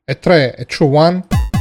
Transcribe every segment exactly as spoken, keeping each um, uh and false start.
e tre, e two, one.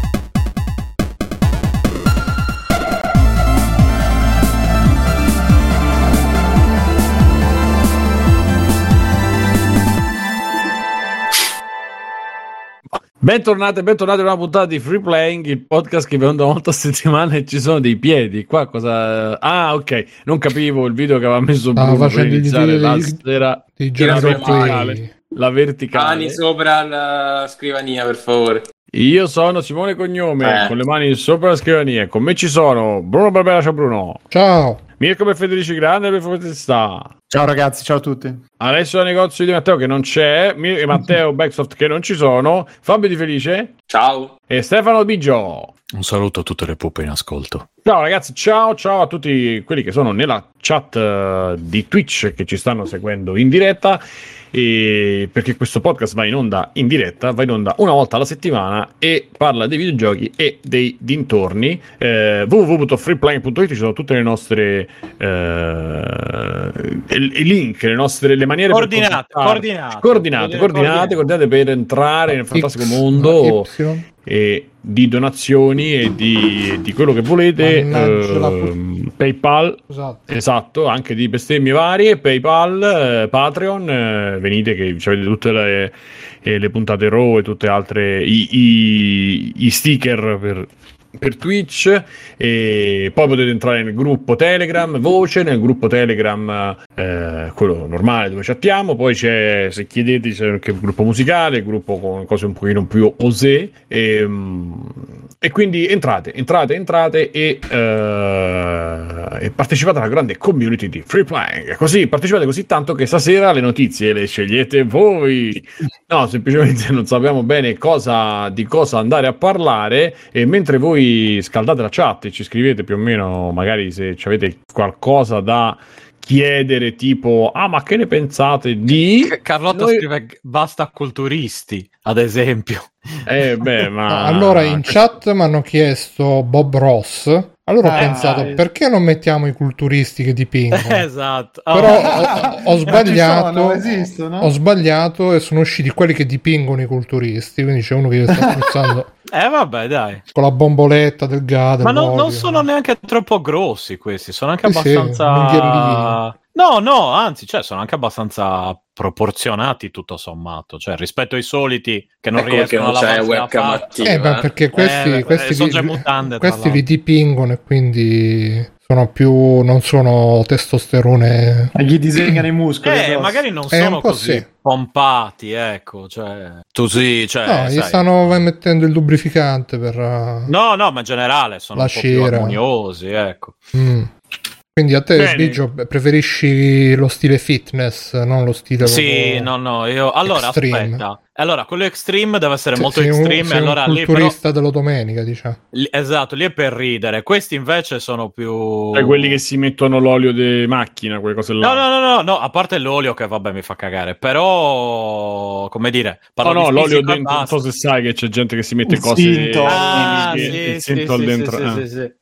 Bentornati, bentornati a una puntata di Free Playing, il podcast che vi onda una volta a settimana e ci sono dei piedi. Qua cosa... Ah, ok, non capivo il video che aveva messo Bruno Stava per iniziare la sera. Di La verticale. La verticale. Mani sopra la scrivania, per favore. Io sono Simone Cognome, eh. con le mani sopra la scrivania. Con me ci sono Bruno Barbera, ciao Bruno. Ciao. Mirko per Federici Grande per Fedeltà. Ciao ragazzi, ciao a tutti. Alessio Negozio di Matteo che non c'è, e Matteo Backsoft che non ci sono, Fabio Di Felice. Ciao. E Stefano Biggio. Un saluto a tutte le pupe in ascolto. Ciao ragazzi, ciao ciao a tutti quelli che sono nella chat uh, di Twitch che ci stanno seguendo in diretta, e perché questo podcast va in onda in diretta, va in onda una volta alla settimana e parla dei videogiochi e dei dintorni. eh, w w w punto freeplaying punto it ci sono tutte le nostre eh, i link, le nostre le maniere coordinate, per coordinate, coordinate, coordinate, coordinate per entrare nel fantastico X, mondo Y. e di donazioni e di, di quello che volete. eh, PayPal, esatto. esatto, anche di bestemmie varie, PayPal, eh, Patreon, eh, venite che avete tutte le, eh, le puntate Raw e tutte altre i, i, i sticker per per Twitch, e poi potete entrare nel gruppo Telegram Voce, nel gruppo Telegram eh, quello normale dove chattiamo, poi c'è, se chiedete, c'è anche il gruppo musicale, il gruppo con cose un pochino più osé, e, e quindi entrate, entrate, entrate e, uh, e partecipate alla grande community di Free Playing, così partecipate così tanto che stasera le notizie le scegliete voi, no, semplicemente non sappiamo bene cosa, di cosa andare a parlare, e mentre voi scaldate la chat e ci scrivete più o meno, magari se avete qualcosa da chiedere, tipo ah ma che ne pensate di Carlotta noi... scrive basta culturisti, ad esempio. Eh beh, ma allora in chat mi hanno chiesto Bob Ross. Allora ho eh, pensato, eh. perché non mettiamo i culturisti che dipingono? Esatto. Oh. Però ho, ho sbagliato, sono, esistono. ho sbagliato e sono usciti quelli che dipingono i culturisti, quindi c'è uno che sta spruzzando Eh vabbè, dai. con la bomboletta del gas. Ma no, non sono neanche troppo grossi questi, sono anche sì, abbastanza... Sì, no, no, anzi, cioè sono anche abbastanza proporzionati tutto sommato, cioè rispetto ai soliti che non ecco riescono non a c'è lavarsi webcam la attiva. Eh, ma perché questi, Eh, questi, sono li, già in mutande, questi li dipingono e quindi sono più, non sono testosterone. A gli disegnano i muscoli. Eh, magari non Eh, sono un po' così sì. pompati, ecco, cioè tu sì, cioè No, gli sai. stanno mettendo il lubrificante per uh, No, no, ma in generale sono la un po' più cera. armoniosi, ecco. mm. Quindi a te, Bene. Biggio, preferisci lo stile fitness, non lo stile Sì, proprio no, no, io allora extreme. aspetta. Allora, quello extreme deve essere Se- molto sei un- extreme, sei allora un lì però culturista della domenica, diciamo. lì- esatto, lì è per ridere. Questi invece sono più cioè quelli che si mettono l'olio di macchina, quelle cose là. No, no, no, no, no, a parte l'olio che vabbè mi fa cagare, però come dire, No, parlo no, di l'olio fisico e dentro, non basta. so se sai che c'è gente che si mette Il cose sinto. Ah, che- sì, il sì, sinto sì, dentro. sì, ah. sì, sì.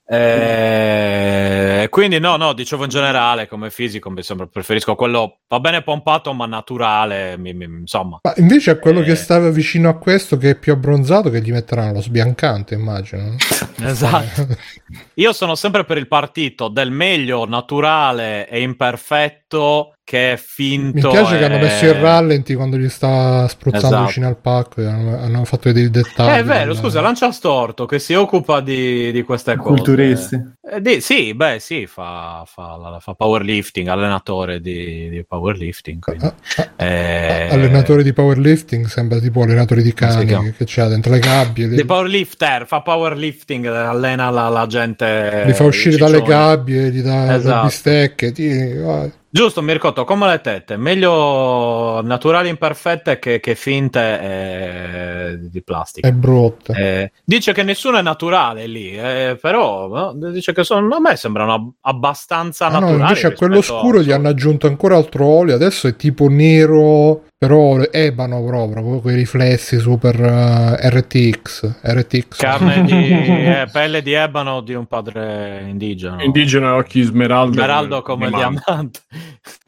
Eh, quindi no, no, dicevo in generale come fisico mi sembra preferisco quello va bene pompato ma naturale, mi- mi- insomma. Ma invece a quello Eh. che stava vicino a questo, che è più abbronzato, che gli metteranno lo sbiancante, immagino. Esatto. Io sono sempre per il partito del meglio naturale e imperfetto che è finto. Mi piace e... che hanno messo il rallenti quando gli sta spruzzando Esatto. vicino al pacco e hanno, hanno fatto vedere i dettagli. Eh, è vero, del- scusa, Lancia Storto che si occupa di, di queste cose. Culturisti. Eh, di- sì, beh, sì, fa, fa, la- fa powerlifting, allenatore di, di powerlifting. quindi. Ah, ah, Eh, allenatore di powerlifting sembra tipo allenatore di Come si cani chiama? che, che c'ha dentro le gabbie, di li, powerlifter, fa powerlifting, allena la, la gente. li fa uscire i dalle ciccioni. gabbie, gli dà le Esatto. bistecche. Ti, vai. Giusto, Mircotto, come le tette, meglio naturali imperfette che, che finte eh, di plastica. È brutta. Eh, dice che nessuno è naturale lì, eh, però no? Dice che sono, a me sembrano abbastanza Ah, no, naturali. invece a quello rispetto scuro gli a- hanno aggiunto ancora altro olio, adesso è tipo nero, però ebano proprio, con quei riflessi super uh, R T X, R T X. Carne di eh, pelle di ebano di un padre indigeno. Indigeno, occhi smeraldo. Smeraldo come diamante. diamante.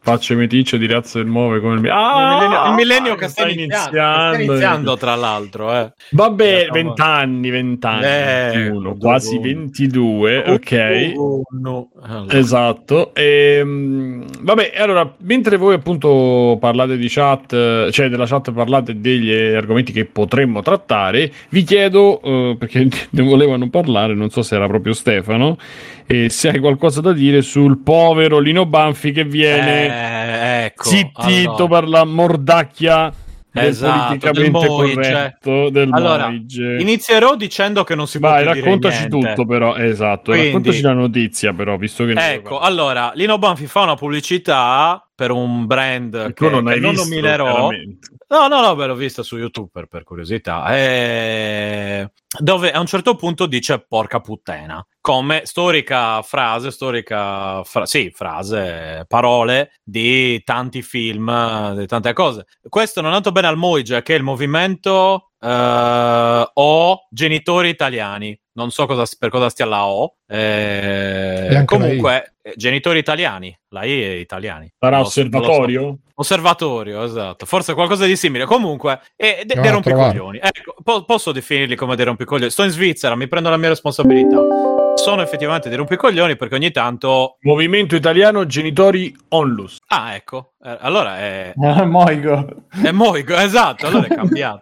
facce meticce di razza del muove come il, ah, il millennio, il millennio ah, che sta, sta iniziando, iniziando, sta iniziando tra l'altro. Eh. Vabbè, vent'anni, vent'anni, eh, ventuno, quasi ventidue, uh, ok. Uh, uh, no. Allora. Esatto. E, vabbè, allora, mentre voi appunto parlate di chat, cioè della chat parlate degli argomenti che potremmo trattare, vi chiedo, uh, perché ne volevano parlare, non so se era proprio Stefano, e se hai qualcosa da dire sul povero Lino Banfi che viene eh, ecco, zittito allora. per la mordacchia del esatto, politicamente del Moige. corretto del allora, Moige. Inizierò dicendo che non si Vai, può più raccontaci dire niente. tutto però, esatto, Quindi, raccontaci la notizia però, visto che ecco, allora, Lino Banfi fa una pubblicità per un brand tu che non, hai che non visto, nominerò. No, no, no, beh, l'ho vista su YouTube per, per curiosità. E... dove a un certo punto dice porca puttana, come storica frase, storica fra- sì, frase, parole di tanti film, di tante cose. Questo non è andato bene al Moige, che è il movimento uh, O Genitori Italiani. Non so cosa, per cosa stia la O. Eh, comunque, genitori italiani. La I è italiani. Sarà lo, osservatorio? So. Osservatorio, esatto. Forse qualcosa di simile. Comunque, eh, de- dei rompicoglioni. Ecco, po- posso definirli come dei rompicoglioni. Sto in Svizzera, mi prendo la mia responsabilità. Sono effettivamente dei rompicoglioni perché ogni tanto... Movimento Italiano Genitori Onlus. Ah, ecco. Eh, allora è... Eh, Moigo. È Moigo, esatto. Allora è cambiato.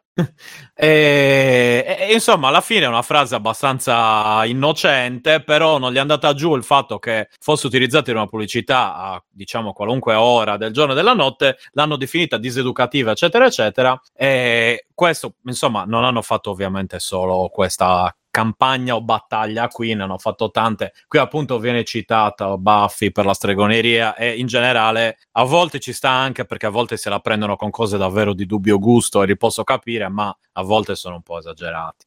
e, e, insomma, alla fine è una frase abbastanza innocente, però non gli è andata giù il fatto che fosse utilizzata in una pubblicità a, diciamo, qualunque ora del giorno e della notte, l'hanno definita diseducativa, eccetera, eccetera. E questo, insomma, non hanno fatto ovviamente solo questa campagna o battaglia qui, ne hanno fatto tante. Qui appunto viene citata Buffy per la stregoneria e in generale a volte ci sta anche perché a volte se la prendono con cose davvero di dubbio gusto e li posso capire, ma a volte sono un po' esagerati.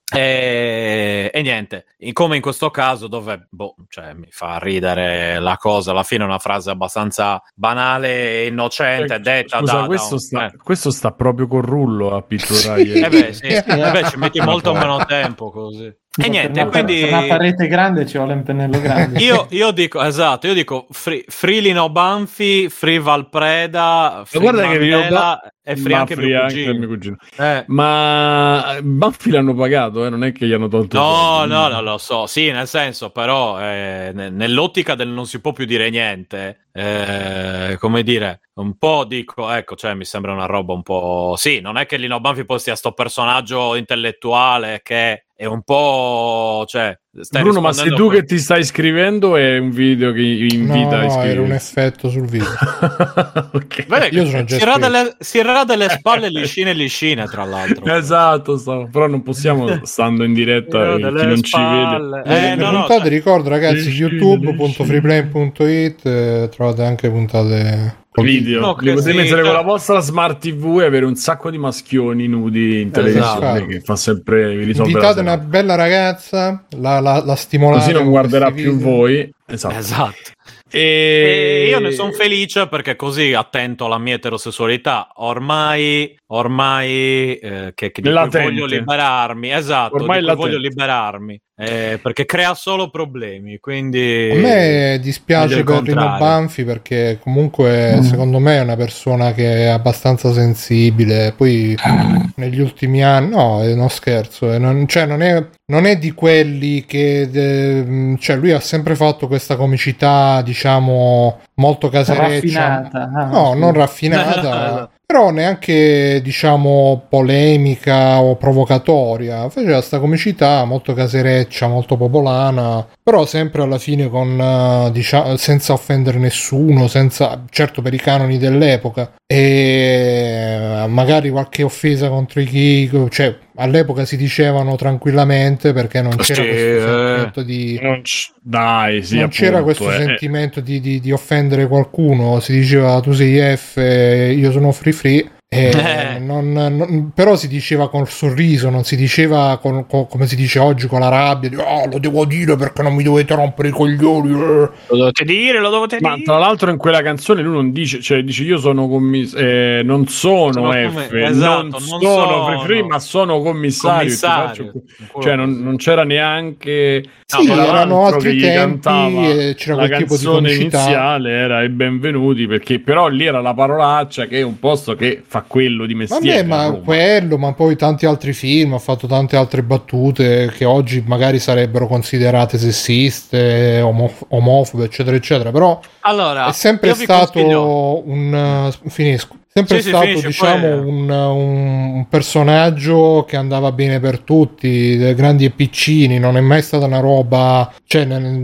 E, e niente, come in questo caso dove boh, cioè, mi fa ridere la cosa, alla fine è una frase abbastanza banale e innocente, eh, detta scusa, da, questo, da, sta, eh. questo sta proprio col rullo a pitturare. eh beh, sì. eh beh, ci metti molto meno tempo così. E no, niente, per quindi per una parete grande ci vuole un pennello grande. io, io dico, esatto, io dico free, free Lino Banfi, free Valpreda, free guarda che Mandela e free ma anche, free mio, anche cugino. mio cugino. Eh. Ma Banfi l'hanno pagato, eh? Non è che gli hanno tolto no, il no, no, lo so, sì, nel senso, però eh, nell'ottica del non si può più dire niente, eh, come dire, un po' dico, ecco, cioè mi sembra una roba un po'... Sì, non è che Lino Banfi poi sia sto personaggio intellettuale che è un po'... cioè Bruno, ma se tu per... che ti stai scrivendo è un video che invita no, a no, iscriversi? era un effetto sul video. Okay. Beh, io sono già si era delle, si era delle spalle liscine liscine, tra l'altro. Esatto, so. Però non possiamo, stando in diretta, chi non spalle. ci vede. Eh, Eh, le no, puntate, no, cioè... ricordo ragazzi, youtube punto freeplane punto it, eh, trovate anche puntate... video, no, li potete sì, mettere cioè... con la vostra smart tv e avere un sacco di maschioni nudi in televisione, esatto, che fa sempre vi risolve invitate una bella ragazza, la, la, la stimolate, così non guarderà più video. Voi, esatto, esatto. E... e io ne sono felice perché così, attento alla mia eterosessualità, ormai ormai eh, che, che di cui voglio liberarmi, esatto, ormai di cui voglio liberarmi, eh, perché crea solo problemi, quindi a me dispiace per Lino Banfi perché comunque mm. secondo me è una persona che è abbastanza sensibile, poi negli ultimi anni, no, non scherzo, eh, non, cioè non è, non è di quelli che eh, cioè lui ha sempre fatto questa comicità, diciamo, molto casereccia, raffinata. Ah, no, non raffinata però neanche, diciamo, polemica o provocatoria, faceva sta comicità molto casereccia, molto popolana, però sempre alla fine con, diciamo, senza offendere nessuno, senza, certo per i canoni dell'epoca, e magari qualche offesa contro i chi, cioè all'epoca si dicevano tranquillamente perché non c'era sì, questo sentimento di non c- dai, sì, non appunto, c'era questo eh. sentimento di, di, di offendere qualcuno, si diceva tu sei F, io sono free free, E eh. non, non, però si diceva col sorriso, non si diceva con, con, come si dice oggi con la rabbia di, oh, lo devo dire perché non mi dovete rompere i coglioni, lo dovete dire, lo dovete ma dire. Tra l'altro in quella canzone lui non dice, cioè dice io sono commissario, eh, non sono, sono F, come... esatto, non, non sono, sono. Free, ma sono commissario, commissario. Faccio... cioè non, non c'era neanche no, sì, erano altri tempi e c'era la quel tipo di canzone comicità iniziale era i benvenuti, perché però lì era la parolaccia che è un posto che fa quello di mestiere. Vabbè, ma quello, ma poi tanti altri film, ha fatto tante altre battute che oggi magari sarebbero considerate sessiste, omof- omofobe, eccetera, eccetera, però allora, è sempre stato un... Uh, finisco. Sempre sì, stato, sì, diciamo, poi... un, un personaggio che andava bene per tutti, grandi e piccini, non è mai stata una roba, cioè,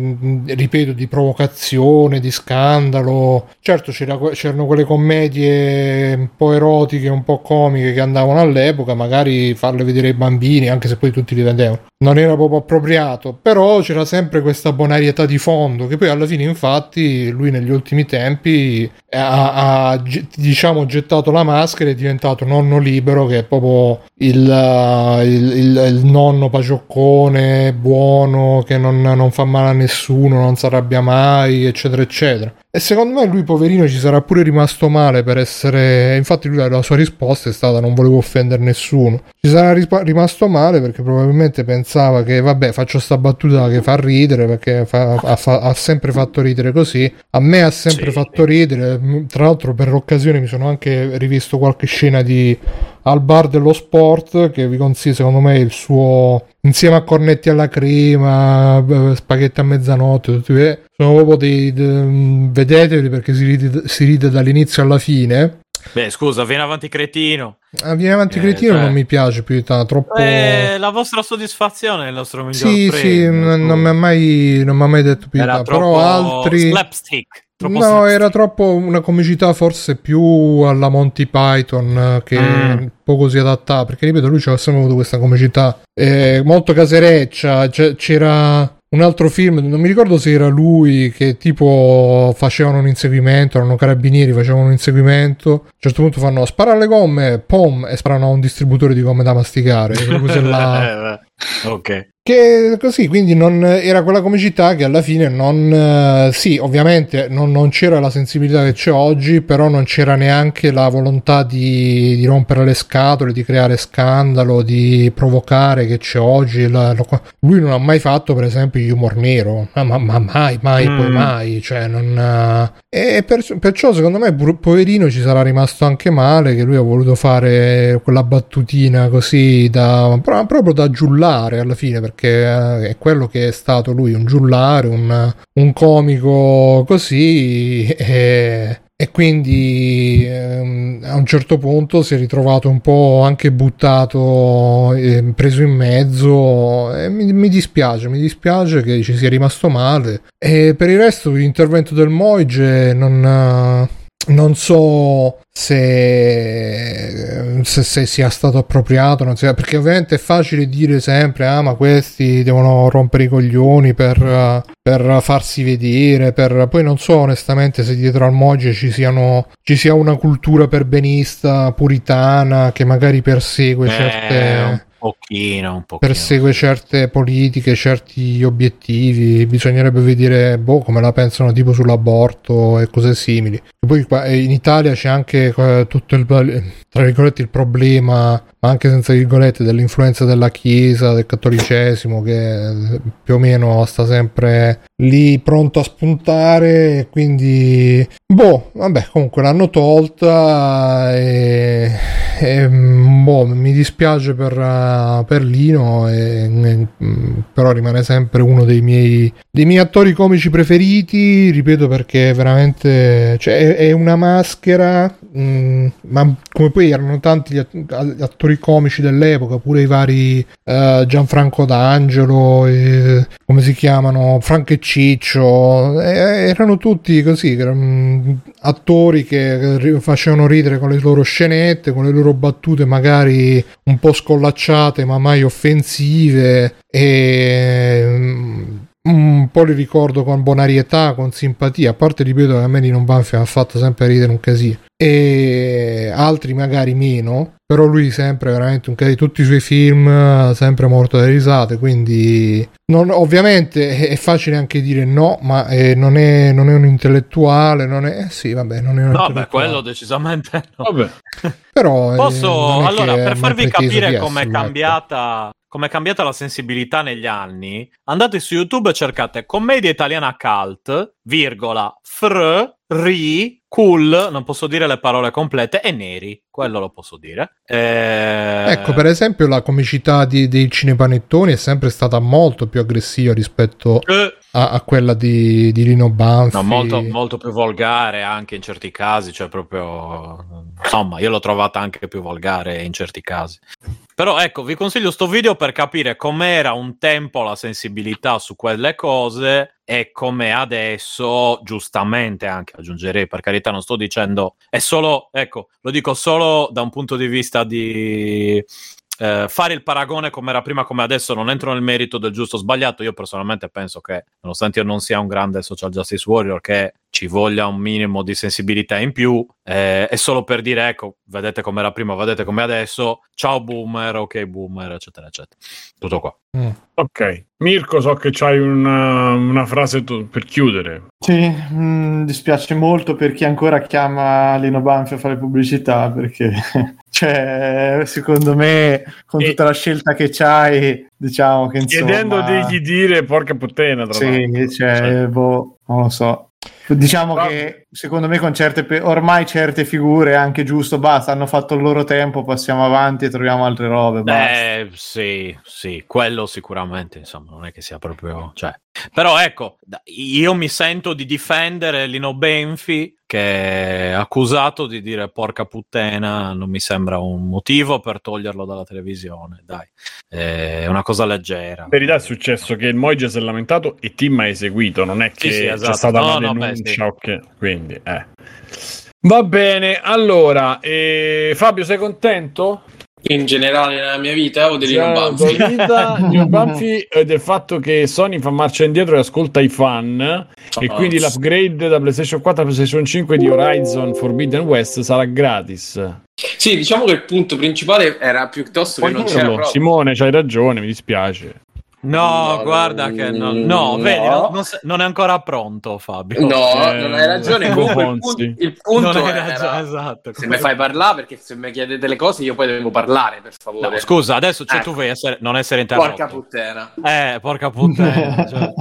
ripeto, di provocazione, di scandalo. Certo, c'era, c'erano quelle commedie un po' erotiche, un po' comiche che andavano all'epoca, magari farle vedere ai bambini, anche se poi tutti li vedevano. Non era proprio appropriato, però c'era sempre questa bonarietà di fondo, che poi alla fine, infatti, lui negli ultimi tempi ha, ha diciamo, gettato la maschera e è diventato nonno libero, che è proprio il, il, il, il nonno pacioccone, buono, che non, non fa male a nessuno, non si arrabbia mai, eccetera, eccetera. E secondo me lui, poverino, ci sarà pure rimasto male per essere... Infatti lui, la sua risposta è stata non volevo offendere nessuno. Ci sarà risp- rimasto male perché probabilmente pensava che, vabbè, faccio sta battuta che fa ridere, perché fa, ha, fa, ha sempre fatto ridere così. A me ha sempre sì. fatto ridere. Tra l'altro per l'occasione mi sono anche rivisto qualche scena di Al bar dello sport, che vi consiglio, secondo me, il suo... insieme a Cornetti alla crema, spaghetti a mezzanotte, tutti, eh, sono proprio dei, dei vedeteli, perché si ride, si ride dall'inizio alla fine. Beh, scusa, vieni avanti cretino. Ah, vieni avanti eh, cretino, cioè... non mi piace più di tanto, troppo... Eh, la vostra soddisfazione è il nostro miglior sì, premio. Sì, n- non mi ha mai, non mi ha mai detto più di tanto, però altri... slapstick. No, slapstick. Era troppo una comicità forse più alla Monty Python, che mm. poco si adattava, perché ripeto, lui c'era sempre avuto questa comicità eh, molto casereccia. C- c'era un altro film, non mi ricordo se era lui, che tipo facevano un inseguimento, erano carabinieri, facevano un inseguimento, a un certo punto fanno spara alle gomme, pom, e sparano a un distributore di gomme da masticare, là... ok. Che così, quindi non era quella comicità che alla fine non eh, sì, ovviamente non, non c'era la sensibilità che c'è oggi, però non c'era neanche la volontà di, di rompere le scatole, di creare scandalo, di provocare, che c'è oggi. La, la, lui non ha mai fatto, per esempio, humor nero, ma, ma, ma mai, mai, mm. poi mai, cioè non... E per, perciò secondo me, poverino, ci sarà rimasto anche male che lui ha voluto fare quella battutina così da proprio da giullare alla fine, perché che è quello che è stato lui, un giullare, un, un comico così, e, e quindi ehm, a un certo punto si è ritrovato un po' anche buttato, eh, preso in mezzo, e mi, mi dispiace, mi dispiace che ci sia rimasto male. E per il resto l'intervento del Moige non... non so se, se, se sia stato appropriato, non sia, perché ovviamente è facile dire sempre ah ma questi devono rompere i coglioni per, per farsi vedere, per... poi non so onestamente se dietro al Moige ci siano ci sia una cultura perbenista puritana che magari persegue eh, certe un pochino, un pochino persegue certe politiche, certi obiettivi. Bisognerebbe vedere boh come la pensano tipo sull'aborto e cose simili. E poi qua in Italia c'è anche eh, tutto il, tra virgolette, il problema, ma anche senza virgolette, dell'influenza della Chiesa, del cattolicesimo, che più o meno sta sempre lì pronto a spuntare, e quindi boh, vabbè, comunque l'hanno tolta e, e boh, mi dispiace per, per Lino, e, e, però rimane sempre uno dei miei dei miei attori comici preferiti, ripeto, perché veramente, cioè, è, è una maschera, mh, ma come poi erano tanti gli attori comici dell'epoca, pure i vari uh, Gianfranco D'Angelo, e, come si chiamano, Franco e Ciccio, e, erano tutti così, um, attori che facevano ridere con le loro scenette, con le loro battute magari un po' scollacciate ma mai offensive, e un po' li ricordo con bonarietà, con simpatia, a parte ripeto che a me Lino Banfi mi ha fatto sempre ridere un casino, e altri magari meno, però lui sempre veramente un casino, tutti i suoi film sempre morto da risate, quindi non, ovviamente è facile anche dire no, ma eh, non, è, non è un intellettuale, non è, eh sì vabbè, non è un no, intellettuale. beh, quello decisamente no. Vabbè. Però posso, eh, allora, per farvi capire com'è ecco. cambiata com'è cambiata la sensibilità negli anni, andate su YouTube e cercate commedia italiana cult, virgola, fr, ri, cool, non posso dire le parole complete, e neri, quello lo posso dire. Eh... Ecco, per esempio la comicità di, dei cinepanettoni è sempre stata molto più aggressiva rispetto eh... a, a quella di, di Lino Banfi. No, molto, molto più volgare anche in certi casi, cioè proprio... Insomma, io l'ho trovata anche più volgare in certi casi. Però ecco, vi consiglio sto video per capire com'era un tempo la sensibilità su quelle cose e com'è adesso, giustamente anche aggiungerei, per carità non sto dicendo, è solo, ecco, lo dico solo da un punto di vista di... Eh, fare il paragone come era prima come adesso, non entro nel merito del giusto o sbagliato. Io personalmente penso che, nonostante io non sia un grande social justice warrior, che ci voglia un minimo di sensibilità in più, eh, è solo per dire, ecco, vedete come era prima, vedete come adesso, ciao boomer, ok boomer, eccetera eccetera, tutto qua. mm. Ok, Mirko, so che c'hai una, una frase tu, per chiudere. Sì, mi dispiace molto per chi ancora chiama Lino Banfi a fare pubblicità, perché cioè, secondo me con e... tutta la scelta che c'hai, diciamo che insomma... Chiedendo di dire porca puttana, tra sì, l'altro. cioè, Cioè... boh, non lo so. Diciamo Però... che secondo me con certe pe- ormai certe figure è anche giusto, basta, hanno fatto il loro tempo, passiamo avanti e troviamo altre robe. Eh, sì, sì, quello sicuramente, insomma, non è che sia proprio... Cioè... Però ecco, io mi sento di difendere Lino Banfi, che è accusato di dire porca puttana, non mi sembra un motivo per toglierlo dalla televisione, dai, è una cosa leggera. In verità è successo che il Moige si è lamentato e Tim ha eseguito, non è che sì, sì, esatto. c'è stata no, una no, denuncia, beh, sì. okay. Quindi eh. Va bene, allora eh, Fabio, sei contento? In generale nella mia vita o di Lino Banfi? Lino Banfi e del fatto che Sony fa marcia indietro e ascolta i fan, oh, e quindi l'upgrade da PlayStation quattro a PlayStation cinque di Horizon Forbidden West sarà gratis. Sì, diciamo che il punto principale era piuttosto che Puoi non dirlo. c'era proprio. Simone, c'hai ragione, mi dispiace. No, no, guarda no, che no, no, no. vedi, non, non, non è ancora pronto Fabio. No, eh, non hai ragione. Comunque il punto, il punto non hai era, ragione, esatto. se mi fai parlare, perché se mi chiedete le cose io poi devo parlare, per favore. No, scusa, adesso cioè, ecco. tu vuoi essere, non essere interrotto. Porca puttana. Eh, porca puttana. Cioè.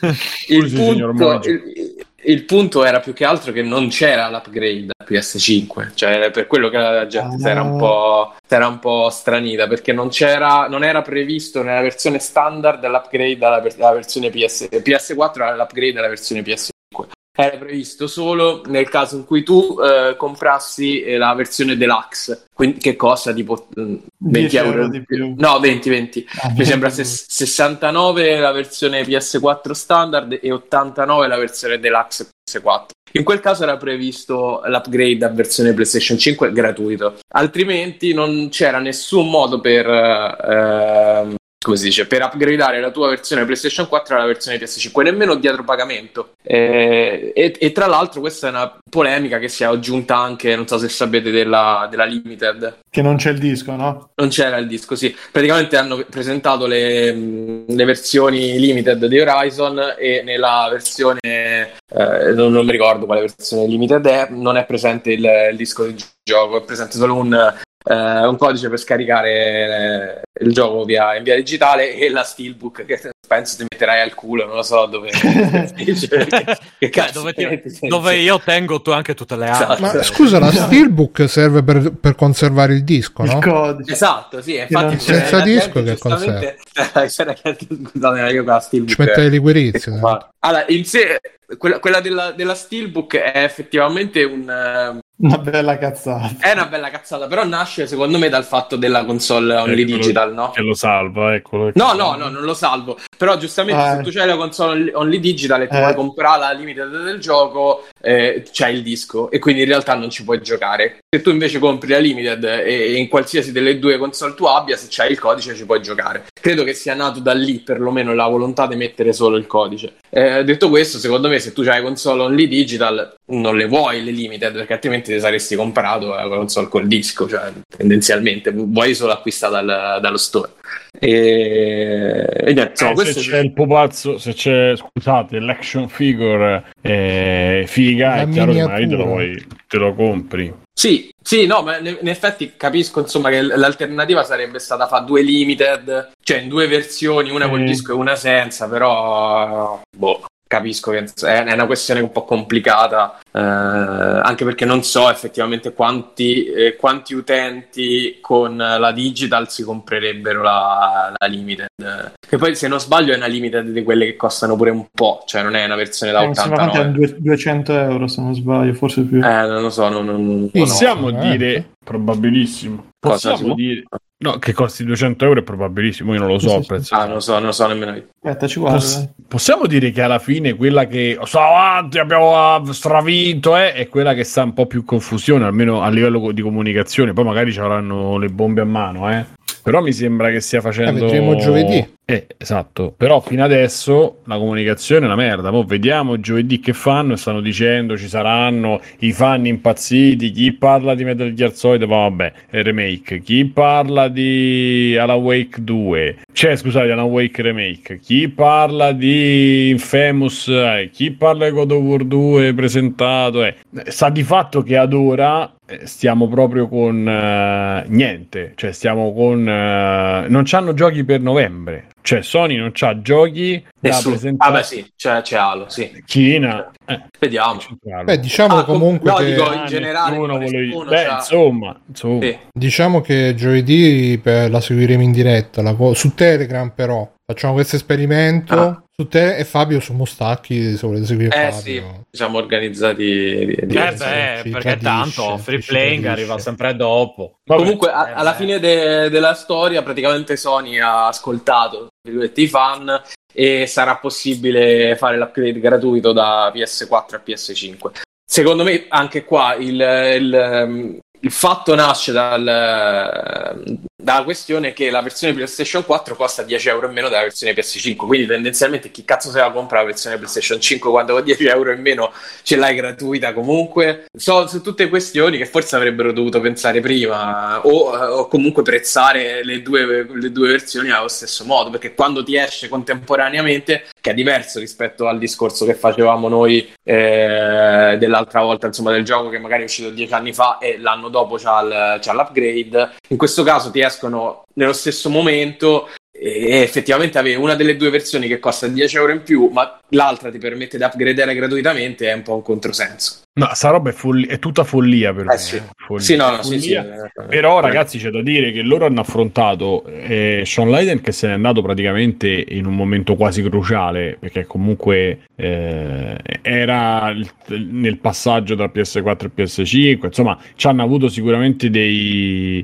il, Scusi, punto, il, il punto era più che altro che non c'era l'upgrade a P S cinque, cioè era per quello che la gente si era un po', era un po' stranita, perché non c'era, non era previsto nella versione standard l'upgrade alla, alla versione P S, P S quattro era l'upgrade alla versione P S cinque. Era previsto solo nel caso in cui tu eh, comprassi eh, la versione deluxe, quindi, che costa tipo mh, venti euro di più. No, venti venti Ah, mi sembra ses- sessantanove la versione P S quattro standard e ottantanove la versione deluxe P S quattro. In quel caso era previsto l'upgrade a versione PlayStation cinque gratuito, altrimenti non c'era nessun modo per eh, come si dice, per upgradare la tua versione PlayStation quattro alla versione P S cinque, nemmeno dietro pagamento. Eh, e, e tra l'altro questa è una polemica che si è aggiunta anche, non so se sapete, della, della Limited. Che non c'è il disco, no? Non c'era il disco, sì. Praticamente hanno presentato le, le versioni Limited di Horizon e nella versione, eh, non, non mi ricordo quale versione Limited è, non è presente il, il disco di gioco, è presente solo un... Uh, un codice per scaricare eh, il gioco via, in via digitale e la steelbook che penso ti metterai al culo, non lo so dove che cazzo dove, ti, dove io tengo tu anche tutte le armi. Ma scusa, la steelbook serve per, per conservare il disco, no? Il codice. Esatto, sì, infatti senza disco che conserva. Scusate, io con la steelbook ci mette le liquirizia. allora, in sé quella, quella della, della steelbook è effettivamente un una bella cazzata. È una bella cazzata, però nasce secondo me dal fatto della console only eccolo, digital, no? Che lo salva, eccolo. No, no, no, non lo salvo. Però giustamente eh. se tu c'hai la console only digital e tu eh. vuoi comprare la limited del gioco, eh, c'hai il disco e quindi in realtà non ci puoi giocare. Se tu invece compri la limited e in qualsiasi delle due console tu abbia, se c'hai il codice ci puoi giocare. Credo che sia nato da lì perlomeno la volontà di mettere solo il codice. Eh, detto questo, secondo me se tu c'hai console only digital non le vuoi le limited, perché altrimenti ti saresti comprato la console col disco, cioè tendenzialmente vuoi solo acquistata dal, dallo store. E, e niente, insomma, eh, questo se c'è il pupazzo, se c'è, scusate, l'action figure eh, figa, La è chiaro che miniatura. magari te lo, vuoi, te lo compri. Sì, sì, no, ma in effetti capisco insomma che l'alternativa sarebbe stata fare due limited, cioè in due versioni, una col Mm. disco e una senza, però boh, capisco che è una questione un po' complicata, eh, anche perché non so effettivamente quanti, eh, quanti utenti con la digital si comprerebbero la, la limited, che poi se non sbaglio è una limited di quelle che costano pure un po', cioè non è una versione da Eh, insomma, quanto è? ottantanove. Due- duecento euro se non sbaglio, forse più. Eh, non lo so, non, non, Sì, no. Possiamo no, dire, veramente. probabilissimo, Cosa, possiamo Simo? dire, no, che costi duecento euro è probabilissimo, io non lo so Sì, il sì, prezzo. Ah, non lo so, non lo so nemmeno io. Aspetta, ci guardo. Poss- dai. possiamo dire che alla fine quella che sta avanti, abbiamo ah, stravinto, eh, è quella che sta un po' più confusione, almeno a livello co- di comunicazione. Poi magari ci avranno le bombe a mano, eh. Però mi sembra che stia facendo. Eh, vedremo giovedì. Eh, esatto. Però fino adesso la comunicazione è una merda. Mo vediamo giovedì che fanno. E stanno dicendo ci saranno i fan impazziti. Chi parla di Metal Gear Solid, vabbè, è remake. Chi parla di Alan Wake due. Cioè, scusate, Alan Wake remake. Chi parla di Infamous, eh. Chi parla di God of War due presentato, eh. Sta di fatto che ad ora eh, stiamo proprio con eh, niente, cioè stiamo con eh, non c'hanno giochi per novembre, cioè Sony non c'ha giochi da Nessuno. presentare. Ah, beh, sì, c'è, c'è Halo, sì. Cina, eh, Vediamo. centrale. Beh, diciamo Ah, com- comunque no, che dico, Ah, in generale, nessuno dico, volevi- nessuno beh, c'ha- insomma, insomma. Sì. diciamo che giovedì per- la seguiremo in diretta la co- su Telegram, però facciamo questo esperimento Ah. su te e Fabio su Mustacchi, se volete seguire Eh Fabio. sì, siamo organizzati di- di- Eh sì, beh, ci perché tradisce, tanto ci free ci playing tradisce. arriva sempre dopo. Vabbè. Comunque, a- Eh, alla beh. fine de- della storia, praticamente Sony ha ascoltato i fan e sarà possibile fare l'upgrade gratuito da P S quattro a P S cinque. Secondo me, anche qua il, il, il fatto nasce dal, dalla questione che la versione PlayStation quattro costa dieci euro in meno della versione P S cinque, quindi tendenzialmente chi cazzo se la compra la versione PlayStation cinque quando con dieci euro in meno ce l'hai gratuita comunque? So, su tutte questioni che forse avrebbero dovuto pensare prima o, o comunque prezzare le due, le due versioni allo stesso modo, perché quando ti esce contemporaneamente, che è diverso rispetto al discorso che facevamo noi eh, dell'altra volta, insomma, del gioco che magari è uscito dieci anni fa e l'anno dopo c'ha, il, c'ha l'upgrade, in questo caso ti escono nello stesso momento e effettivamente avevi una delle due versioni che costa dieci euro in più, ma l'altra ti permette di upgradare gratuitamente, è un po' un controsenso. No, sta roba è, folli- è tutta follia per me. Eh sì. eh, follia. Sì, no, no, sì, sì. Follia. Però ragazzi c'è da dire che loro hanno affrontato eh, Sean Layden, che se n'è andato praticamente in un momento quasi cruciale, perché comunque eh, era il- nel passaggio tra P S quattro e P S cinque, insomma ci hanno avuto sicuramente dei,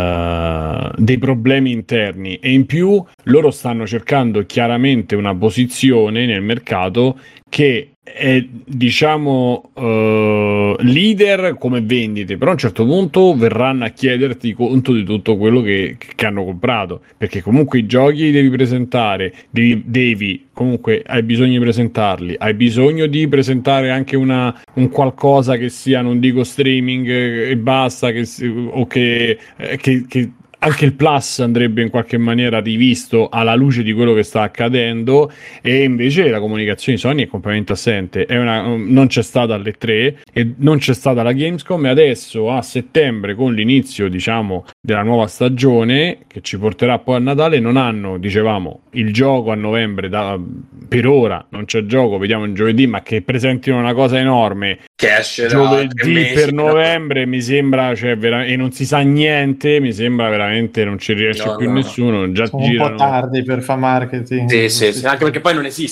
eh, dei problemi interni e in più loro stanno cercando chiaramente una posizione nel mercato che è, diciamo, uh, leader come vendite, però a un certo punto verranno a chiederti conto di tutto quello che, che hanno comprato, perché comunque i giochi li devi presentare, devi, devi comunque hai bisogno di presentarli, hai bisogno di presentare anche una, un qualcosa che sia, non dico streaming eh, e basta, che, o che, eh, che, che anche il Plus andrebbe in qualche maniera rivisto alla luce di quello che sta accadendo, e invece la comunicazione di Sony è completamente assente. È una, non c'è stata alle tre e non c'è stata la Gamescom, e adesso a settembre, con l'inizio diciamo della nuova stagione che ci porterà poi a Natale, non hanno, dicevamo, il gioco a novembre. Da, per ora non c'è gioco, vediamo il giovedì, ma che presentino una cosa enorme Che esce da tre giovedì mesi, per no? novembre mi sembra, cioè, vera- e non si sa niente, mi sembra veramente non ci riesce No, più no. nessuno, già Sono girano un po' tardi per fare marketing. Sì, sì, sì, anche perché poi non esiste.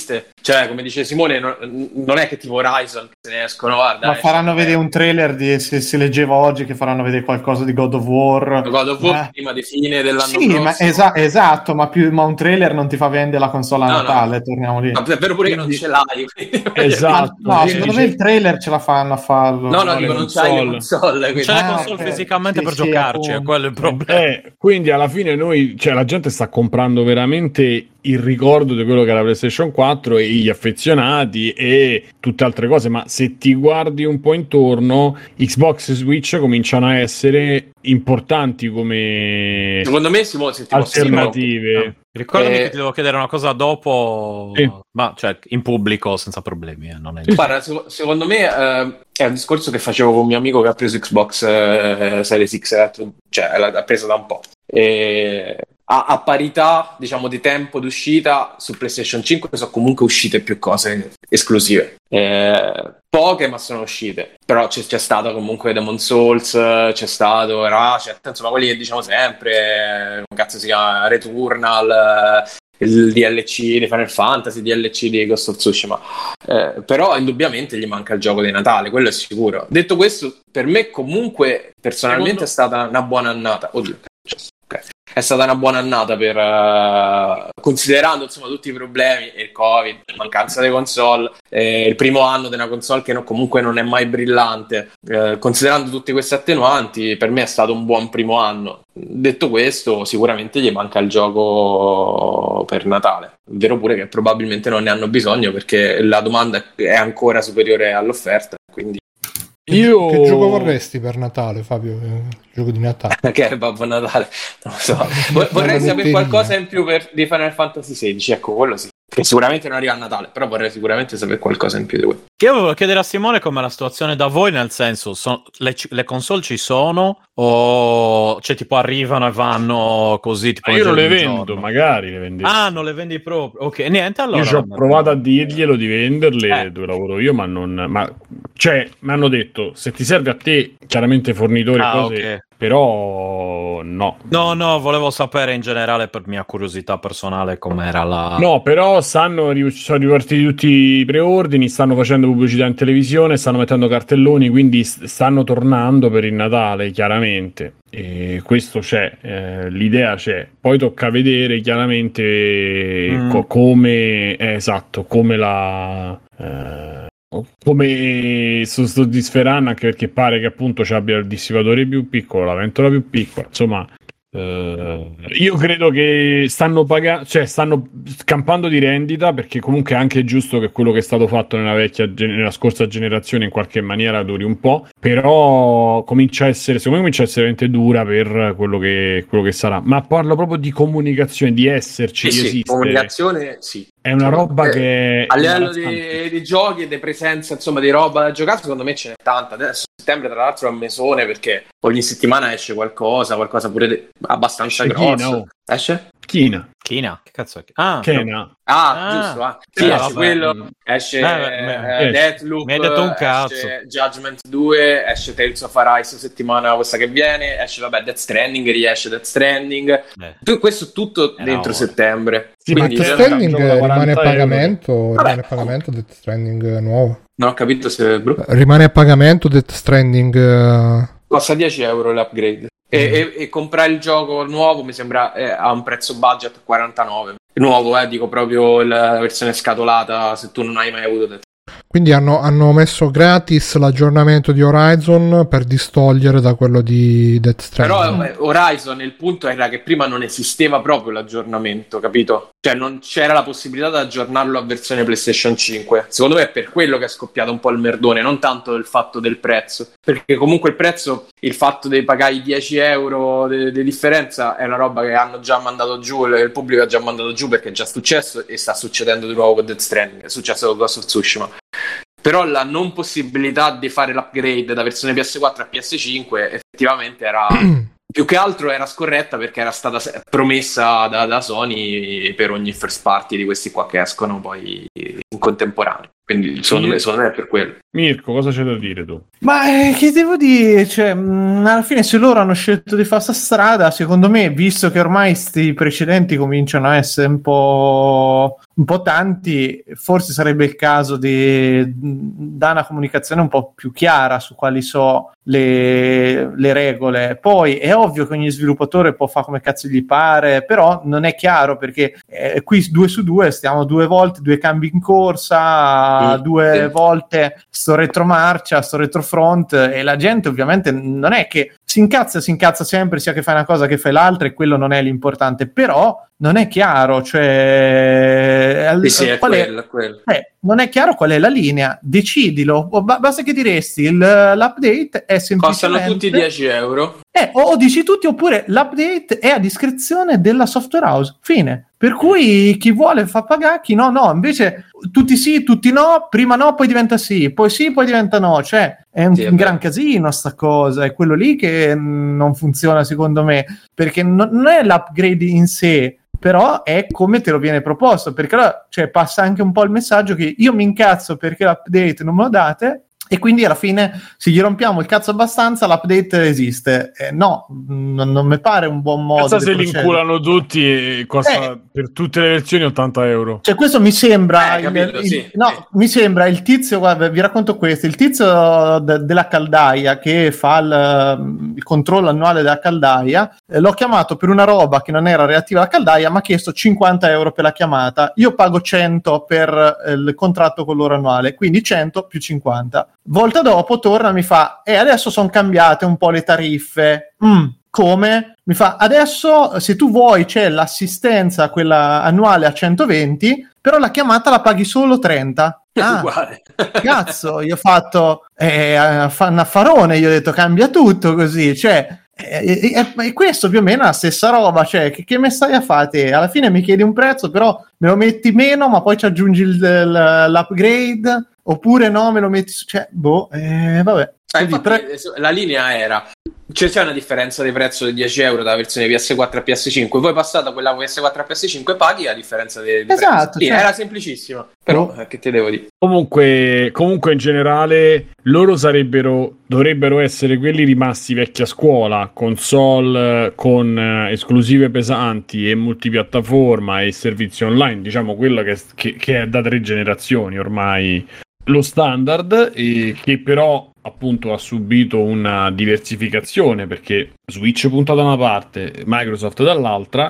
Cioè, come dice Simone, non, non è che tipo Horizon che se ne escono, guarda. Ma faranno vedere un trailer di, se si leggeva oggi che faranno vedere qualcosa di God of War. God of War ma... prima di fine dell'anno sì, prossimo. Ma esa- esatto, ma, più, ma un trailer non ti fa vendere la console a No, Natale, no. torniamo lì. Ma è vero pure Quindi... che non ce l'hai. Quindi... Esatto. No, sì, secondo dice... me il trailer ce la fanno a farlo. No, no, dico, non c'hai le console. Non c'è la Ah, console ok. fisicamente Sì, per sì, giocarci, appunto. è quello il problema. Eh, quindi alla fine noi, cioè la gente sta comprando veramente il ricordo di quello che era la PlayStation quattro e gli affezionati e tutte altre cose, ma se ti guardi un po' intorno, Xbox e Switch cominciano a essere importanti come Secondo me Simone, se ti posso dire, alternative. Ricordami Eh, che ti devo chiedere una cosa dopo, Sì. ma cioè in pubblico senza problemi. Eh, non è... guarda, se- secondo me eh, è un discorso che facevo con un mio amico che ha preso Xbox eh, Series X, cioè l'ha presa da un po'. E a, a parità, diciamo, di tempo d'uscita su PlayStation cinque sono comunque uscite più cose esclusive. Eh, poche, ma sono uscite. Però c'è, c'è stato comunque Demon's Souls, c'è stato Ratchet, insomma, quelli che diciamo sempre, eh, come cazzo si chiama, Returnal, il D L C di Final Fantasy, D L C di Ghost of Tsushima. Eh, però indubbiamente gli manca il gioco di Natale, quello è sicuro. Detto questo, per me comunque personalmente Secondo... è stata una buona annata. Oddio, okay. È stata una buona annata per uh, considerando insomma tutti i problemi, il Covid, mancanza di console, eh, il primo anno di una console che no, comunque non è mai brillante, eh, considerando tutti questi attenuanti, per me è stato un buon primo anno. Detto questo, sicuramente gli manca il gioco per Natale. Vero pure che probabilmente non ne hanno bisogno perché la domanda è ancora superiore all'offerta, quindi Io... Che gioco vorresti per Natale, Fabio? Eh, gioco di Natale. che è Babbo Natale? Non lo so. Vorrei sapere qualcosa in più per, di Final Fantasy sedici, ecco, quello sì. Che sicuramente non arriva a Natale, però vorrei sicuramente sapere qualcosa in più di quello. Io volevo chiedere a Simone com'è la situazione da voi, nel senso, so, le, le console ci sono o cioè tipo arrivano e vanno così? Tipo Ma io non le un vendo, giorno? magari le vendo. Ah, non le vendi proprio? Ok, niente, allora... Io ci ho vabbè. provato a dirglielo di venderle Eh. dove lavoro io, ma non. Ma cioè, mi hanno detto se ti serve a te, chiaramente fornitori e Ah, cose, ok. però no. No, no, volevo sapere in generale per mia curiosità personale com'era la... No, però stanno ri- sono ripartiti tutti i preordini, stanno facendo pubblicità in televisione, stanno mettendo cartelloni, quindi st- stanno tornando per il Natale, chiaramente. E questo c'è, eh, l'idea c'è. Poi tocca vedere chiaramente Mm. co- come eh, esatto, come la eh, come so- soddisferanno, anche perché pare che appunto ci abbia il dissipatore più piccolo, la ventola più piccola, insomma. Uh, io credo che stanno pagando, cioè stanno scampando di rendita, perché comunque è anche giusto che quello che è stato fatto nella vecchia nella scorsa generazione in qualche maniera duri un po', però comincia a essere, secondo me comincia a essere veramente dura per quello che, quello che sarà. Ma parlo proprio di comunicazione, di esserci, Sì, di sì, esistere. comunicazione sì. È una roba Eh, che a livello imbarazzante. di, di giochi e di presenza, insomma, di roba da giocare, secondo me ce n'è tanta. Adesso a settembre, tra l'altro, è un mesone perché ogni settimana esce qualcosa, qualcosa pure de- abbastanza Esce grosso. Kina, oh. Esce? China, China? Che cazzo è? Ah, Kena. Ah, Ah. giusto. Ah. Sì, Eh, esce vabbè. quello, esce Eh, beh, eh, esce. Deathloop, Mi hai detto un cazzo. esce Judgment due, esce Tales of Arise settimana questa che viene, esce, vabbè, Death Stranding, riesce Death Stranding. eh. Tu- questo tutto Eh, dentro no. settembre. Sì, Quindi ma Death in che realtà- Stranding gioco da rimane a quaranta pagamento, Vabbè. rimane a pagamento Death Stranding nuovo. non ho capito se bro. Rimane a pagamento Death Stranding eh, Costa dieci euro l'upgrade. E, e, e comprare il gioco nuovo mi sembra eh, a un prezzo budget quarantanove. Nuovo, eh, dico proprio la versione scatolata se tu non hai mai avuto Death. Quindi hanno, hanno messo gratis l'aggiornamento di Horizon per distogliere da quello di Death Stranding. Però eh, Horizon, il punto era che prima non esisteva proprio l'aggiornamento, capito? Cioè non c'era la possibilità di aggiornarlo a versione PlayStation cinque. Secondo me è per quello che è scoppiato un po' il merdone, non tanto il fatto del prezzo. Perché comunque il prezzo, il fatto di pagare i dieci euro di differenza è una roba che hanno già mandato giù, il pubblico ha già mandato giù perché è già successo e sta succedendo di nuovo con Death Stranding, è successo con Ghost of Tsushima. Però la non possibilità di fare l'upgrade da versione P S quattro a P S cinque effettivamente era più che altro era scorretta perché era stata promessa da, da Sony per ogni first party di questi qua che escono poi in contemporanea. Quindi secondo me, secondo me è per quello. Mirko, cosa c'è da dire tu? Ma eh, che devo dire? Cioè, mh, alla fine, se loro hanno scelto di fare sta strada, secondo me, visto che ormai sti precedenti cominciano a essere un po', un po' tanti, forse sarebbe il caso di dare una comunicazione un po' più chiara su quali so le, le regole. Poi è ovvio che ogni sviluppatore può fare come cazzo gli pare, però non è chiaro perché eh, qui due su due stiamo due volte, due cambi in corsa, mm. due sì. volte sto retromarcia, sto retrofront, e la gente ovviamente non è che si incazza, si incazza sempre sia che fai una cosa che fai l'altra, e quello non è l'importante, però non è chiaro, cioè Sì, sì, è qual quello, è, è quello. eh, non è chiaro qual è la linea, decidilo, o ba- basta che diresti il, l'update è semplicemente Costano tutti dieci euro. Eh, o, o dici tutti, oppure l'update è a discrezione della software house, fine. Per cui chi vuole fa pagare, chi no, no. Invece tutti sì, tutti no, prima no, poi diventa sì, poi sì, poi diventa no. Cioè è un, Sì, è un vero. gran casino sta cosa, è quello lì che mh, non funziona secondo me, perché non, non è l'upgrade in sé, però è come te lo viene proposto, perché allora cioè, passa anche un po' il messaggio che io mi incazzo perché l'update non me lo date, e quindi alla fine se gli rompiamo il cazzo abbastanza l'update esiste. Eh, no, non, non mi pare un buon modo Pensa di se li procedere. inculano tutti e costa Eh. per tutte le versioni ottanta euro. Cioè questo mi sembra Eh, il, capito, il- sì, no, sì. mi sembra il tizio, guarda, vi racconto questo, il tizio de- della caldaia che fa il, il controllo annuale della caldaia, eh, l'ho chiamato per una roba che non era relativa alla caldaia, ma ha chiesto cinquanta euro per la chiamata, io pago cento per eh, il contratto con loro annuale, quindi cento più cinquanta. Volta dopo torna e mi fa, e eh, adesso sono cambiate un po' le tariffe. Mm, come? Mi fa, adesso se tu vuoi c'è l'assistenza, quella annuale a centoventi, però la chiamata la paghi solo trenta. Ah, Uguale. cazzo, io ho fatto eh, fa- un affarone, io ho detto cambia tutto così, cioè e eh, eh, questo più o meno è la stessa roba, cioè che, che me stai a fare te? Alla fine mi chiedi un prezzo, però me lo metti meno, ma poi ci aggiungi il, il, l'upgrade, oppure no, me lo metti su, cioè boh, eh, vabbè. Ah, Così, infatti, pre- la linea era c'è, c'è una differenza di prezzo di dieci euro dalla versione P S quattro a P S cinque, poi passata quella P S quattro a P S cinque paghi la differenza di, di Esatto, prezzo. Sì, cioè- era semplicissimo, però Oh. eh, che ti devo dire. Comunque, comunque in generale loro sarebbero dovrebbero essere quelli rimasti vecchia scuola, console eh, con eh, esclusive pesanti e multipiattaforma e servizi online, diciamo quello che, che, che è da tre generazioni ormai lo standard, e che però appunto ha subito una diversificazione perché Switch punta da una parte, Microsoft dall'altra.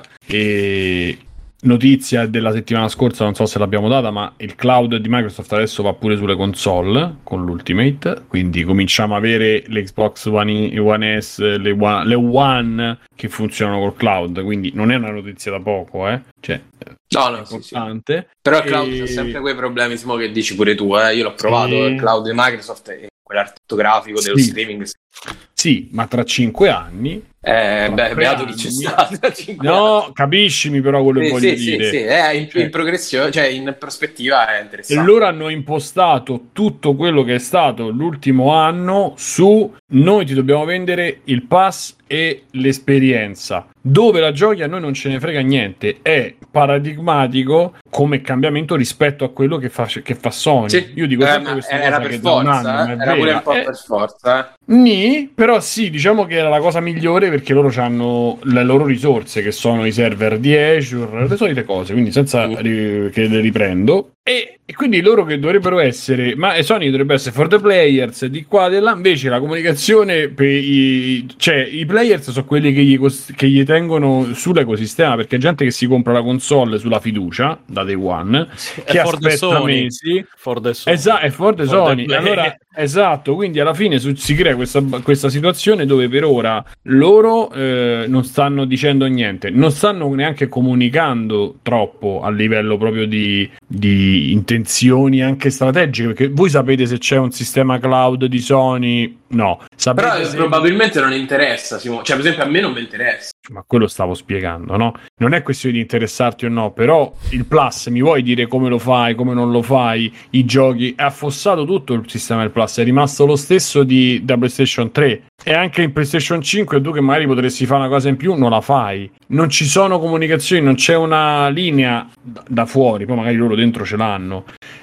E notizia della settimana scorsa, non so se l'abbiamo data, ma il cloud di Microsoft adesso va pure sulle console con l'Ultimate, quindi cominciamo a avere l'Xbox One, One S, le One, le One che funzionano col cloud, quindi non è una notizia da poco, eh? Cioè, No, è no, sì, sì. importante. Però il cloud E- ha sempre quei problemi Simo, che dici pure tu, eh. Io l'ho provato, Sì. il cloud di Microsoft e quell'artetto grafico dello Sì. streaming. Sì, ma tra cinque anni Eh, Tra beh, tre beato chi anni. c'è stato tra cinque anni. no, capiscimi però quello che Sì, voglio sì, sì, dire. sì, è in, Cioè, in progressione, cioè in prospettiva è E interessante. loro hanno impostato tutto quello che è stato l'ultimo anno su noi ti dobbiamo vendere il pass e l'esperienza. Dove la giochi a noi non ce ne frega niente. È paradigmatico come cambiamento rispetto a quello che fa, che fa Sony. Sì. Io dico Eh, sempre ma questa era cosa per che da un forza, anno, eh? ma è Era pure vera. un po' Eh, per forza, eh. Nì, però sì, diciamo che era la cosa migliore perché loro hanno le loro risorse che sono i server di Azure, le solite cose, quindi senza Mm. ri- che le riprendo. E, e quindi loro che dovrebbero essere, ma Sony dovrebbe essere for the players di qua e di là, invece la comunicazione per i, cioè i players sono quelli che gli, cos- che gli tengono sull'ecosistema, perché è gente che si compra la console sulla fiducia da day one, che È for the aspetta Sony. mesi. For the Sony. Esatto, è forte For the Sony. play. Allora, esatto, quindi alla fine su- si crea questa, questa situazione dove per ora loro eh, non stanno dicendo niente, non stanno neanche comunicando troppo a livello proprio di, di intenzioni anche strategiche, perché voi sapete se c'è un sistema cloud di Sony? No. Sapete Però eh, se... probabilmente non interessa, Simo. Cioè, per esempio, a me non mi interessa. Ma quello stavo spiegando, no? Non è questione di interessarti o no, però il Plus, mi vuoi dire come lo fai, come non lo fai, i giochi, è affossato tutto il sistema del Plus, è rimasto lo stesso di, da PlayStation tre, e anche in PlayStation cinque tu che magari potresti fare una cosa in più, non la fai. Non ci sono comunicazioni, non c'è una linea da, da fuori, poi magari loro dentro ce l'hanno.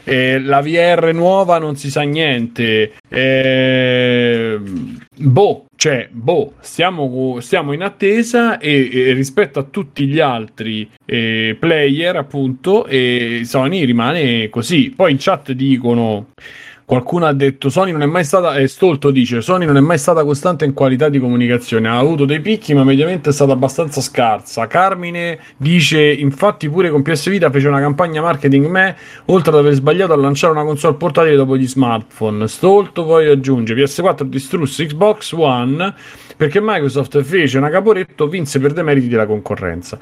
eh, la V R nuova non si sa niente, eh, boh, cioè, boh, stiamo, stiamo in attesa e, e rispetto a tutti gli altri eh, player, appunto, e Sony rimane così. Poi in chat dicono, qualcuno ha detto Sony non è mai stata, e Stolto dice Sony non è mai stata costante in qualità di comunicazione, ha avuto dei picchi ma mediamente è stata abbastanza scarsa. Carmine dice infatti pure con P S Vita fece una campagna marketing me, oltre ad aver sbagliato a lanciare una console portatile dopo gli smartphone. Stolto poi aggiunge P S quattro distrusse Xbox One perché Microsoft fece una caporetto, vinse per demeriti della concorrenza.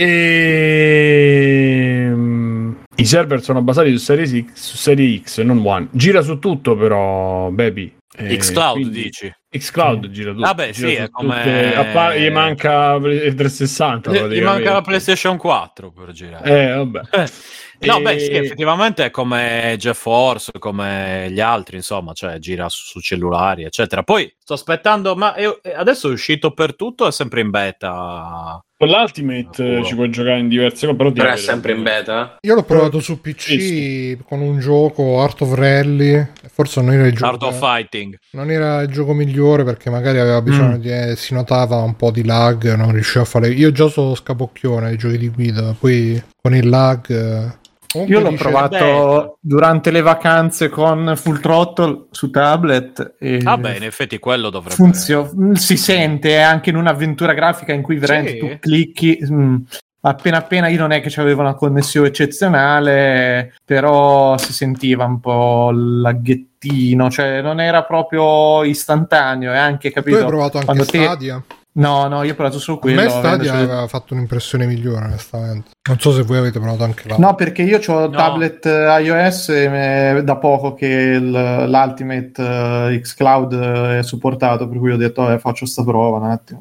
E i server sono basati su Serie X, su Serie X, non One. Gira su tutto però, baby. Eh, Xcloud quindi... dici? Xcloud gira tutto. Vabbè, gira sì, è come... tutte... A par- gli manca trecentosessanta. Gli, gli manca la PlayStation quattro per girare. Eh, vabbè. No, e... beh, sì, effettivamente è come GeForce, come gli altri, insomma, cioè gira su, su cellulari, eccetera. Poi sto aspettando, ma è, adesso è uscito per tutto, è sempre in beta. Con l'Ultimate oh. ci puoi giocare in diverse cose, però, però è sempre in beta. Io l'ho provato su P C sì. con un gioco Art of Rally, forse non era il gioco Art of Fighting. Non era il gioco migliore perché magari aveva bisogno mm. di eh, si notava un po' di lag, non riuscivo a fare. Io già sono scapocchione ai giochi di guida, poi con il lag eh... Io l'ho provato beh. durante le vacanze con Full Throttle su tablet. E ah, beh, in effetti quello dovrebbe. Funziona, si sente anche in un'avventura grafica in cui veramente sì. tu clicchi. Mh, appena appena io non è che c'avevo una connessione eccezionale, però si sentiva un po' laghettino, cioè non era proprio istantaneo. E anche capito. Tu hai provato anche Stadia? Te... No, no, io ho provato solo quello. A me Stadia cioè... aveva fatto un'impressione migliore, onestamente. Non so se voi avete provato anche là. No, perché io ho no. tablet iOS e me, da poco che il, l'Ultimate uh, xCloud è supportato, per cui ho detto eh, faccio sta prova un attimo.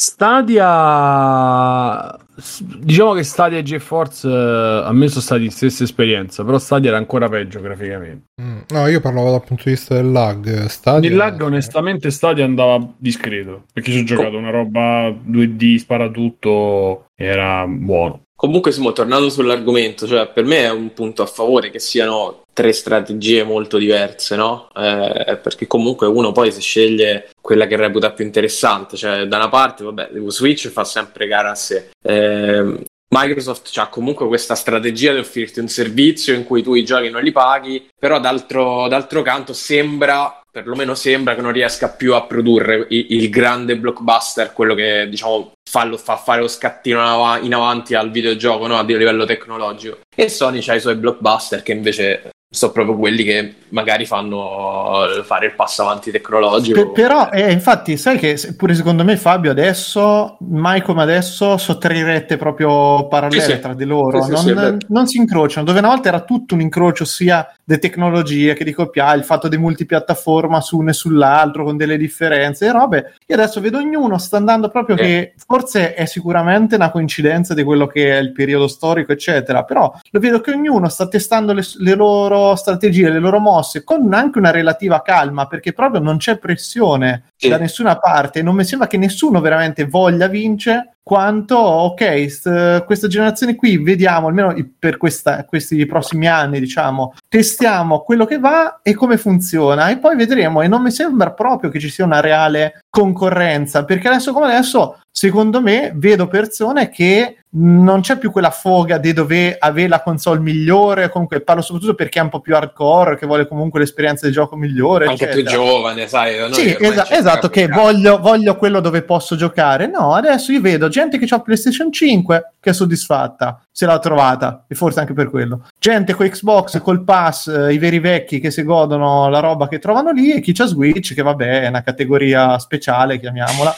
Stadia, diciamo che Stadia e GeForce uh, a me sono stati la stessa esperienza, però Stadia era ancora peggio graficamente. Mm. No, io parlavo dal punto di vista del lag. Stadia, il lag onestamente Stadia andava discreto, perché ci ho giocato una roba due D, spara tutto, era buono. Comunque siamo tornando sull'argomento, cioè per me è un punto a favore che siano tre strategie molto diverse, no? Eh, perché comunque uno poi si sceglie quella che reputa più interessante, cioè da una parte, vabbè, Switch fa sempre gara a sé. Eh, Microsoft ha comunque questa strategia di offrirti un servizio in cui tu i giochi non li paghi, però d'altro, d'altro canto sembra, perlomeno sembra che non riesca più a produrre il, il grande blockbuster, quello che diciamo fa, lo, fa fare lo scattino in avanti al videogioco, no? A livello tecnologico. E Sony c'ha i suoi blockbuster che invece sono proprio quelli che magari fanno fare il passo avanti tecnologico. Per, però eh, infatti sai che pure secondo me Fabio adesso mai come adesso sono tre rette proprio parallele sì, sì. tra di loro, sì, non, sì, sì, non si incrociano, dove una volta era tutto un incrocio sia di tecnologie che di copiare, il fatto di multipiattaforma su uno e sull'altro con delle differenze e robe, e adesso vedo ognuno sta andando proprio eh. che forse è sicuramente una coincidenza di quello che è il periodo storico eccetera, però lo vedo che ognuno sta testando le, le loro strategie, le loro mosse con anche una relativa calma, perché proprio non c'è pressione sì. da nessuna parte, non mi sembra che nessuno veramente voglia vincere, quanto ok, st- questa generazione qui vediamo almeno per questa, questi prossimi anni, diciamo, testiamo quello che va e come funziona e poi vedremo, e non mi sembra proprio che ci sia una reale concorrenza, perché adesso come adesso secondo me vedo persone che non c'è più quella foga di dover avere la console migliore, comunque parlo soprattutto perché è un po' più hardcore, che vuole comunque l'esperienza di gioco migliore, anche eccetera. più giovane, sai, noi sì, esa- esatto, che voglio, voglio quello dove posso giocare. No, adesso io vedo gente che ha PlayStation cinque che è soddisfatta, se l'ha trovata, e forse anche per quello, gente con Xbox, col pass, eh, i veri vecchi che si godono la roba che trovano lì, e chi c'ha Switch che vabbè è una categoria speciale, chiamiamola,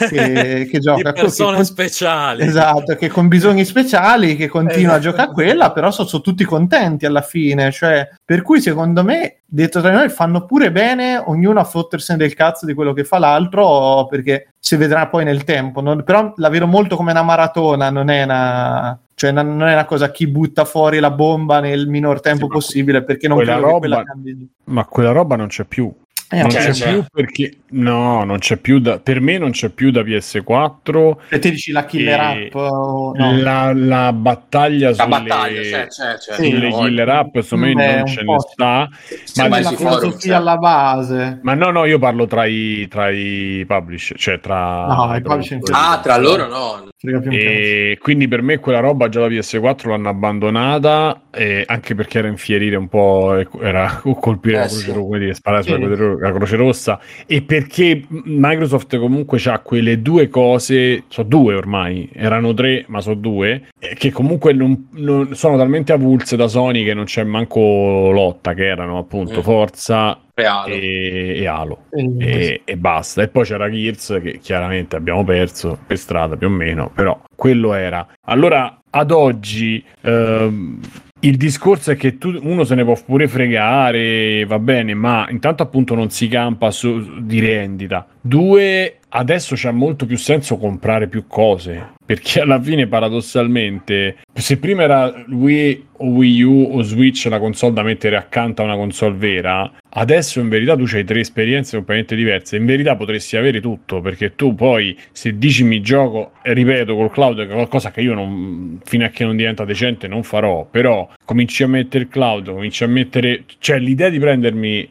che, che gioca di persone con, speciali, esatto, che con bisogni speciali che continua a giocare a quella, però sono, sono tutti contenti alla fine, cioè per cui secondo me detto tra noi fanno pure bene ognuno a fottersene del cazzo di quello che fa l'altro, perché si vedrà poi nel tempo, non, però la vedo molto come una maratona, non è una, cioè non è una cosa chi butta fuori la bomba nel minor tempo sì, possibile, perché non credo roba, che quella cambi. Ma quella roba non c'è più. Eh, non cioè, c'è cioè. più perché no, non c'è più da, per me non c'è più da P S quattro. E ti dici la killer e app o no? la, la battaglia La sulle, battaglia, cioè, cioè, cioè, Sì, sulle no, killer app secondo me Beh, non un ce ne po'. sta, se ma vai la sui discorso- forum, filosofia cioè. alla base. ma no no io parlo tra i tra i publisher, cioè tra No, i tra- publisher Ah, tra loro no. Frega più un cazzo. e quindi per me quella roba già la P S quattro l'hanno abbandonata, eh, anche perché era infierire un po', era colpire Eh, la croce sì. rossa, come dire, sparare sulla Sì. croce ro- la croce rossa, e perché Microsoft comunque c'ha quelle due cose, so due ormai, erano tre ma so due, eh, che comunque non, non- sono talmente avulse da Sony che non c'è manco lotta, che erano appunto Mm. Forza Realo. e, e Halo. E- E, e basta. E poi c'era Gears che chiaramente abbiamo perso per strada più o meno, però quello era. Allora ad oggi ehm, il discorso è che tu, uno se ne può pure fregare, va bene, ma intanto appunto non si campa su, di rendita. Due, adesso c'ha molto più senso comprare più cose, perché alla fine paradossalmente, se prima era Wii o Wii U o Switch la console da mettere accanto a una console vera, adesso in verità tu c'hai tre esperienze completamente diverse. In verità potresti avere tutto, perché tu poi se dici mi gioco, e ripeto, col cloud è qualcosa che io non, fino a che non diventa decente non farò, però cominci a mettere il cloud, cominci a mettere, cioè l'idea di prendermi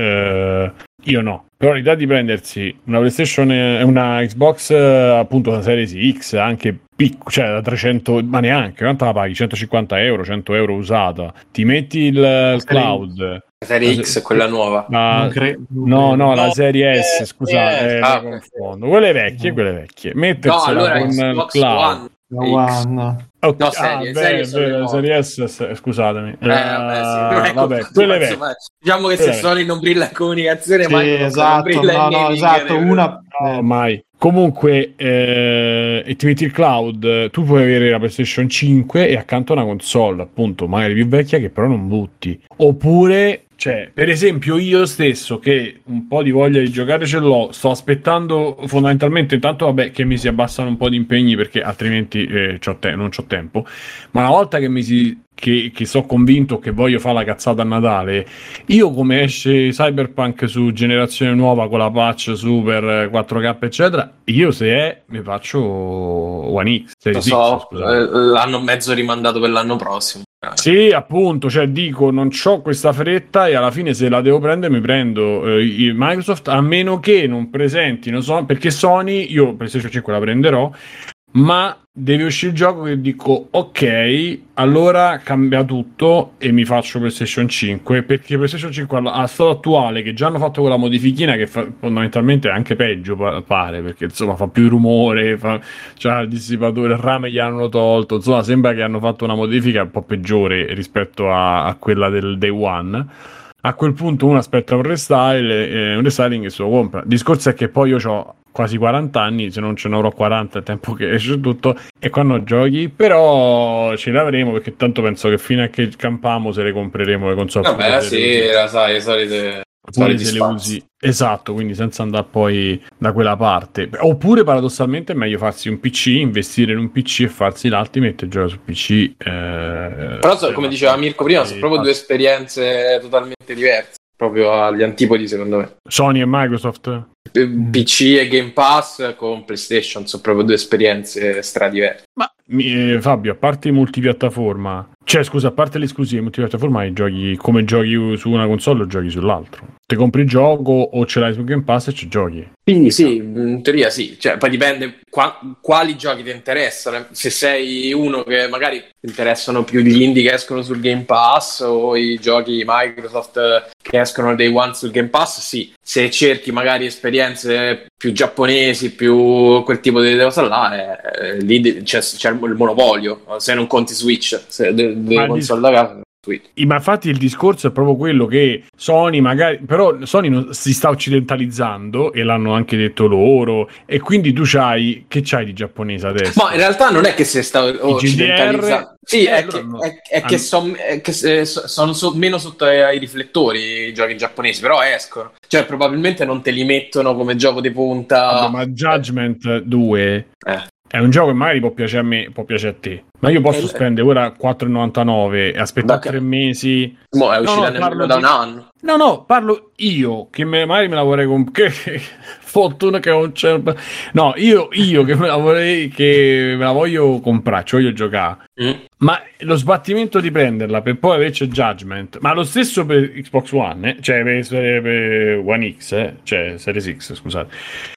eh, io no, però l'idea di prendersi una PlayStation e una Xbox, eh, appunto la Series X, anche piccola, cioè da trecento, ma neanche, quanto la paghi? centocinquanta euro, cento euro usata, ti metti il, il cloud. La serie X è quella nuova. La- Non cre- non no, credo. no, la No, serie S, eh, scusate, eh, eh, ah, mi ok. confondo. Quelle vecchie, No. quelle vecchie. No, Mettersela allora con il Xbox cloud. One. La X. One. Ok, No, ah, serie, beh, serie sono beh, le la nuove. serie S, s- scusatemi. Eh, vabbè, sì, non è vabbè, colpa quelle sua, vecchie. insomma, diciamo che se Quelle Sony non brilla in comunicazione, Sì, Microsoft non esatto, brilla no, in no, gaming, esatto, eh, una... No, eh. mai. Comunque, eh, e ti metti il cloud, tu puoi avere la PlayStation cinque e accanto una console, appunto, magari più vecchia, che però non butti. Oppure, cioè, per esempio, io stesso che un po' di voglia di giocare ce l'ho, sto aspettando fondamentalmente, intanto vabbè, che mi si abbassano un po' di impegni, perché altrimenti eh, c'ho te- non c'ho tempo. Ma una volta che mi si che, che sono convinto che voglio fare la cazzata a Natale, io come esce Cyberpunk su generazione nuova con la patch super quattro K eccetera, io se è mi faccio One X, Lo Series so, X, scusate. eh, l'hanno mezzo rimandato per l'anno prossimo. Sì, appunto, cioè dico, non c'ho questa fretta e alla fine se la devo prendere mi prendo eh, i- Microsoft, a meno che non presentino, so, perché Sony, io PlayStation cinque la prenderò, ma deve uscire il gioco che dico ok, allora cambia tutto e mi faccio PlayStation cinque, perché PlayStation cinque al- a stato attuale, che già hanno fatto quella modifichina che fa, fondamentalmente è anche peggio pa- pare, perché insomma fa più rumore, fa, c'ha il dissipatore, il rame gli hanno tolto, insomma sembra che hanno fatto una modifica un po' peggiore rispetto a, a quella del Day One. A quel punto uno aspetta un restyle, eh, un restyling e se lo compra. Il discorso è che poi io ho quasi quaranta anni, se non ce ne avrò quaranta il tempo che esce tutto, e quando giochi, però ce l'avremo, perché tanto penso che fino a che campiamo se le compreremo le console. Vabbè, pure se sì, le usi- la sai, le solite, pure soliti se le spazi. usi. Esatto, quindi senza andare poi da quella parte. Oppure paradossalmente è meglio farsi un P C, investire in un P C e farsi l'Ultimate e giocare su P C. Eh, Però, so- come diceva Mirko prima, sono sì, proprio due esperienze totalmente diverse, proprio agli antipodi secondo me. Sony e Microsoft. P C e Game Pass con PlayStation sono proprio due esperienze stradiverse. Ma mi- eh, Fabio, a parte i multipiattaforma, cioè scusa, a parte le esclusive multipiattaforma, i giochi come giochi su una console o giochi sull'altro? Te compri il gioco o ce l'hai su Game Pass e ci giochi? Quindi sì, in teoria sì, cioè, poi dipende qua- quali giochi ti interessano. Se sei uno che magari ti interessano più gli indie che escono sul Game Pass o i giochi Microsoft eh, che escono day one sul Game Pass, sì. Se cerchi magari esperienze più giapponesi, più quel tipo di cosa là, eh, eh, lì de- c'è, c'è il monopolio, se non conti Switch, se de- Ma delle il console da casa. Switch. Ma infatti il discorso è proprio quello che Sony magari, però Sony non, si sta occidentalizzando e l'hanno anche detto loro, e quindi tu c'hai, che c'hai di giapponese adesso? Ma in realtà non è che si sta occidentalizzando. Sì, eh, è, allora che, no. è, è che, Hanno- son- è che se- so- sono so- meno sotto ai, ai riflettori i giochi giapponesi, però escono. Cioè, probabilmente non te li mettono come gioco di punta. Vabbè, ma Judgment due Eh. è un gioco che magari può piacere a me, può piacere a te, ma io posso Eh, spendere ora quattro e novantanove e aspettare Beh, tre mesi. Mo è uscita No, no, nemmeno parlo da di- un anno. No, no, parlo io che me, magari me la vorrei comprare. Fortuna che ho un cervello. No, io, io che me la vorrei, che me la voglio comprare, ci voglio giocare. Mm. Ma lo sbattimento di prenderla per poi averci Judgment, ma lo stesso per Xbox One, eh? Cioè per, per One X, eh? Cioè Series X, scusate.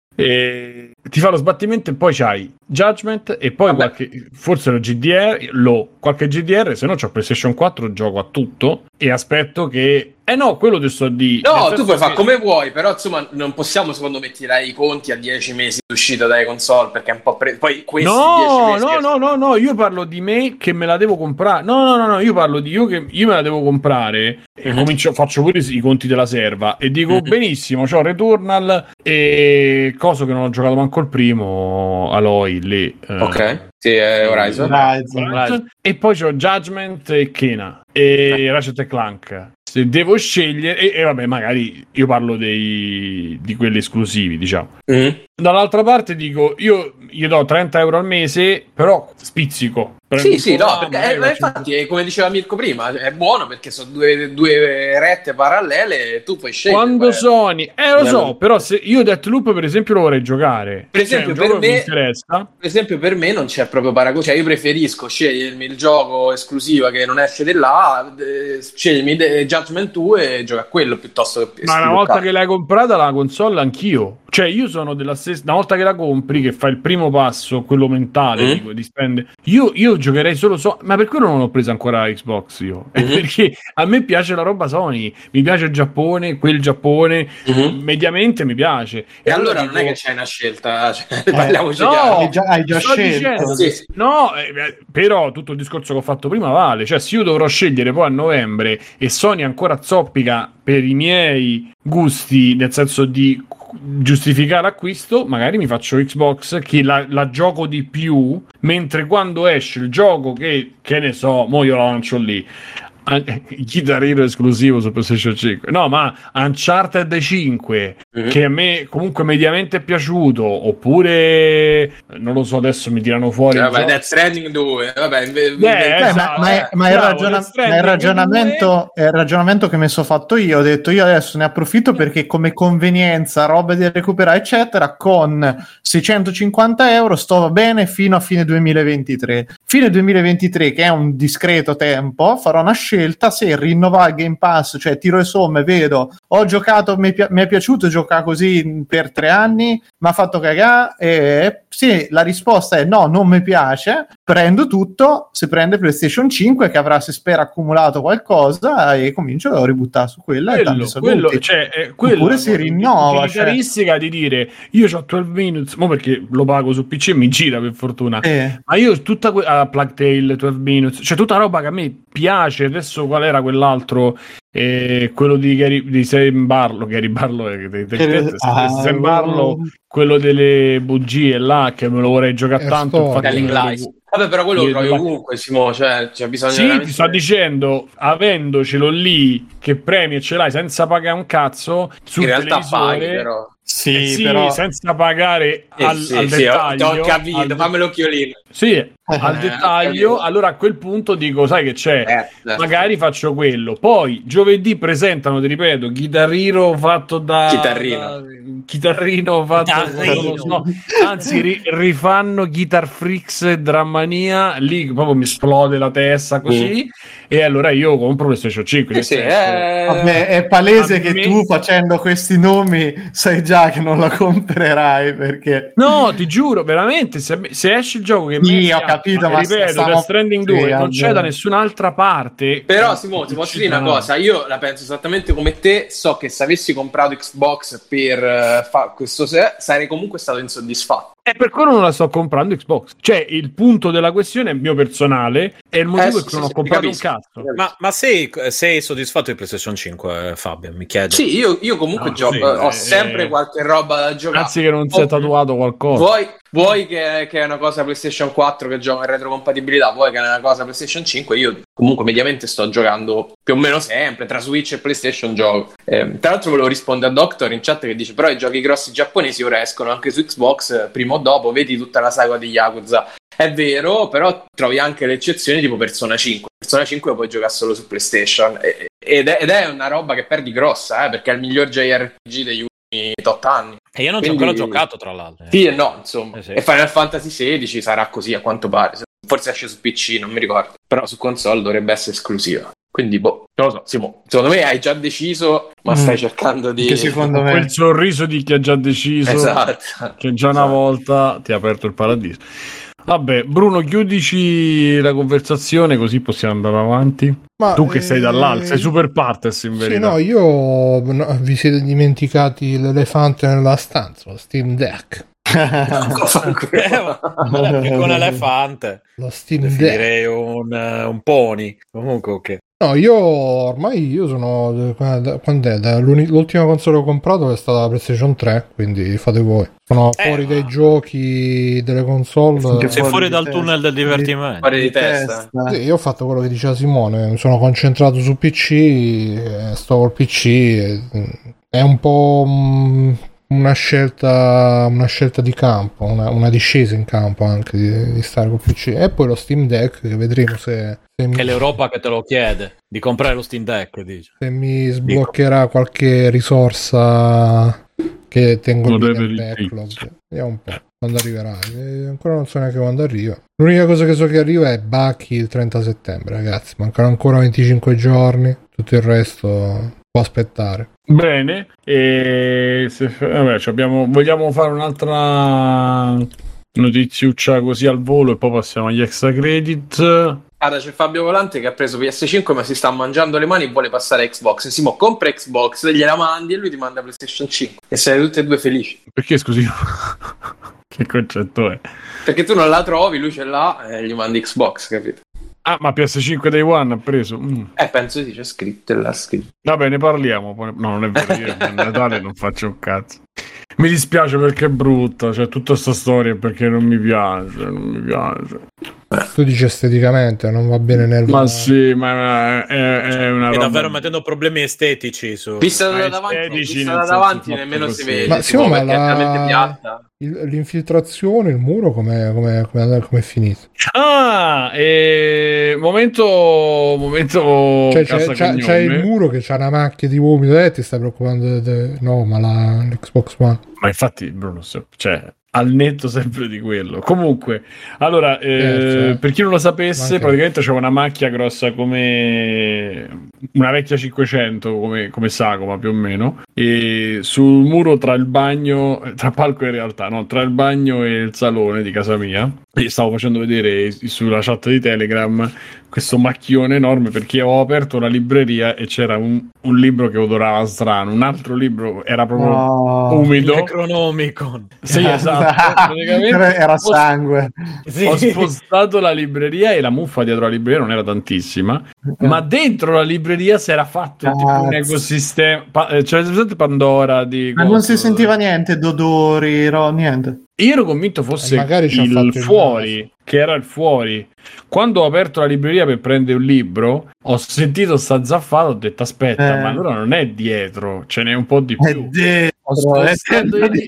E ti fa lo sbattimento e poi c'hai Judgment e poi Vabbè. qualche, forse lo G D R, lo, qualche G D R, se no c'ho PlayStation quattro, gioco a tutto e aspetto che... Eh no, quello ti sto di... No, nel tu senso puoi fare che- come vuoi, però insomma non possiamo secondo me tirare i conti a dieci mesi di uscita dalle console perché è un po' pre- poi questi dieci No, mesi no, che- no, no, no, io parlo di me che me la devo comprare. No, no, no, no, io parlo di io che io me la devo comprare e Mhm. comincio, faccio pure i conti della serva e dico Mhm. benissimo, c'ho Returnal e coso che non ho giocato manco il primo, Aloy lì. eh, Ok, sì, è Horizon. Horizon. Horizon. E poi c'ho Judgment e Kena e Ratchet e Clank. Se devo scegliere, e, e vabbè, magari io parlo dei, di quelli esclusivi, diciamo. Mm. Dall'altra parte dico, io gli do trenta euro al mese, però spizzico. Prendo Sì, un sì, po' no, là, perché magari eh, faccio- infatti, è come diceva Mirko prima, è buono perché sono due, due rette parallele e tu puoi scegliere. Quando qual è. Sony, eh lo so, Bello. però se io Deathloop per esempio lo vorrei giocare. Per esempio, Cioè, è un per gioco che mi me- interessa. Per esempio, per me non c'è proprio paragone. Cioè, io preferisco scegliermi il gioco esclusivo che non esce di là, eh, scegliermi de- Judgment due e giocare a quello piuttosto che Ma una volta che l'hai comprata la console anch'io. Cioè io sono della stessa... Una volta che la compri, che fai il primo passo, quello mentale, Mm. dico, di spendere... Io, io giocherei solo... So... Ma per quello non ho preso ancora Xbox io. Mm-hmm. Perché a me piace la roba Sony. Mi piace il Giappone, quel Giappone. Mhm. Mediamente mi piace. E allora non dico- è che c'è una scelta, cioè, parliamoci no, chiaro. Hai già, hai già sto scelto. dicendo- Sì, sì. No, eh, però tutto il discorso che ho fatto prima vale. Cioè, se io dovrò scegliere poi a novembre e Sony ancora zoppica per i miei gusti, nel senso di giustificare l'acquisto, magari mi faccio Xbox che la, la gioco di più, mentre quando esce il gioco che, che ne so, mo io la lancio lì, Guitar Hero esclusivo su PlayStation cinque, no, ma Uncharted cinque Mhm. che a me comunque mediamente è piaciuto, oppure non lo so, adesso mi tirano fuori il Vabbè, gioco- Death Stranding due, vabbè, inve- Beh, inve- Eh, ma, esatto, ma è, eh. ma è il, Bravo, ragiona- Death Stranding ma è il ragionamento, è il ragionamento che mi sono fatto io. Ho detto io adesso ne approfitto perché come convenienza, roba da recuperare eccetera, con seicentocinquanta euro sto va bene fino a fine duemilaventitré. Fine duemilaventitré, che è un discreto tempo, farò una scelta se rinnovare il Game Pass, cioè tiro le somme, vedo, ho giocato, mi, pi- mi è piaciuto giocare così per tre anni, mi ha fatto cagare, e se la risposta è no, non mi piace, prendo tutto, se prende PlayStation cinque che avrà, si spera, accumulato qualcosa e comincio a ributtare su quella e tanti quello, saluti. quello, cioè, è quello Oppure si rinnova, cioè. caratteristica di dire io ho dodici minutes, mo perché lo pago su P C e mi gira per fortuna. Eh. Ma io tutta que- ah, Plague Tale, dodici minutes, cioè tutta roba che a me piace. Adesso qual era quell'altro? Eh, quello di, Gary, di Sam Barlow, Gary Barlow, eh, de- de- de- Ah, Sam Barlow, quello delle bugie là, che me lo vorrei giocare È tanto. storia. infatti Telling me lo- Lies. Vabbè, però quello lo Io- trovi io- ovunque, Simo, cioè c'è bisogno Sì, veramente- ti sto dicendo, avendocelo lì che premi e ce l'hai senza pagare un cazzo sul in realtà televisore, paghi però. Sì, eh sì, però senza pagare Eh, al, sì, al sì, ho, dettaglio, ho capito, al- fammi l'occhiolino. sì, al Eh, dettaglio, ho capito. allora a quel punto dico, sai che c'è? Eh, Magari faccio quello. Poi giovedì presentano, ti ripeto, Guitar Hero fatto da Chitarrino. da- chitarrino fatto Chitarrino. non lo so. Anzi, ri- rifanno Guitar Freaks e Drammania, lì proprio mi esplode la testa così. E allora io compro PlayStation cinque. Sì, nel sì, senso- eh, vabbè, è palese a che me- tu facendo questi nomi sai già che non la comprerai perché No, ti giuro, veramente, se, se esce il gioco che Sì, mi ho capito, ma ripeto, stiamo- Death Stranding sì, due non vabbè. c'è da nessun'altra parte. Però Simone, ti posso dire una cosa, io la penso esattamente come te, so che se avessi comprato Xbox per uh, fare questo se- sarei comunque stato insoddisfatto. E per quello non la sto comprando Xbox. Cioè, il punto della questione è il mio personale, è il motivo Eh, per sì, cui non sì, ho sì, comprato un capisco. cazzo. Ma, ma sei, sei soddisfatto di PlayStation cinque, Fabio? Mi chiedo. Sì, io, io comunque No, gioco, sì, ho eh, sempre eh, qualche roba da giocare. Anzi che non si è Oh, tatuato qualcosa. Vuoi, vuoi che, che è una cosa PlayStation quattro che gioca in retrocompatibilità, vuoi che è una cosa PlayStation cinque, io comunque mediamente sto giocando più o meno sempre, tra Switch e PlayStation gioco. Eh, tra l'altro volevo rispondere a Doctor in chat che dice però i giochi grossi giapponesi ora escono anche su Xbox, prima vedremo dopo, vedi tutta la saga di Yakuza. È vero, però trovi anche le eccezioni tipo Persona cinque. Persona cinque lo puoi giocare solo su PlayStation ed è, ed è una roba che perdi grossa, eh, perché è il miglior J R P G degli ultimi otto anni. E io non Quindi... ci ho ancora giocato, tra l'altro. Sì e no, insomma. Eh sì. E Final Fantasy sedici sarà così a quanto pare. Forse esce su P C, non mi ricordo. Però su console dovrebbe essere esclusiva. Quindi, boh, non lo so, Simo, secondo me hai già deciso, ma Mm. stai cercando di... Che secondo me... Quel sorriso di chi ha già deciso, Esatto. che già una Esatto. volta ti ha aperto il paradiso. Vabbè, Bruno, chiudici la conversazione così possiamo andare avanti. Ma, Tu che sei eh, dall'alto, sei super partes in Sì, verità. no, io no, vi siete dimenticati l'elefante nella stanza, lo Steam Deck. Eh, perché con elefante Lo Steam Deck. definirei un, uh, un pony. Comunque, ok. No, io ormai io sono da- quando è? Da l'uni- l'ultima console che ho comprato è stata la PlayStation tre, quindi fate voi. Sono Eh, fuori ma- dai giochi delle console. Finché Sei fuori fuori di dal testa. tunnel del divertimento. Fuori di testa. Sì, io ho fatto quello che diceva Simone, mi sono concentrato su P C, eh, sto col P C, eh, è un po' mm, una scelta una scelta di campo, una, una discesa in campo anche di, di stare col P C. E poi lo Steam Deck che vedremo se, se mi, È l'Europa che te lo chiede di comprare lo Steam Deck, dice. se mi sbloccherà qualche risorsa che tengo lì Whatever nel it backlog. takes. Vediamo un po' quando arriverà. Eh, ancora non so neanche quando arriva. L'unica cosa che so che arriva è Bucky il trenta settembre, ragazzi. Mancano ancora venticinque giorni. Tutto il resto può aspettare. Bene, e se, vabbè, ci abbiamo, vogliamo fare un'altra notiziuccia così al volo e poi passiamo agli extra credit. Guarda, c'è Fabio Volante che ha preso P S cinque ma si sta mangiando le mani e vuole passare a Xbox. Simo, compra Xbox, gliela mandi e lui ti manda PlayStation cinque. E siete tutti e due felici. Perché scusi? Che concetto è? Perché tu non la trovi, lui ce l'ha e gli mandi Xbox, capito? Ah, ma P S cinque Day One ha preso? Mm. Eh, penso sì, c'è scritto e l'ha scritto. Vabbè, ne parliamo. Poi... No, non è vero, io a Natale non faccio un cazzo. Mi dispiace perché è brutta, cioè tutta sta storia perché non mi piace, non mi piace. Tu dici esteticamente, non va bene nel Ma sì, ma è, è una Stai roba... davvero mettendo problemi estetici su... Vista da Ma davanti, estetici, vista nel da senso davanti fatto nemmeno così. si vede. Ma Simo, sì, ma perché è la- talmente piatta. il- l'infiltrazione, il muro, come è finito? Ah, e... momento, momento Cioè, casa c'è, c'è, cognome. c'è il muro che c'ha una macchia di vomito e ti stai preoccupando de- de- no, ma la, l'Xbox One. Ma infatti, Bruno, se- cioè, al netto sempre di quello. Comunque, allora, eh, Certo. per chi non lo sapesse, Anche- praticamente c'è una macchia grossa come una vecchia cinquecento, come, come sagoma più o meno, e sul muro tra il bagno, tra palco in realtà, no, tra il bagno e il salone di casa mia, e stavo facendo vedere sulla chat di Telegram questo macchione enorme perché ho aperto la libreria e c'era un, un libro che odorava strano, un altro libro era proprio No. Il umido. Necronomicon. Sì, esatto. Praticamente Era ho- sangue. Sì. Ho spostato la libreria e la muffa dietro la libreria non era tantissima, ma dentro la libreria si era fatto tipo un Cazzo. ecosistema. Pa- eh, cioè, presente Pandora di Ma non coso? si sentiva niente d'odori, ro- niente. Io ero convinto fosse E magari ci ha fatto il il fuori, che era il fuori. Quando ho aperto la libreria per prendere un libro, ho sentito sta zaffata, ho detto aspetta, Eh. ma allora non è dietro, ce n'è un po' di È più. dentro, Ho è spostato dentro i di- li-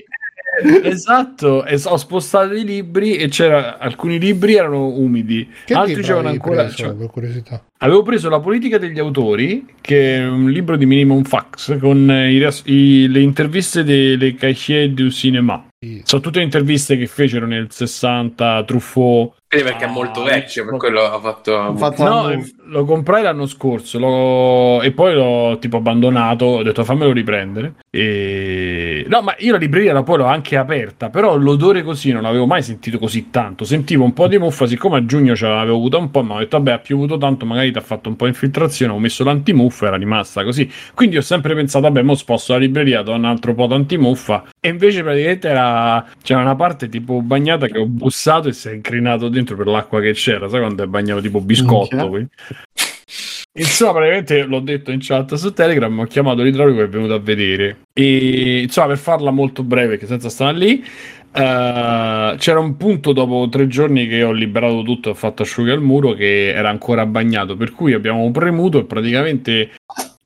esatto, e ho spostato i libri e c'era alcuni libri erano umidi, Che altri libro c'erano avevi ancora. preso, cioè, per curiosità? avevo preso La politica degli autori, che è un libro di Minimum Fax con eh, i ras- i- le interviste delle Cahiers du Cinéma. Sì. Sono tutte interviste che fecero nel sessanta Truffaut. Quindi perché è molto vecchio, per quello ha fatto... Ho fatto No, un- eh, lo comprai l'anno scorso l'ho- e poi l'ho tipo abbandonato. Ho detto fammelo riprendere. E... No, ma io la libreria la poi l'ho anche aperta. Però l'odore così non l'avevo mai sentito così tanto. Sentivo un po' di muffa. Siccome a giugno ce l'avevo avuta un po', ma ho detto vabbè, ha piovuto tanto, magari ti ha fatto un po' infiltrazione. Ho messo l'antimuffa, era rimasta così. Quindi ho sempre pensato, vabbè, mo sposto la libreria, do un altro po' d'antimuffa. E invece praticamente era c'era una parte tipo bagnata che ho bussato e si è incrinato dentro per l'acqua che c'era, sai quando è bagnato tipo biscotto. Minchia. Quindi. Insomma, praticamente l'ho detto in chat su Telegram, ho chiamato l'idraulico e è venuto a vedere. E insomma, per farla molto breve, che senza stare lì, eh, c'era un punto dopo tre giorni che ho liberato tutto e ho fatto asciugare il muro che era ancora bagnato, per cui abbiamo premuto e praticamente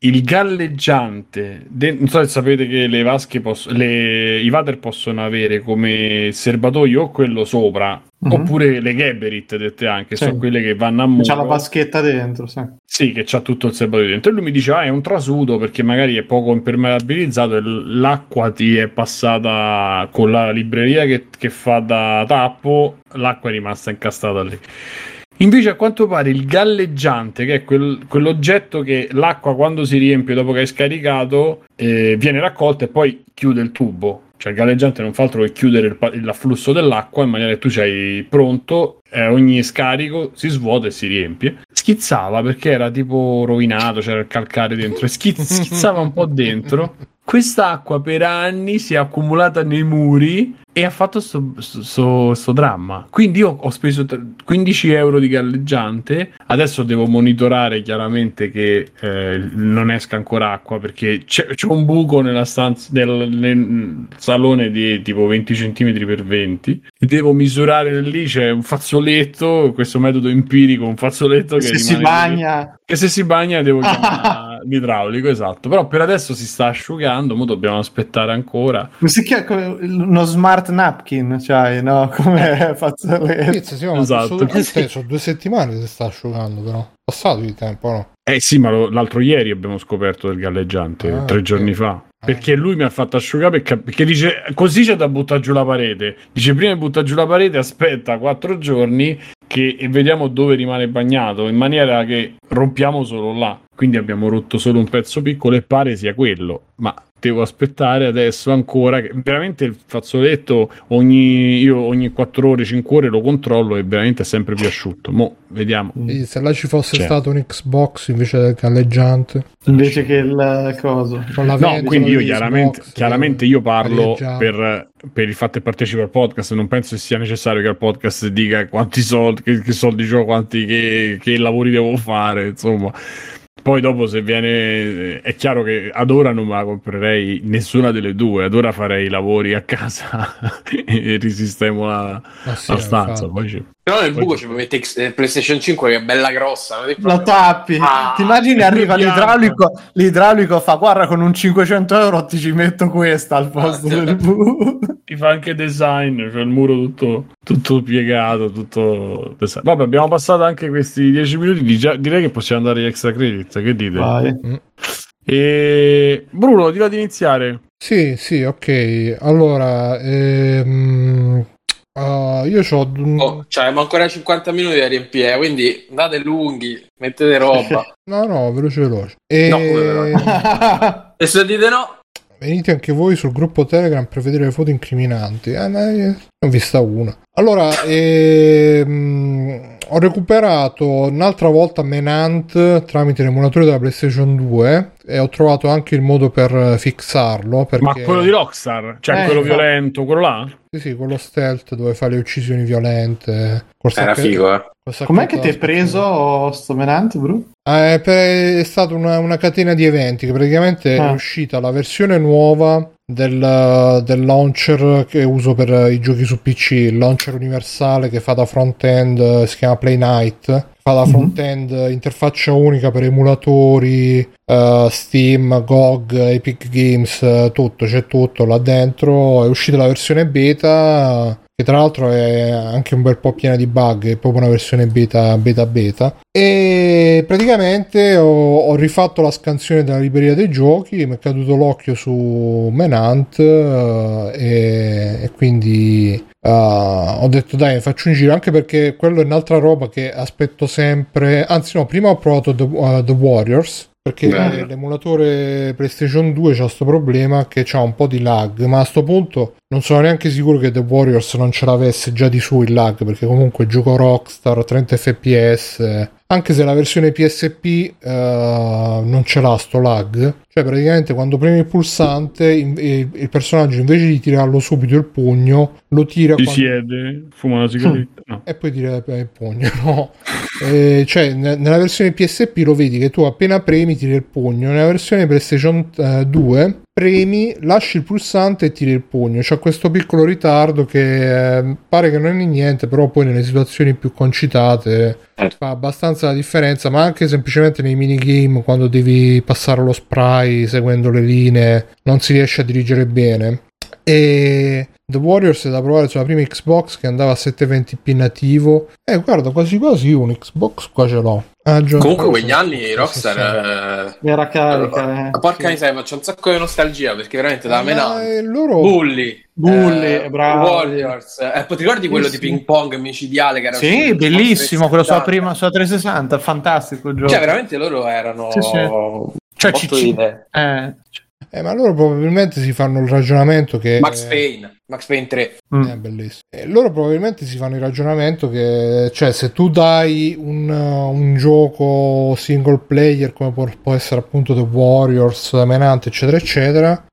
il galleggiante, de- non so se sapete che le vasche poss- le- i water possono avere come serbatoio o quello sopra, Mhm. oppure le Geberit, dette anche, Sì. sono quelle che vanno a muro. C'ha la vaschetta dentro, sì. Sì, che c'ha tutto il serbatoio dentro. E lui mi diceva, ah, è un trasudo perché magari è poco impermeabilizzato e l- l'acqua ti è passata con la libreria che, che fa da tappo, l'acqua è rimasta incastata lì. Invece a quanto pare il galleggiante, che è quel- quell'oggetto che l'acqua quando si riempie dopo che hai scaricato eh, viene raccolta e poi chiude il tubo. Cioè il galleggiante non fa altro che chiudere il pa- l'afflusso dell'acqua in maniera che tu c'hai pronto, eh, ogni scarico si svuota e si riempie. Schizzava perché era tipo rovinato, c'era il calcare dentro e schizz- schizzava un po' dentro. Quest'acqua per anni si è accumulata nei muri e ha fatto sto, sto, sto- sto dramma. Quindi io ho speso t- quindici euro di galleggiante. Adesso devo monitorare chiaramente che eh, non esca ancora acqua, perché c'è, c'è un buco nella stanza, nel, nel salone di tipo venti centimetri per venti. Devo misurare lì, c'è un fazzoletto, questo metodo empirico, un fazzoletto che Se si rimane lì. bagna... Che se si bagna devo chiamare l'idraulico, esatto. Però per adesso si sta asciugando, mo dobbiamo aspettare ancora. Come si chiama? Come uno smart napkin, cioè, no? Come fazzoletto. Pizza, sì, ma Esatto. questo, questo è- sono due settimane che si sta asciugando, però. Passato di tempo, no? Eh sì, ma lo- l'altro ieri abbiamo scoperto del galleggiante, Ah, tre ok. giorni fa. Ah. Perché lui mi ha fatto asciugare perché, perché dice così c'è da buttare giù la parete. Dice prima di buttare giù la parete, aspetta quattro giorni che, e vediamo dove rimane bagnato, in maniera che rompiamo solo là. Quindi abbiamo rotto solo un pezzo piccolo e pare sia quello. Ma devo aspettare adesso ancora. Che veramente il fazzoletto ogni, io ogni quattro ore, cinque ore lo controllo e veramente è sempre più asciutto. Mo vediamo. Quindi se là ci fosse C'è. stato un Xbox invece del galleggiante, Invece che il coso. con la No, vendita quindi io di chiaramente, Xbox, chiaramente eh, io parlo pareggiava. per, per il fatto che partecipo al podcast. Non penso che sia necessario che al podcast dica quanti soldi, che, che soldi ho, quanti che, che lavori devo fare, insomma. Poi dopo se viene, è chiaro che ad ora non me la comprerei nessuna delle due, ad ora farei i lavori a casa e risistemo la, Ma sì, la stanza. infatti. Poi ci- Però nel Poi- buco ci puoi mettere X- eh, PlayStation cinque che è bella grossa. non è Lo proprio- tappi. Ah, Ti immagini arriva bianco. l'idraulico, l'idraulico fa guarda con un cinquecento euro ti ci metto questa al posto Ah, del bu. Ti fa anche design, cioè il muro tutto, tutto piegato, tutto design. Vabbè, abbiamo passato anche questi dieci minuti, di già- direi che possiamo andare agli extra credit, che dite? Vai. E... Bruno, ti va di iniziare? Sì, sì, ok. Allora, ehm, ah, io ho Oh, cioè, abbiamo ancora cinquanta minuti da riempire, quindi andate lunghi, mettete roba. no, no, veloce veloce. E... No, come veloce? E se dite no, Venite anche voi sul gruppo Telegram per vedere le foto incriminanti. Eh, ma io ne ho vista una. Allora, ehm, ho recuperato un'altra volta Menant tramite l'emulatore della PlayStation due e ho trovato anche il modo per fixarlo. Perché... Ma quello di Rockstar, cioè Eh, quello infatti. violento, quello là? Sì, sì, quello stealth dove fa le uccisioni violente. Col era sacco- figo, eh. col sacco Com'è che ti hai tasca. preso sto menante, Bru? Ah, è, per- è stata una, una catena di eventi che praticamente Ah. è uscita la versione nuova del, del launcher che uso per i giochi su P C, il launcher universale che fa da front-end, eh, si chiama Play Night, fa da Mhm. front-end interfaccia unica per emulatori, eh, Steam, G O G, Epic Games, eh, tutto, c'è tutto là dentro. È uscita la versione beta che tra l'altro è anche un bel po' piena di bug, è proprio una versione beta beta beta e praticamente ho, ho rifatto la scansione della libreria dei giochi, mi è caduto l'occhio su Menant eh, e, e quindi uh, ho detto dai faccio un giro, anche perché quello è un'altra roba che aspetto sempre, anzi no, prima ho provato The, uh, The Warriors perché Bello. l'emulatore PlayStation due c'ha sto problema che c'ha un po' di lag, ma a sto punto non sono neanche sicuro che The Warriors non ce l'avesse già di su il lag, perché comunque gioco Rockstar, trenta F P S, anche se la versione P S P eh, non ce l'ha sto lag, cioè praticamente quando premi il pulsante in- il, il personaggio invece di tirarlo subito il pugno lo tira Si quando- siede, fuma una sigaretta? No. e poi tira il pugno, no? Eh, cioè ne- nella versione P S P lo vedi che tu appena premi tiri il pugno, nella versione PlayStation eh, due premi, lasci il pulsante e tiri il pugno. C'ha questo piccolo ritardo che eh, pare che non è niente, però poi nelle situazioni più concitate fa abbastanza la differenza, ma anche semplicemente nei minigame, quando devi passare lo spray seguendo le linee, non si riesce a dirigere bene. E The Warriors è da provare sulla prima Xbox che andava a settecentoventi p nativo. Eh, guarda, quasi quasi un Xbox qua ce l'ho. Ah, comunque quegli anni Rockstar eh, era carica, eh. porca miseria, faccio un sacco di nostalgia perché veramente da menare loro... Bully, Bully eh, bravo. Warriors, eh, poi ti ricordi quello sì, di ping pong micidiale che era sì, bellissimo, quello sulla prima, sulla trecentosessanta, fantastico il gioco, cioè veramente loro erano sì, sì. Cioè, ci, ci... Eh. Eh, ma loro probabilmente si fanno il ragionamento che Max Payne, Max Payne tre mm. è bellissimo. E loro probabilmente si fanno il ragionamento che, cioè, se tu dai un, un gioco single player come può, può essere appunto The Warriors, Menante, eccetera eccetera,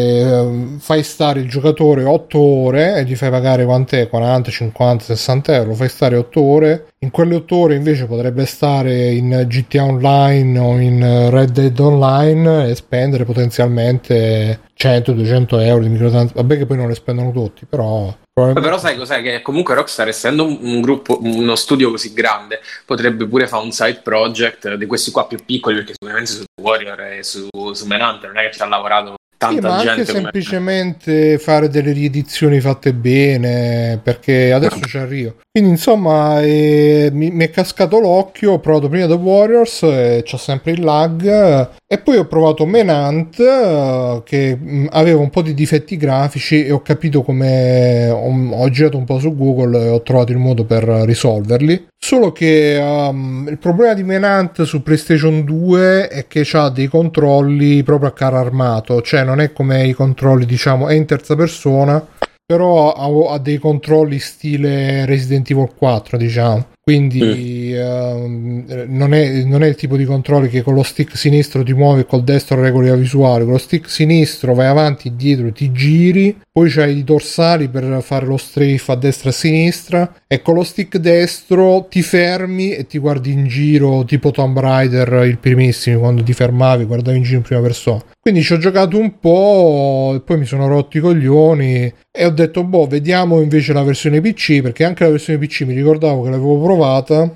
e fai stare il giocatore otto ore e gli fai pagare quant'è? quaranta, cinquanta, sessanta euro, fai stare otto ore. In quelle otto ore invece potrebbe stare in G T A Online o in Red Dead Online e spendere potenzialmente cento duecento euro di microtransazioni. Vabbè che poi non le spendono tutti, però... Però sai cos'è? Che comunque Rockstar, essendo un, un gruppo, uno studio così grande, potrebbe pure fare un side project di questi qua più piccoli, perché sicuramente su Warrior e su, su Menante non è che ci ha lavorato tanta sì, ma gente anche come... semplicemente fare delle riedizioni fatte bene, perché adesso ci arrivo. Quindi insomma eh, mi, mi è cascato l'occhio, ho provato prima The Warriors e c'ho sempre il lag, e poi ho provato Menant eh, che mh, aveva un po' di difetti grafici e ho capito come ho, ho girato un po' su Google e ho trovato il modo per risolverli. Solo che um, il problema di Menant su PlayStation due è che ha dei controlli proprio a carro armato, cioè non è come i controlli, diciamo, è in terza persona, però ha, ha dei controlli stile Resident Evil quattro, diciamo. Quindi mm. uh, non, è, non è il tipo di controlli che con lo stick sinistro ti muovi e col destro regoli la visuale. Con lo stick sinistro vai avanti e dietro, ti giri, poi c'hai i dorsali per fare lo strafe a destra e a sinistra, e con lo stick destro ti fermi e ti guardi in giro, tipo Tomb Raider il primissimo, quando ti fermavi guardavi in giro in prima persona. Quindi ci ho giocato un po' e poi mi sono rotto i coglioni e ho detto boh, vediamo invece la versione P C, perché anche la versione P C mi ricordavo che l'avevo provata.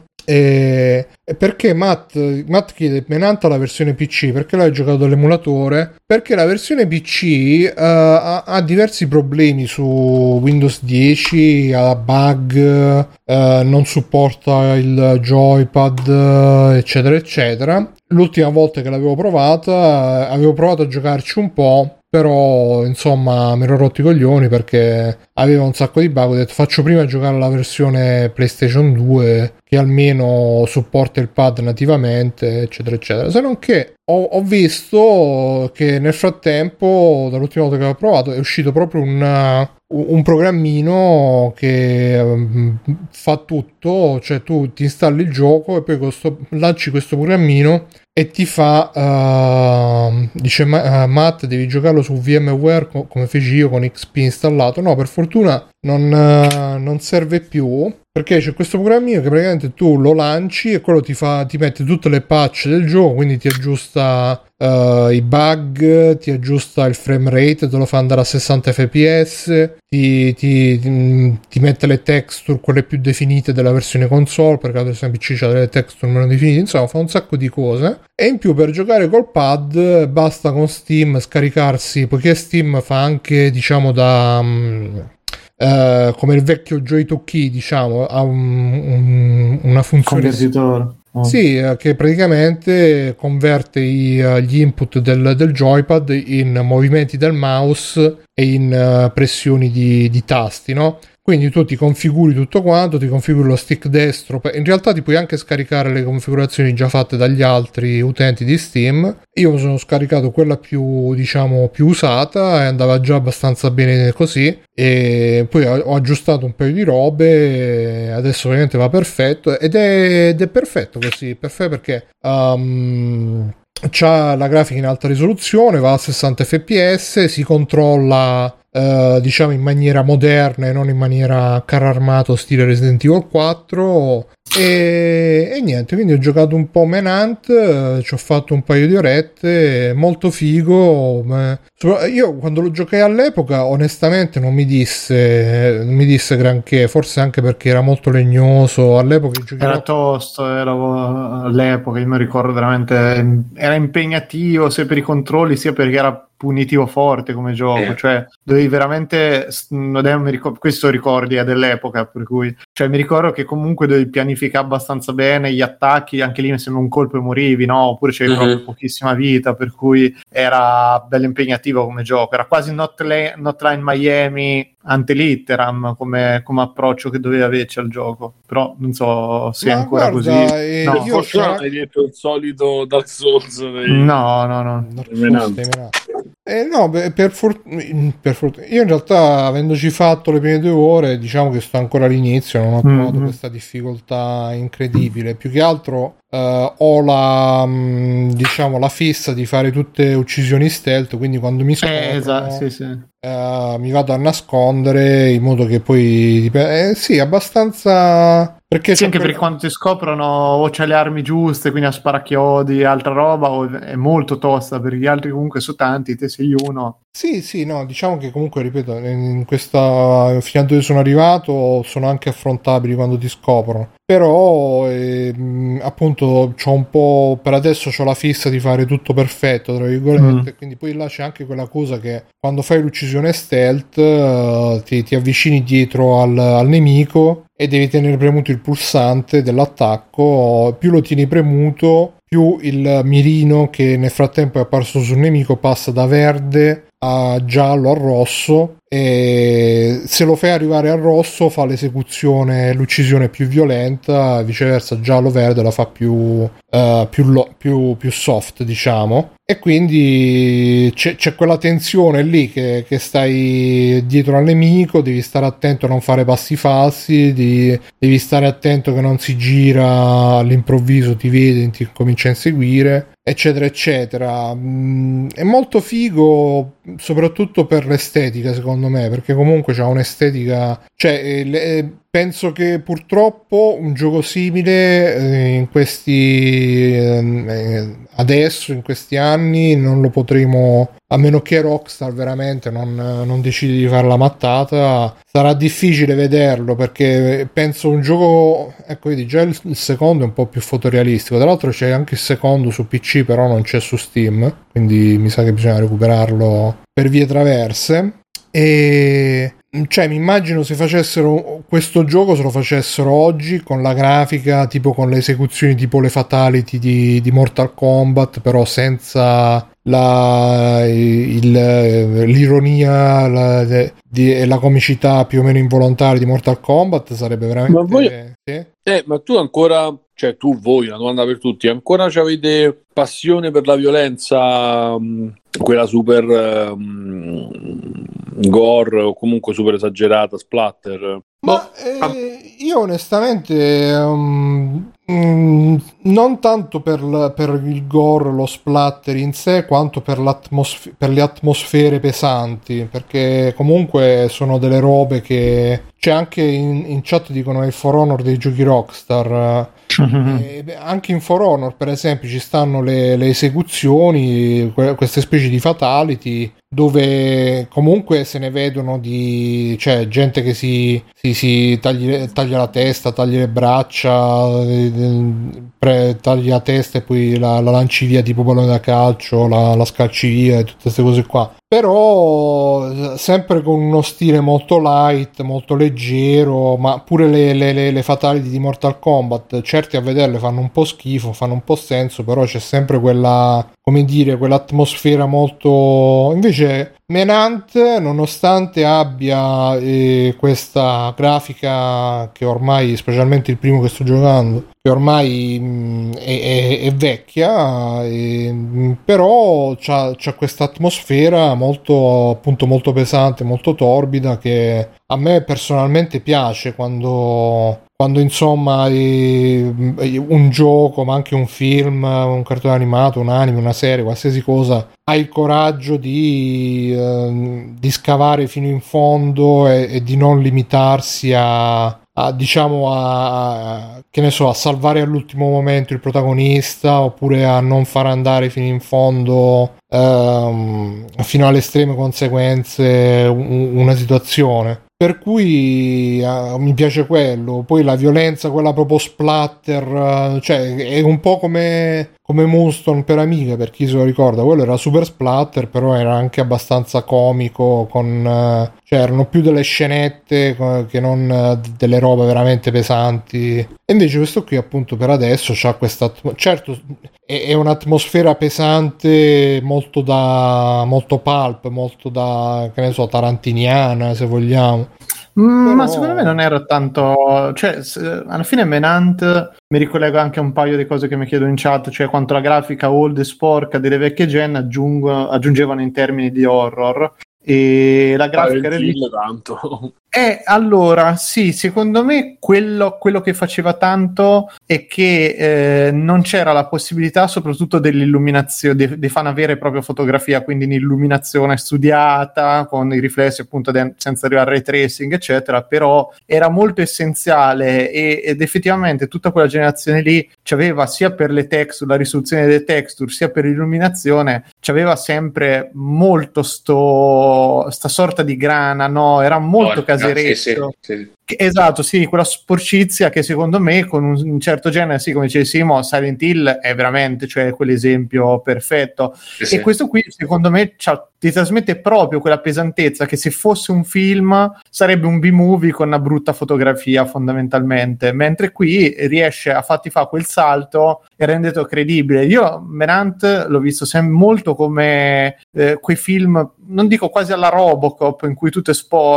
E perché Matt, Matt chiede Menanta la versione P C, perché l'hai giocato all'emulatore? Perché la versione P C uh, ha, ha diversi problemi su Windows dieci, ha bug, uh, non supporta il joypad, eccetera eccetera. L'ultima volta che l'avevo provata avevo provato a giocarci un po', però insomma mi ero rotto i coglioni perché aveva un sacco di bug. Ho detto faccio prima giocare la versione PlayStation due che almeno supporta il pad nativamente, eccetera eccetera. Se non che ho, ho visto che nel frattempo, dall'ultima volta che avevo provato, è uscito proprio un un programmino che um, fa tutto, cioè tu ti installi il gioco e poi questo, lanci questo programmino e ti fa uh, dice uh, Matt devi giocarlo su VMware co- come feci io con X P installato. No, per fortuna non, uh, non serve più, perché c'è questo programmino che praticamente tu lo lanci e quello ti fa, ti mette tutte le patch del gioco, quindi ti aggiusta uh, i bug, ti aggiusta il frame rate, te lo fa andare a sessanta F P S, ti, ti, ti, ti mette le texture quelle più definite della versione console, perché la versione P C c'ha delle texture meno definite, insomma fa un sacco di cose. E in più per giocare col pad basta con Steam scaricarsi, poiché Steam fa anche, diciamo, da um, uh, come il vecchio Joy to Key, diciamo, ha un, un, una funzione convertitore. Oh. Sì, uh, che praticamente converte i, uh, gli input del, del joypad in movimenti del mouse e in uh, pressioni di, di tasti, no? Quindi tu ti configuri tutto quanto, ti configuri lo stick destro, in realtà ti puoi anche scaricare le configurazioni già fatte dagli altri utenti di Steam. Io mi sono scaricato quella più, diciamo, più usata e andava già abbastanza bene così, e poi ho aggiustato un paio di robe e adesso veramente va perfetto, ed è, ed è perfetto così, perfetto perché um, c'ha la grafica in alta risoluzione, va a sessanta F P S, si controlla eh, diciamo in maniera moderna e non in maniera carro armato stile Resident Evil quattro. E, e niente, quindi ho giocato un po' Menant, eh, ci ho fatto un paio di orette, molto figo. Ma io quando lo giocai all'epoca onestamente non mi disse non mi disse granché, forse anche perché era molto legnoso all'epoca. I giochi Era tosto, era all'epoca, io mi ricordo veramente, era impegnativo sia per i controlli sia perché era punitivo forte come gioco, Eh. cioè dovevi veramente, non è, mi ricordo, questo ricordi è dell'epoca, per cui cioè mi ricordo che comunque dovevi pianificare abbastanza bene gli attacchi, anche lì mi sembra un colpo e morivi, no? Oppure c'avevi Mhm. proprio pochissima vita, per cui era bello impegnativo come gioco, era quasi Not Hotline Not Miami ante litteram come, come approccio che dovevi averci al gioco, però non so se è Ma ancora guarda, così. eh, No. io Forse sarà- hai detto il solito Dark Souls dei... No, no, no. Dark Souls Menant. dei Menant. Eh, no, beh, per, for- per fortuna io in realtà avendoci fatto le prime due ore diciamo che sto ancora all'inizio, non ho trovato Mhm. questa difficoltà incredibile, più che altro eh, ho la mh, diciamo la fissa di fare tutte uccisioni stealth, quindi quando mi scoprono Eh, esatto, sì, sì. eh, mi vado a nascondere in modo che poi dip- eh, sì, abbastanza perché Sì, c'è anche quel- perché quando ti scoprono o c'hai le armi giuste, quindi a sparacchiodi, altra roba, o è molto tosta, perché gli altri comunque sono tanti, te sei uno. Sì, sì, no, diciamo che comunque, ripeto, in questa fino a dove sono arrivato sono anche affrontabili quando ti scoprono. Però, ehm, appunto, c'ho un po', per adesso c'ho la fissa di fare tutto perfetto, tra virgolette, Mm. quindi poi là c'è anche quella cosa che quando fai l'uccisione stealth eh, ti, ti avvicini dietro al, al nemico e devi tenere premuto il pulsante dell'attacco, più lo tieni premuto, più il mirino che nel frattempo è apparso sul nemico passa da verde a giallo a rosso, e se lo fai arrivare al rosso fa l'esecuzione, l'uccisione più violenta, viceversa giallo verde la fa più, eh, più, lo- più, più soft, diciamo. E quindi c'è, c'è quella tensione lì che, che stai dietro al nemico, devi stare attento a non fare passi falsi, di- devi stare attento che non si gira all'improvviso, ti vede, ti comincia a inseguire, eccetera eccetera. Mm, è molto figo soprattutto per l'estetica, secondo me, perché comunque c'ha un'estetica, cioè eh, le- eh, penso che purtroppo un gioco simile eh, in questi ehm, eh, adesso in questi anni non lo potremo, a meno che Rockstar veramente non, non decide di fare la mattata. Sarà difficile vederlo, perché penso un gioco, ecco vedi, già il, il secondo è un po' più fotorealistico, tra l'altro c'è anche il secondo su P C però non c'è su Steam, quindi mi sa che bisogna recuperarlo per vie traverse. E cioè mi immagino se facessero questo gioco, se lo facessero oggi con la grafica, tipo con le esecuzioni tipo le fatality di, di Mortal Kombat, però senza la, il, l'ironia la, di, e la comicità più o meno involontaria di Mortal Kombat, sarebbe veramente... Ma voi- sì? Eh, ma tu ancora, cioè tu, voi, una domanda per tutti, ancora avete passione per la violenza, mh, quella super mh, gore o comunque super esagerata, splatter? Ma eh, io onestamente um, mm, non tanto per, la- per il gore, lo splatter in sé, quanto per, l'atmosf- per le atmosfere pesanti, perché comunque sono delle robe che c'è anche in, in chat dicono è il For Honor dei giochi Rockstar. Eh, beh, anche in For Honor per esempio ci stanno le, le esecuzioni, que- queste specie di fatality dove comunque se ne vedono di, cioè gente che si, si, si tagli- taglia la testa, taglia le braccia, eh, pre- taglia la testa e poi la, la lanci via tipo pallone da calcio, la, la scalci via e tutte queste cose qua. Però eh, sempre con uno stile molto light, molto leggero, ma pure le, le, le, le fatality di Mortal Kombat, certi a vederle fanno un po' schifo, fanno un po' senso, però c'è sempre quella, come dire, quell'atmosfera molto... Invece Menant, nonostante abbia eh, questa grafica che ormai, specialmente il primo che sto giocando, che ormai mh, è, è, è vecchia, e, mh, però c'ha, c'ha questa atmosfera molto, appunto, molto pesante, molto torbida, che a me personalmente piace quando, quando insomma eh, un gioco, ma anche un film, un cartone animato, un anime, una serie, qualsiasi cosa, ha il coraggio di, eh, di scavare fino in fondo e, e di non limitarsi a a diciamo a che ne so a salvare all'ultimo momento il protagonista, oppure a non far andare fino in fondo ehm, fino alle estreme conseguenze un, una situazione, per cui eh, mi piace quello. Poi la violenza, quella proprio splatter, cioè è un po' come come Moonstone per Amiga, per chi se lo ricorda. Quello era super splatter, però era anche abbastanza comico, con eh, cioè erano più delle scenette che non eh, delle robe veramente pesanti. E invece questo qui appunto per adesso c'ha questa atmo- certo è, è un'atmosfera pesante, molto da molto pulp, molto da, che ne so, tarantiniana, se vogliamo. Mm, Però... ma secondo me non era tanto, cioè se, alla fine Menant mi ricollego anche a un paio di cose che mi chiedo in chat, cioè quanto la grafica old e sporca delle vecchie gen aggiungo, aggiungevano in termini di horror, e la grafica era lì tanto. Eh, allora, sì, secondo me quello, quello che faceva tanto è che eh, non c'era la possibilità soprattutto dell'illuminazione, di, di fare una vera e propria fotografia, quindi un'illuminazione studiata, con i riflessi appunto de- senza arrivare al ray tracing, eccetera, però era molto essenziale e, ed effettivamente tutta quella generazione lì c'aveva sia per le texture, la risoluzione delle texture, sia per l'illuminazione, c'aveva sempre molto sto, sta sorta di grana, no? Era molto Oh, casato. Sì, sì, sì. Esatto, sì, quella sporcizia che secondo me con un, un certo genere, sì, come dicevi Simo, Silent Hill è veramente, cioè, quell'esempio perfetto. Sì, e sì. questo qui secondo me c'ha, ti trasmette proprio quella pesantezza che se fosse un film sarebbe un B-movie con una brutta fotografia fondamentalmente, mentre qui riesce a farti fare quel salto e renderlo credibile. Io Menant l'ho visto sempre molto come eh, quei film, non dico quasi alla Robocop, in cui tutto è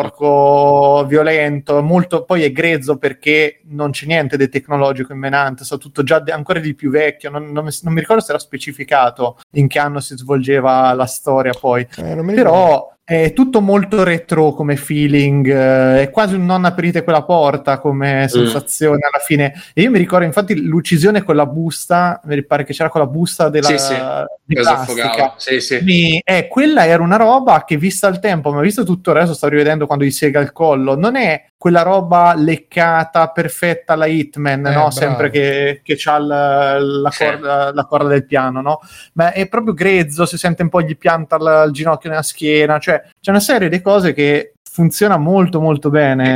sporco, violento, molto, poi è grezzo perché non c'è niente di tecnologico in Menant, sa tutto già de- ancora di più vecchio, non, non, mi, non mi ricordo se era specificato in che anno si svolgeva la storia poi, Eh, non mi ricordo. però è tutto molto retro come feeling, eh, è quasi un non aprite quella porta come sensazione alla fine. E io mi ricordo infatti l'uccisione con la busta, mi pare che c'era con la busta della Sì, sì. di Lo plastica. soffocava. Sì, sì. Mi, eh, quella era una roba che vista il tempo, ma visto tutto il resto, stavo rivedendo quando gli sega il collo, non è quella roba leccata perfetta alla Hitman, Eh, no? bravo. Sempre che, che c'ha la, la, Sì. corda, la corda del piano, no? Ma è proprio grezzo, si sente un po', gli pianta il, il ginocchio nella schiena, cioè c'è una serie di cose che funziona molto molto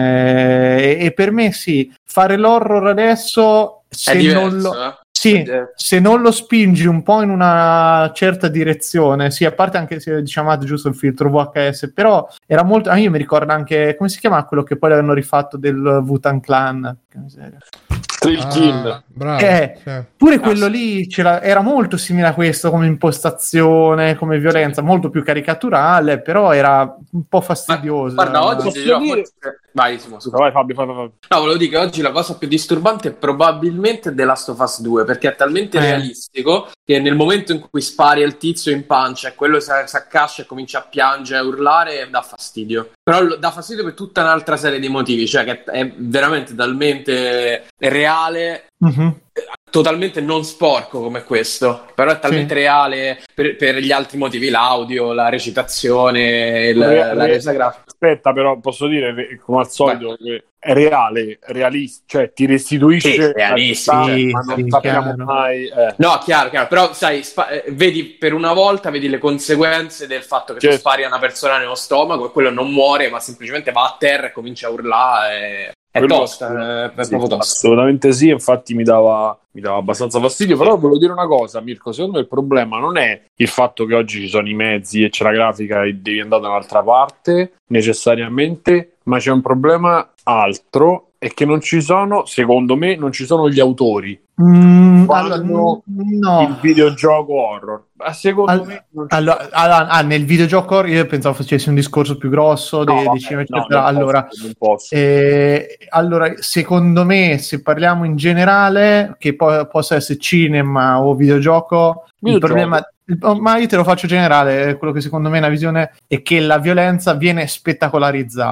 bene e, e per me sì, fare l'horror adesso se È diverso, non lo... eh? Sì, Eh, se non lo spingi un po' in una certa direzione, sì, a parte anche se diciamo giusto il filtro V H S, però era molto. Ah, io mi ricordo anche come si chiama quello che poi l'hanno rifatto del Wu-Tang Clan. Che miseria. Thrill Kill. Ah, bravo. Eh, Sì. Pure quello Ah, sì. lì c'era, era molto simile a questo come impostazione, come violenza, molto più caricaturale, però era un po' fastidioso. Guarda, oggi Posso ti dirò, dire- forse- Vai, Simo, scusa. Vai Fabio, Fabio, Fabio. No, volevo dire che oggi la cosa più disturbante è probabilmente The Last of Us due, perché è talmente Eh. realistico che nel momento in cui spari al tizio in pancia e quello si si accascia e comincia a piangere, a urlare, dà fastidio. Però lo- dà fastidio per tutta un'altra serie di motivi, cioè che è veramente talmente reale, Mhm. totalmente non sporco come questo, però è talmente Sì. reale per, per gli altri motivi, l'audio, la recitazione, il- Re- la re- resa grafica. Aspetta, però posso dire re- come al solito che è reale, realista, cioè ti restituisce Sì, la realissimo, città, sì, ma non sì, sappiamo chiaro. mai. eh. No, chiaro, chiaro, però sai, spa- eh, vedi per una volta vedi le conseguenze del fatto che tu Certo. spari a una persona nello stomaco e quello non muore, ma semplicemente va a terra e comincia a urlare. È Quello tosta, assolut- è sì, proprio tosta. assolutamente sì, infatti mi dava, mi dava abbastanza fastidio, però volevo dire una cosa, Mirko, secondo me il problema non è il fatto che oggi ci sono i mezzi e c'è la grafica e devi andare da un'altra parte necessariamente, ma c'è un problema altro, è che non ci sono, secondo me, non ci sono gli autori. Mm, Fanno allora, n- no. il videogioco horror. Ma secondo Al- me non ci allora, sono. allora, ah, nel videogioco io pensavo facessi un discorso più grosso di, No, vabbè, di cinema, no, eccetera. non posso, Allora, non posso. eh, allora, secondo me, se parliamo in generale, che poi possa essere cinema o videogioco, il Videogioco. problema, il- oh, ma io te lo faccio generale, quello che secondo me è una visione è che la violenza viene spettacolarizzata.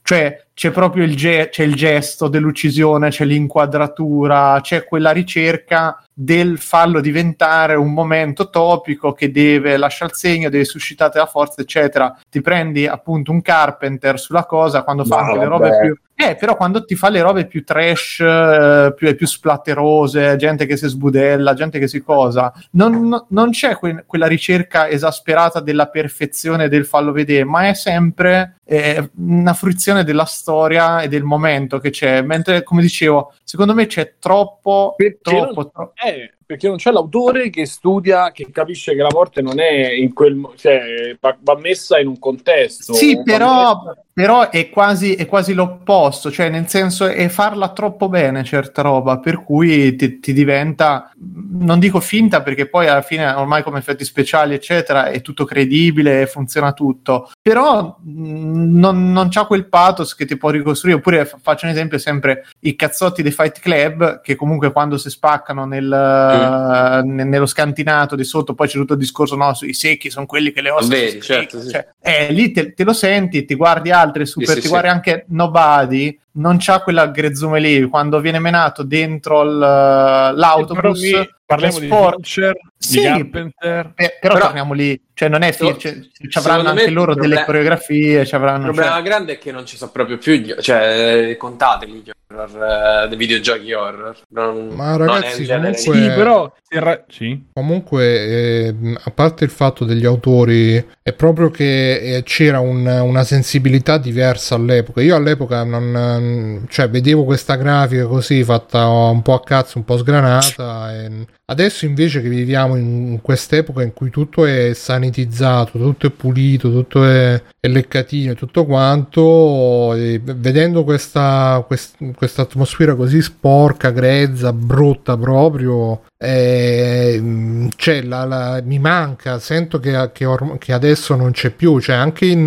cioè c'è proprio il, ge- c'è il gesto dell'uccisione, c'è l'inquadratura, c'è quella ricerca del farlo diventare un momento topico che deve lasciare il segno, deve suscitare la forza, eccetera. Ti prendi appunto un Carpenter sulla cosa quando fa No, anche le vabbè. robe più eh però quando ti fa le robe più trash, eh, più, più splatterose, gente che si sbudella, gente che si cosa, non, non- non c'è que- quella ricerca esasperata della perfezione del fallo vedere, ma è sempre eh, una fruizione della storia e del momento che c'è, mentre come dicevo secondo me c'è troppo Perché troppo, non, troppo. eh, perché non c'è l'autore che studia, che capisce che la morte non è in quel mo- cioè va, va messa in un contesto. Sì, va però, messa- però è quasi, è quasi l'opposto, cioè nel senso è farla troppo bene certa roba, per cui ti, ti diventa, non dico finta perché poi alla fine ormai come effetti speciali eccetera è tutto credibile, funziona tutto, però mh, non, non c'ha quel pathos che ti può ricostruire. Oppure fa- faccio un esempio sempre, i cazzotti dei Fight Club che comunque quando si spaccano nel, ne- nello scantinato di sotto poi c'è tutto il discorso, no, i secchi sono quelli che le ossa Vedi, si scricchiano, certo, sì. cioè, eh, lì te, te lo senti, ti guardi altre super, Sì, sì, ti sì. guardi anche Nobody, non c'ha quella grezzume lì quando viene menato dentro il, l'autobus. Però qui parliamo di sport- Fincher, Sì, di Carpenter. eh, però, Però- torniamo lì, cioè non è film, So- cioè, ci avranno secondo me anche il loro problema- delle coreografie, ci Il avranno, problema cioè- grande è che non ci sono proprio più gli, cioè eh, contateli gli horror, eh, dei videogiochi horror. Non, Ma non è ragazzi, un genere comunque- Sì, però se ra- sì. Comunque, eh, a parte il fatto degli autori, è proprio che eh, c'era un- una sensibilità diversa all'epoca. Io all'epoca non, cioè, vedevo questa grafica così fatta un po' a cazzo, un po' sgranata. E adesso invece che viviamo in quest'epoca in cui tutto è sanitizzato, tutto è pulito, tutto è, è leccatino e tutto quanto, e vedendo questa questa atmosfera così sporca, grezza, brutta proprio. Eh, cioè, la, la, mi manca, sento che, che, or- che adesso non c'è più, cioè anche in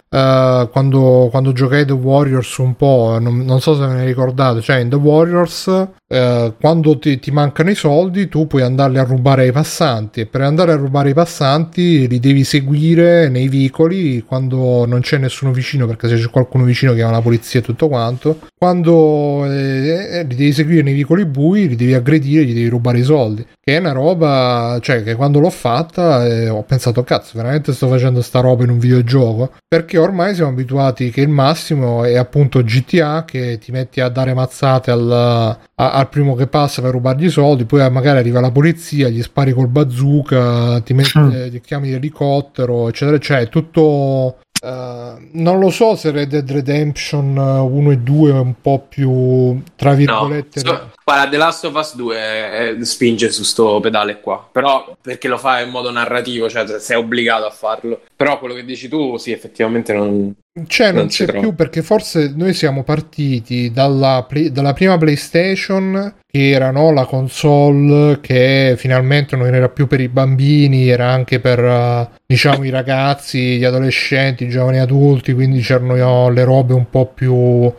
uh, quando, quando giocai The Warriors un po', non, non so se ve ne ricordate, cioè in The Warriors uh, quando ti, ti mancano i soldi tu puoi andarli a rubare ai passanti, e per andare a rubare ai passanti li devi seguire nei vicoli quando non c'è nessuno vicino, perché se c'è qualcuno vicino chiama la polizia e tutto quanto. Quando eh, li devi seguire nei vicoli bui, li devi aggredire, gli devi rubare i soldi, che è una roba, cioè, che quando l'ho fatta eh, ho pensato, cazzo, veramente sto facendo sta roba in un videogioco? Perché ormai siamo abituati che il massimo è appunto G T A, che ti metti a dare mazzate al, a, al primo che passa per rubargli i soldi, poi magari arriva la polizia, gli spari col bazooka, ti, metti, Mm. eh, ti chiami l'elicottero, eccetera, eccetera. È tutto... Uh, non lo so se Red Dead Redemption uno e due è un po' più, tra virgolette, No, so- guarda, The Last of Us due eh, spinge su sto pedale qua, però perché lo fa in modo narrativo, cioè sei obbligato a farlo. Però quello che dici tu, sì, effettivamente non... Cioè non, Non c'è si trova. più, perché forse noi siamo partiti dalla, play- dalla prima PlayStation, che era, no, la console che finalmente non era più per i bambini, era anche per uh, diciamo i ragazzi, gli adolescenti, i giovani adulti, quindi c'erano le robe un po' più uh,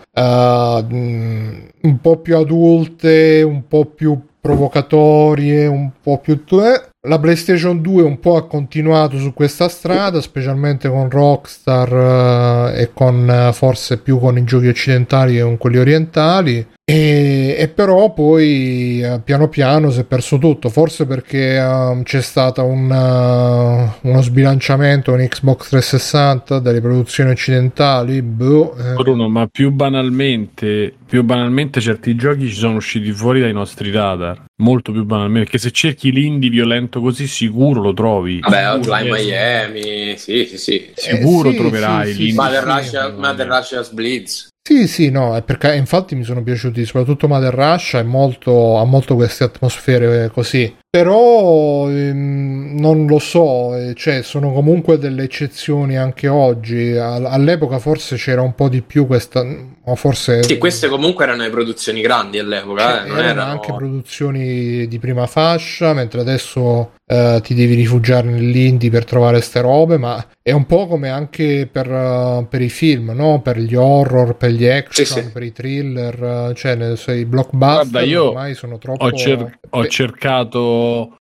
mm, un po' più adulte, un po' più provocatorie, un po' più eh. La PlayStation due un po' ha continuato su questa strada, specialmente con Rockstar eh, e con eh, forse più con i giochi occidentali che con quelli orientali. E, e però poi eh, piano piano si è perso tutto, forse perché eh, c'è stato un, uh, uno sbilanciamento con Xbox trecentosessanta delle produzioni occidentali. Boh, eh. Bruno, ma più banalmente, più banalmente certi giochi ci sono usciti fuori dai nostri radar, molto più banalmente, perché se cerchi l'indie violento così sicuro lo trovi. Vabbè, Sicuro, Hotline eh, Miami, sì, sì, sì. Sicuro Eh, sì, troverai sì, sì, l'indie. Mother sì, Russia, Mother Russia's Blitz. Sì, sì, no, è perché infatti mi sono piaciuti soprattutto Mother Russia, è molto, ha molto queste atmosfere così. Però ehm, non lo so, eh, cioè sono comunque delle eccezioni anche oggi. All- all'epoca forse c'era un po' di più questa, o forse Sì, queste comunque erano le produzioni grandi all'epoca, cioè, eh, non erano erano... anche produzioni di prima fascia, mentre adesso eh, ti devi rifugiare nell'indie per trovare ste robe, ma è un po' come anche per, uh, per i film, no? Per gli horror, per gli action, Sì, sì. per i thriller, uh, cioè nel, se i blockbuster Guarda, io ormai sono troppo... Ho, cer- ho Beh, cercato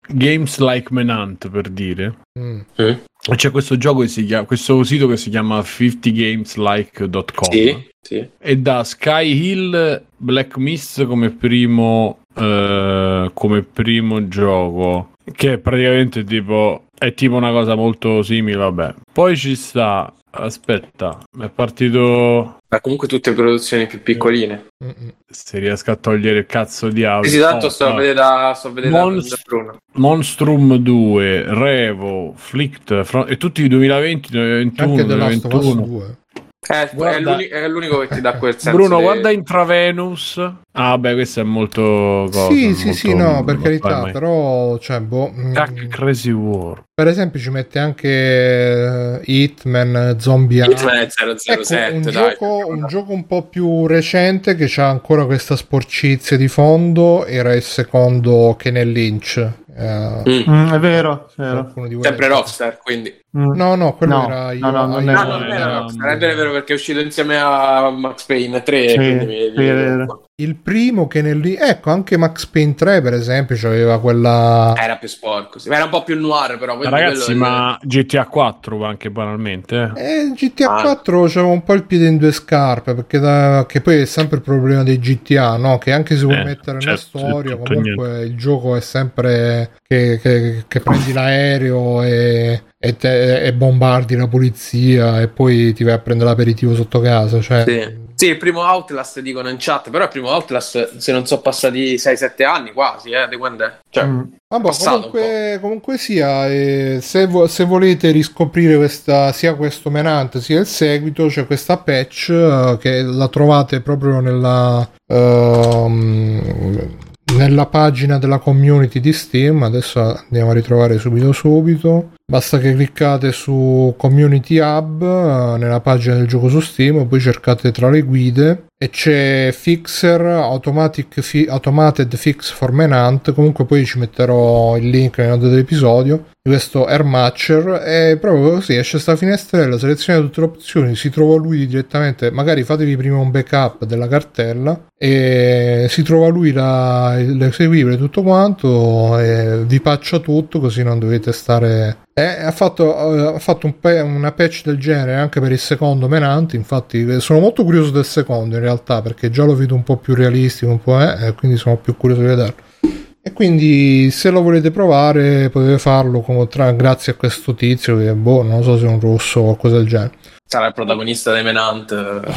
Games Like Menant, per dire. Mm. Mm. C'è questo gioco che si chiama, questo sito che si chiama cinquanta games like dot com Sì, sì. e da Sky Hill Black Mist come primo eh, come primo gioco, che è praticamente tipo è tipo una cosa molto simile, vabbè. Poi ci sta, aspetta, è partito, Ma comunque tutte produzioni più piccoline. Mm-mm. se riesco a togliere il cazzo di audio. Sì, tanto Oh, sto a no. vedere da sto a vedere da- Monst- da Bruno. Monstrum due, Revo, Flict, Fro- e tutti duemilaventi, duemilaventuno, Anche The Last of Us duemilaventuno. due. Eh, Guarda- è, l'uni- è l'unico che ti dà quel senso. Bruno, di- guarda Intravenous. Ah, beh, questo è molto cosa, Sì, sì, molto- sì, no, per non carità, fai mai. però, cioè, boh, mm, Tac, Crazy War. per esempio ci mette anche eh, Hitman, Zombie Hitman Army. è zero zero sette, Ecco, un, dai. gioco, un gioco un po' più recente che ha ancora questa sporcizia di fondo era il secondo Kennel Lynch. Eh, Mm. Mm, è vero, è vero. qualcuno di voi Sempre l'ha- Rockstar, quindi. Mm. No, no, quello No, era no, no, non io- è- No, io- non no, era no, Rockstar, è vero, è vero, perché è uscito insieme a Max Payne tre. Sì, quindi mi- sì, è vero. il primo Kennel Lynch, ecco, anche Max Payne tre per esempio aveva quella... Era più sporco, sì. Era un po' più noir, però. quindi Ragazzi, quello- ma G T A quattro anche banalmente. eh. Eh, G T A Ah. quattro c'aveva un po' il piede in due scarpe, perché da- che poi è sempre il problema dei G T A, no? Che anche se vuoi Eh, mettere certo, una storia, tutto comunque il gioco è sempre che, che- che prendi l'aereo e, e, te- e bombardi la polizia e poi ti vai a prendere l'aperitivo sotto casa, cioè... Sì. Sì, il primo Outlast dicono in chat, però il primo Outlast, se non sono passati sei sette anni quasi, eh, di quando è? Cioè, Mm. Vabbè, passato un comunque, comunque sia, eh, se, vo- se volete riscoprire questa, sia questo Menant sia il seguito, c'è questa patch eh, che la trovate proprio nella, ehm, nella pagina della community di Steam. Adesso andiamo a ritrovare subito subito. Basta che cliccate su Community Hub eh, nella pagina del gioco su Steam, poi cercate tra le guide e c'è Fixer Automatic fi- Automated Fix for Menant. Comunque poi ci metterò il link nelle note dell'episodio di questo Air Matcher e proprio così esce sta finestrella, selezionate tutte le opzioni, si trova lui direttamente, magari fatevi prima un backup della cartella e si trova lui la, l'eseguibile tutto quanto e vi patcha tutto, così non dovete stare... Eh, ha fatto, ha fatto un pe- una patch del genere anche per il secondo Menant, infatti sono molto curioso del secondo in realtà, perché già lo vedo un po' più realistico, un po' eh, e quindi sono più curioso di vederlo. E quindi se lo volete provare potete farlo con, tra, grazie a questo tizio che boh, non so se è un russo o qualcosa del genere. sarà il protagonista dei Menant.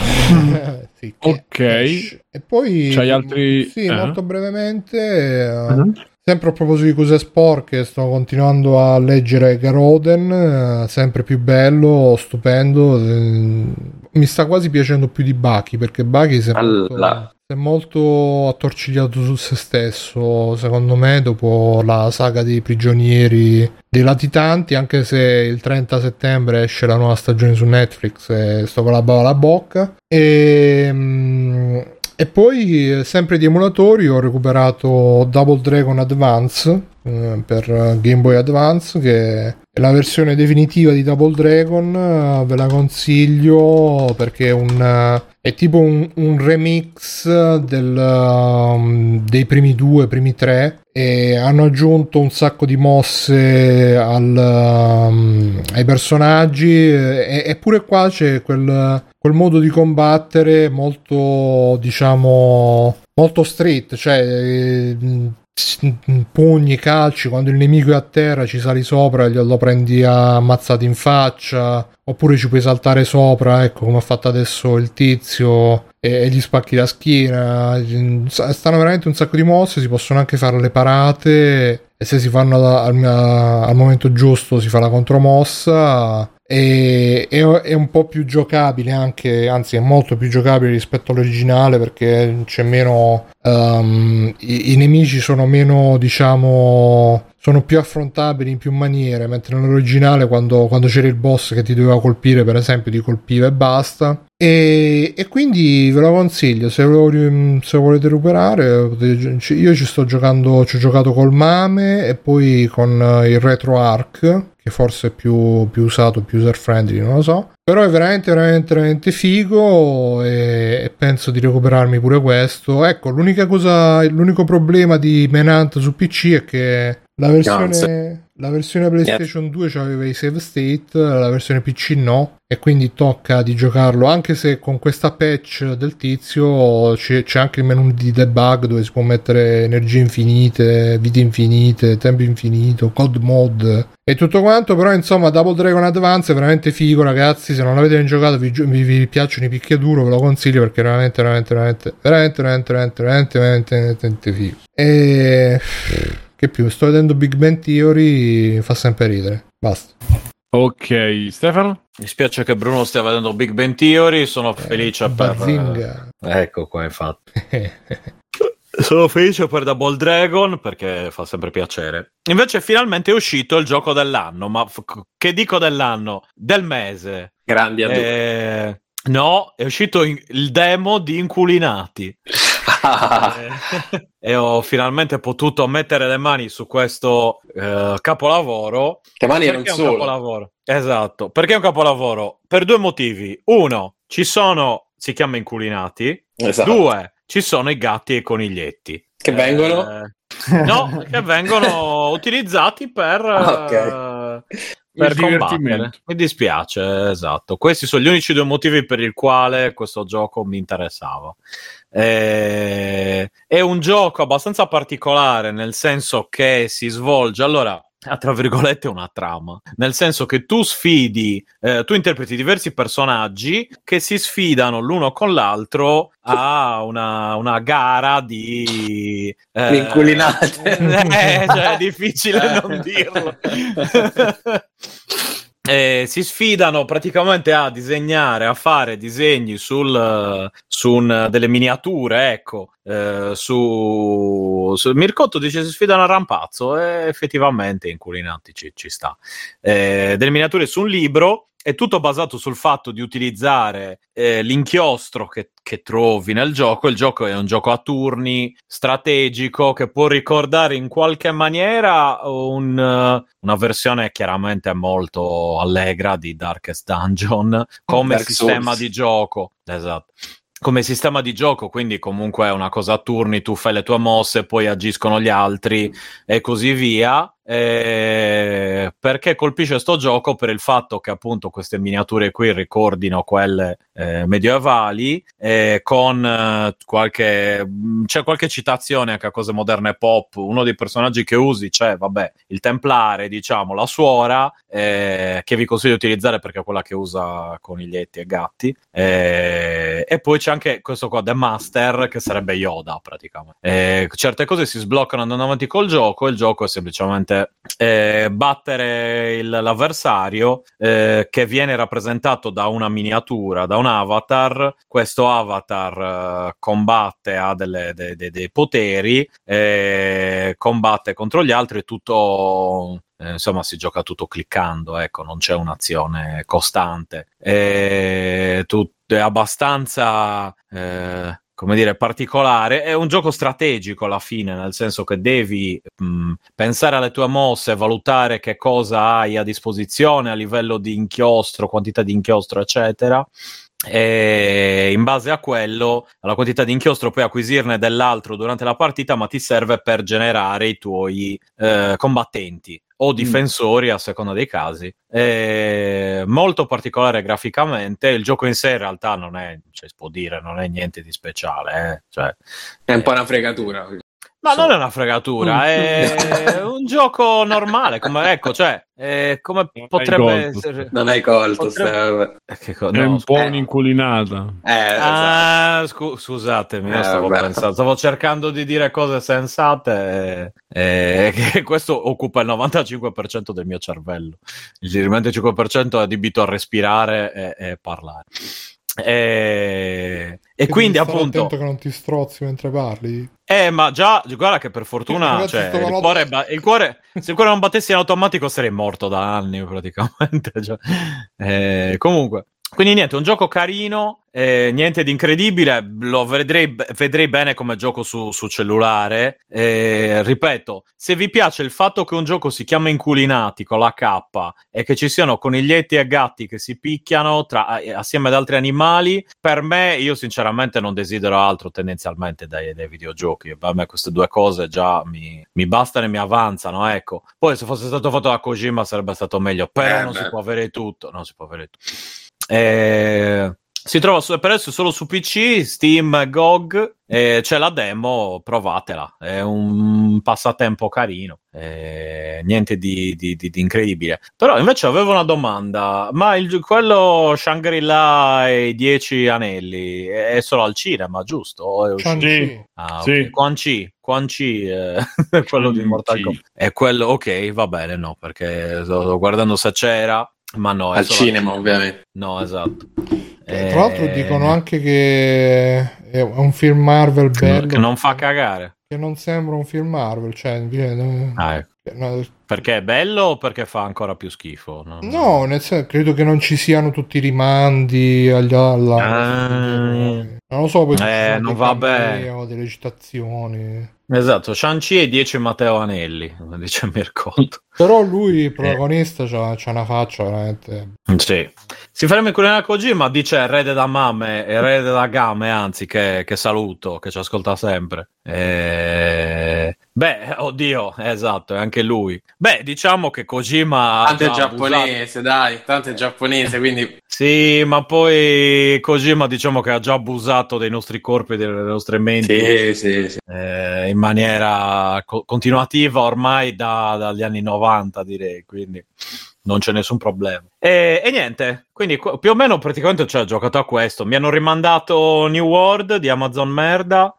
Eh, sì, che Ok. esce. E poi C'hai altri- sì, eh? molto brevemente eh, Mhm. sempre a proposito di cose sporche, sto continuando a leggere Garoden, eh, sempre più bello, stupendo, eh, mi sta quasi piacendo più di Baki, perché Baki si è molto, Alla. si è molto attorcigliato su se stesso, secondo me, dopo la saga dei prigionieri dei latitanti, anche se il trenta settembre esce la nuova stagione su Netflix e sto con la bava alla bocca. E... mm, E poi, eh, sempre di emulatori, ho recuperato Double Dragon Advance eh, per eh, Game Boy Advance, che è la versione definitiva di Double Dragon. Eh, ve la consiglio perché è, un, eh, è tipo un, un remix del, um, dei primi due, primi tre, e hanno aggiunto un sacco di mosse al, um, ai personaggi e, e pure qua c'è quel... quel modo di combattere molto, diciamo, molto street, cioè eh, pugni, calci, quando il nemico è a terra ci sali sopra, glielo prendi ammazzati in faccia, oppure ci puoi saltare sopra, ecco come ha fatto adesso il tizio, e, e gli spacchi la schiena. Stanno veramente un sacco di mosse, si possono anche fare le parate e se si fanno al, al, al momento giusto si fa la contromossa. E, è, è un po' più giocabile anche, anzi è molto più giocabile rispetto all'originale, perché c'è meno um, i, i nemici sono meno, diciamo, sono più affrontabili in più maniere, mentre nell'originale quando, quando c'era il boss che ti doveva colpire, per esempio, ti colpiva e basta. E, e quindi ve lo consiglio, se lo, se lo volete recuperare. Io ci sto giocando, ci ho giocato col Mame e poi con il RetroArch, che forse è più, più usato, più user friendly, non lo so, però è veramente veramente veramente figo e, e penso di recuperarmi pure questo. Ecco, l'unica cosa, l'unico problema di Menant su P C è che La versione, la versione PlayStation yeah. due c'aveva i save state, la versione P C no, e quindi tocca di giocarlo, anche se con questa patch del tizio c'è, c'è anche il menu di debug dove si può mettere energie infinite, vite infinite, tempo infinito, code mod e tutto quanto. Però insomma Double Dragon Advance è veramente figo, ragazzi. Se non l'avete giocato, vi, vi, vi piacciono i picchiaduro, ve lo consiglio perché è veramente veramente veramente veramente veramente veramente veramente veramente, veramente, veramente figo. E che più, sto vedendo Big Bang Theory, fa sempre ridere, basta. Ok, Stefano? Mi spiace che Bruno stia vedendo Big Bang Theory, sono eh, felice per... Bazinga. Ecco qua, infatti. Sono felice per Double Dragon perché fa sempre piacere. Invece finalmente è uscito il gioco dell'anno, ma f- che dico dell'anno? Del mese. Grandi adulti. Eh... No, è uscito in- il demo di Inculinati. e, e ho finalmente potuto mettere le mani su questo eh, capolavoro. Che mani non solo. È un capolavoro. Esatto. Perché è un capolavoro? Per due motivi. Uno, ci sono, si chiama Inculinati. Esatto. Due, ci sono i gatti e i coniglietti. Che vengono? Eh, no, che vengono utilizzati per... Ah, okay. eh, per combattere. Mi dispiace, esatto. Questi sono gli unici due motivi per il quale questo gioco mi interessava. Eh, è un gioco abbastanza particolare, nel senso che si svolge, allora, ha tra virgolette una trama, nel senso che tu sfidi, eh, tu interpreti diversi personaggi che si sfidano l'uno con l'altro a una, una gara di eh, inculinate. Eh, cioè, è difficile non dirlo. Eh, si sfidano praticamente a disegnare, a fare disegni sul, su un, delle miniature, ecco, eh, su, su Mircotto dice si sfidano a rampazzo e effettivamente Inculinati ci, ci sta. Eh, delle miniature su un libro. È tutto basato sul fatto di utilizzare eh, l'inchiostro che, che trovi nel gioco. Il gioco è un gioco a turni strategico che può ricordare in qualche maniera un, uh, una versione chiaramente molto allegra di Darkest Dungeon come Dark sistema Souls. Di gioco. Esatto. Come sistema di gioco, quindi comunque è una cosa a turni, tu fai le tue mosse, poi agiscono gli altri e così via. Eh, perché colpisce sto gioco? Per il fatto che appunto queste miniature qui ricordino quelle eh, medievali, eh, con eh, qualche c'è qualche citazione anche a cose moderne pop. Uno dei personaggi che usi c'è, vabbè, il templare, diciamo, la suora, eh, che vi consiglio di utilizzare perché è quella che usa coniglietti e gatti, eh, e poi c'è anche questo qua, The Master, che sarebbe Yoda praticamente. Eh, certe cose si sbloccano andando avanti col gioco, e il gioco è semplicemente Eh, battere il, l'avversario, eh, che viene rappresentato da una miniatura, da un avatar. Questo avatar eh, combatte, ha delle, de, de, dei poteri, eh, combatte contro gli altri, tutto eh, insomma si gioca tutto cliccando, ecco, non c'è un'azione costante, eh, tut- è abbastanza eh, come dire, particolare. È un gioco strategico alla fine, nel senso che devi mh, pensare alle tue mosse, valutare che cosa hai a disposizione a livello di inchiostro, quantità di inchiostro, eccetera. E in base a quello, alla quantità di inchiostro, puoi acquisirne dell'altro durante la partita, ma ti serve per generare i tuoi eh, combattenti o difensori, mm. a seconda dei casi. È molto particolare graficamente. Il gioco in sé in realtà non è, cioè, si può dire, non è niente di speciale, eh? Cioè, è un po' una fregatura. Ma non è una fregatura, è un gioco normale, come, ecco, cioè, è come non potrebbe essere... Non hai colto, potrebbe... che co- è no, un po' eh. un'inculinata. Eh, ah, scu- scusatemi, io eh, stavo vabbè. pensando, stavo cercando di dire cose sensate e, e che questo occupa il novantacinque per cento del mio cervello. Il venticinque per cento è adibito a respirare e, e parlare. E, e quindi appunto attento che non ti strozzi mentre parli. Eh, ma già, guarda che per fortuna, cioè, il cuore, ba- il cuore, se il cuore non battesse in automatico sarei morto da anni praticamente. Cioè. Eh, comunque, quindi niente, un gioco carino, eh, niente di incredibile, lo vedrei, vedrei bene come gioco su, su cellulare. Eh, ripeto, se vi piace il fatto che un gioco si chiama Inculinati con la K e che ci siano coniglietti e gatti che si picchiano tra, assieme ad altri animali, per me, io sinceramente non desidero altro tendenzialmente dai, dai videogiochi. A me queste due cose già mi, mi bastano e mi avanzano, ecco. Poi se fosse stato fatto da Kojima sarebbe stato meglio, però eh, non beh. si può avere tutto, non si può avere tutto. Eh, si trova su, per adesso solo su P C, Steam, G O G, eh, c'è la demo, provatela, è un passatempo carino, eh, niente di, di, di, di incredibile. Però invece avevo una domanda, ma il, quello Shangri-La e i Dieci Anelli è solo al cinema, giusto? O è uscito? Sì. Ah, Sì. ok. Quan Chi, Quan Chi, eh, quello di Mortal Kombat. È quello, ok, va bene, no, perché sto, sto guardando se c'era, ma no, è Al solo cinema, ovviamente. No, esatto. Tra l'altro Eh, dicono anche che è un film Marvel bello, che non fa cagare. che non sembra un film Marvel, cioè viene- Ah, ecco. no, Perché è bello o perché fa ancora più schifo? No, no, nel senso, credo che non ci siano tutti i rimandi agli alla Ah. non lo so, poi ci Eh, sono non dei va cameo, delle citazioni. Esatto, Shang-Chi e dieci Matteo Anelli, come dice Mircotto. Però lui, il protagonista, c'ha, c'ha una faccia veramente. Sì. Si ferma in Kurenai Kojima, dice Rede da Mame e Rede da Game, anzi, che, che saluto, che ci ascolta sempre. Eh... Beh, oddio, esatto, è anche lui. Beh, diciamo che Kojima... ha Tanto è già giapponese, abusato- dai, tanto è giapponese, quindi Sì, ma poi Kojima diciamo che ha già abusato dei nostri corpi e delle nostre menti. sì, sì, sì. Eh, in maniera co- continuativa ormai da- dagli anni novanta, direi, quindi non c'è nessun problema. E, e niente, quindi qu- più o meno praticamente cioè, ho giocato a questo. Mi hanno rimandato New World di Amazon Merda.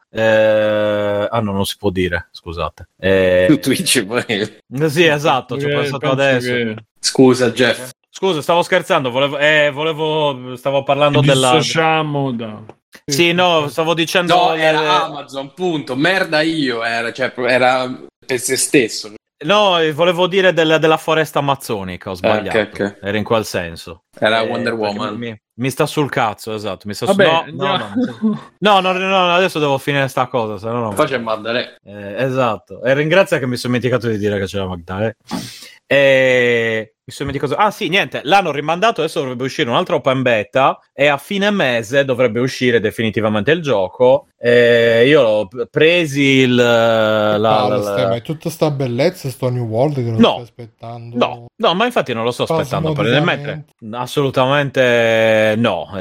Eh, ah no, non si può dire, scusate. Eh, Su Twitch poi. sì, esatto, ci ho Eh, pensato penso adesso. che Scusa Jeff. Scusa, stavo scherzando, volevo, eh, volevo stavo parlando ci della... dissociamo da... Sì, no, stavo dicendo... No, le- era Amazon, punto. Merda io, era, cioè, era per se stesso. No, eh, volevo dire del- della foresta amazzonica, ho sbagliato. ok, ok. Era in quel senso. Era Eh, Wonder perché Woman. Mi, mi sta sul cazzo, esatto. Mi sta su... Vabbè, no, no, no, andiamo. no, no, no, no, adesso devo finire sta cosa, se no no. Poi c'è Maddalè. Eh, esatto. E ringrazia che mi sono dimenticato di dire che c'era Magdalena. E... mi sono dimenticato... Ah sì, niente, l'hanno rimandato, adesso dovrebbe uscire un altro open beta e a fine mese dovrebbe uscire definitivamente il gioco. E io l'ho presi il... La, la, Palle, la- stai, ma è tutta sta bellezza, sto New World che non No. stai aspettando. No, no, ma infatti non lo sto aspettando per Spasmodicamente. mentre assolutamente no.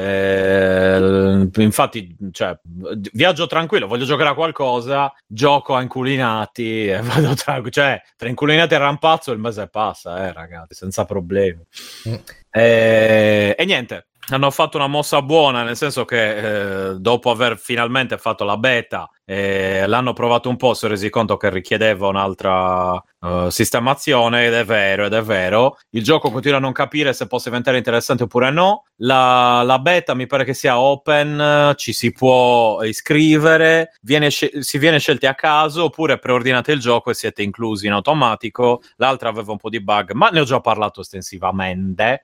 Eh, infatti, cioè, viaggio tranquillo, voglio giocare a qualcosa, gioco a inculinati e vado tranquillo. Cioè, tra inculinati e rampazzo il mese passa, eh, ragazzi, senza problemi. Mm. Eh, e niente. Hanno fatto una mossa buona, nel senso che eh, dopo aver finalmente fatto la beta, eh, l'hanno provato un po', si è resi conto che richiedeva un'altra eh, sistemazione, ed è vero, ed è vero. Il gioco continua a non capire se possa diventare interessante oppure no. La, la beta mi pare che sia open, ci si può iscrivere, viene sce- si viene scelti a caso, oppure preordinate il gioco e siete inclusi in automatico. L'altra aveva un po' di bug, ma ne ho già parlato estensivamente.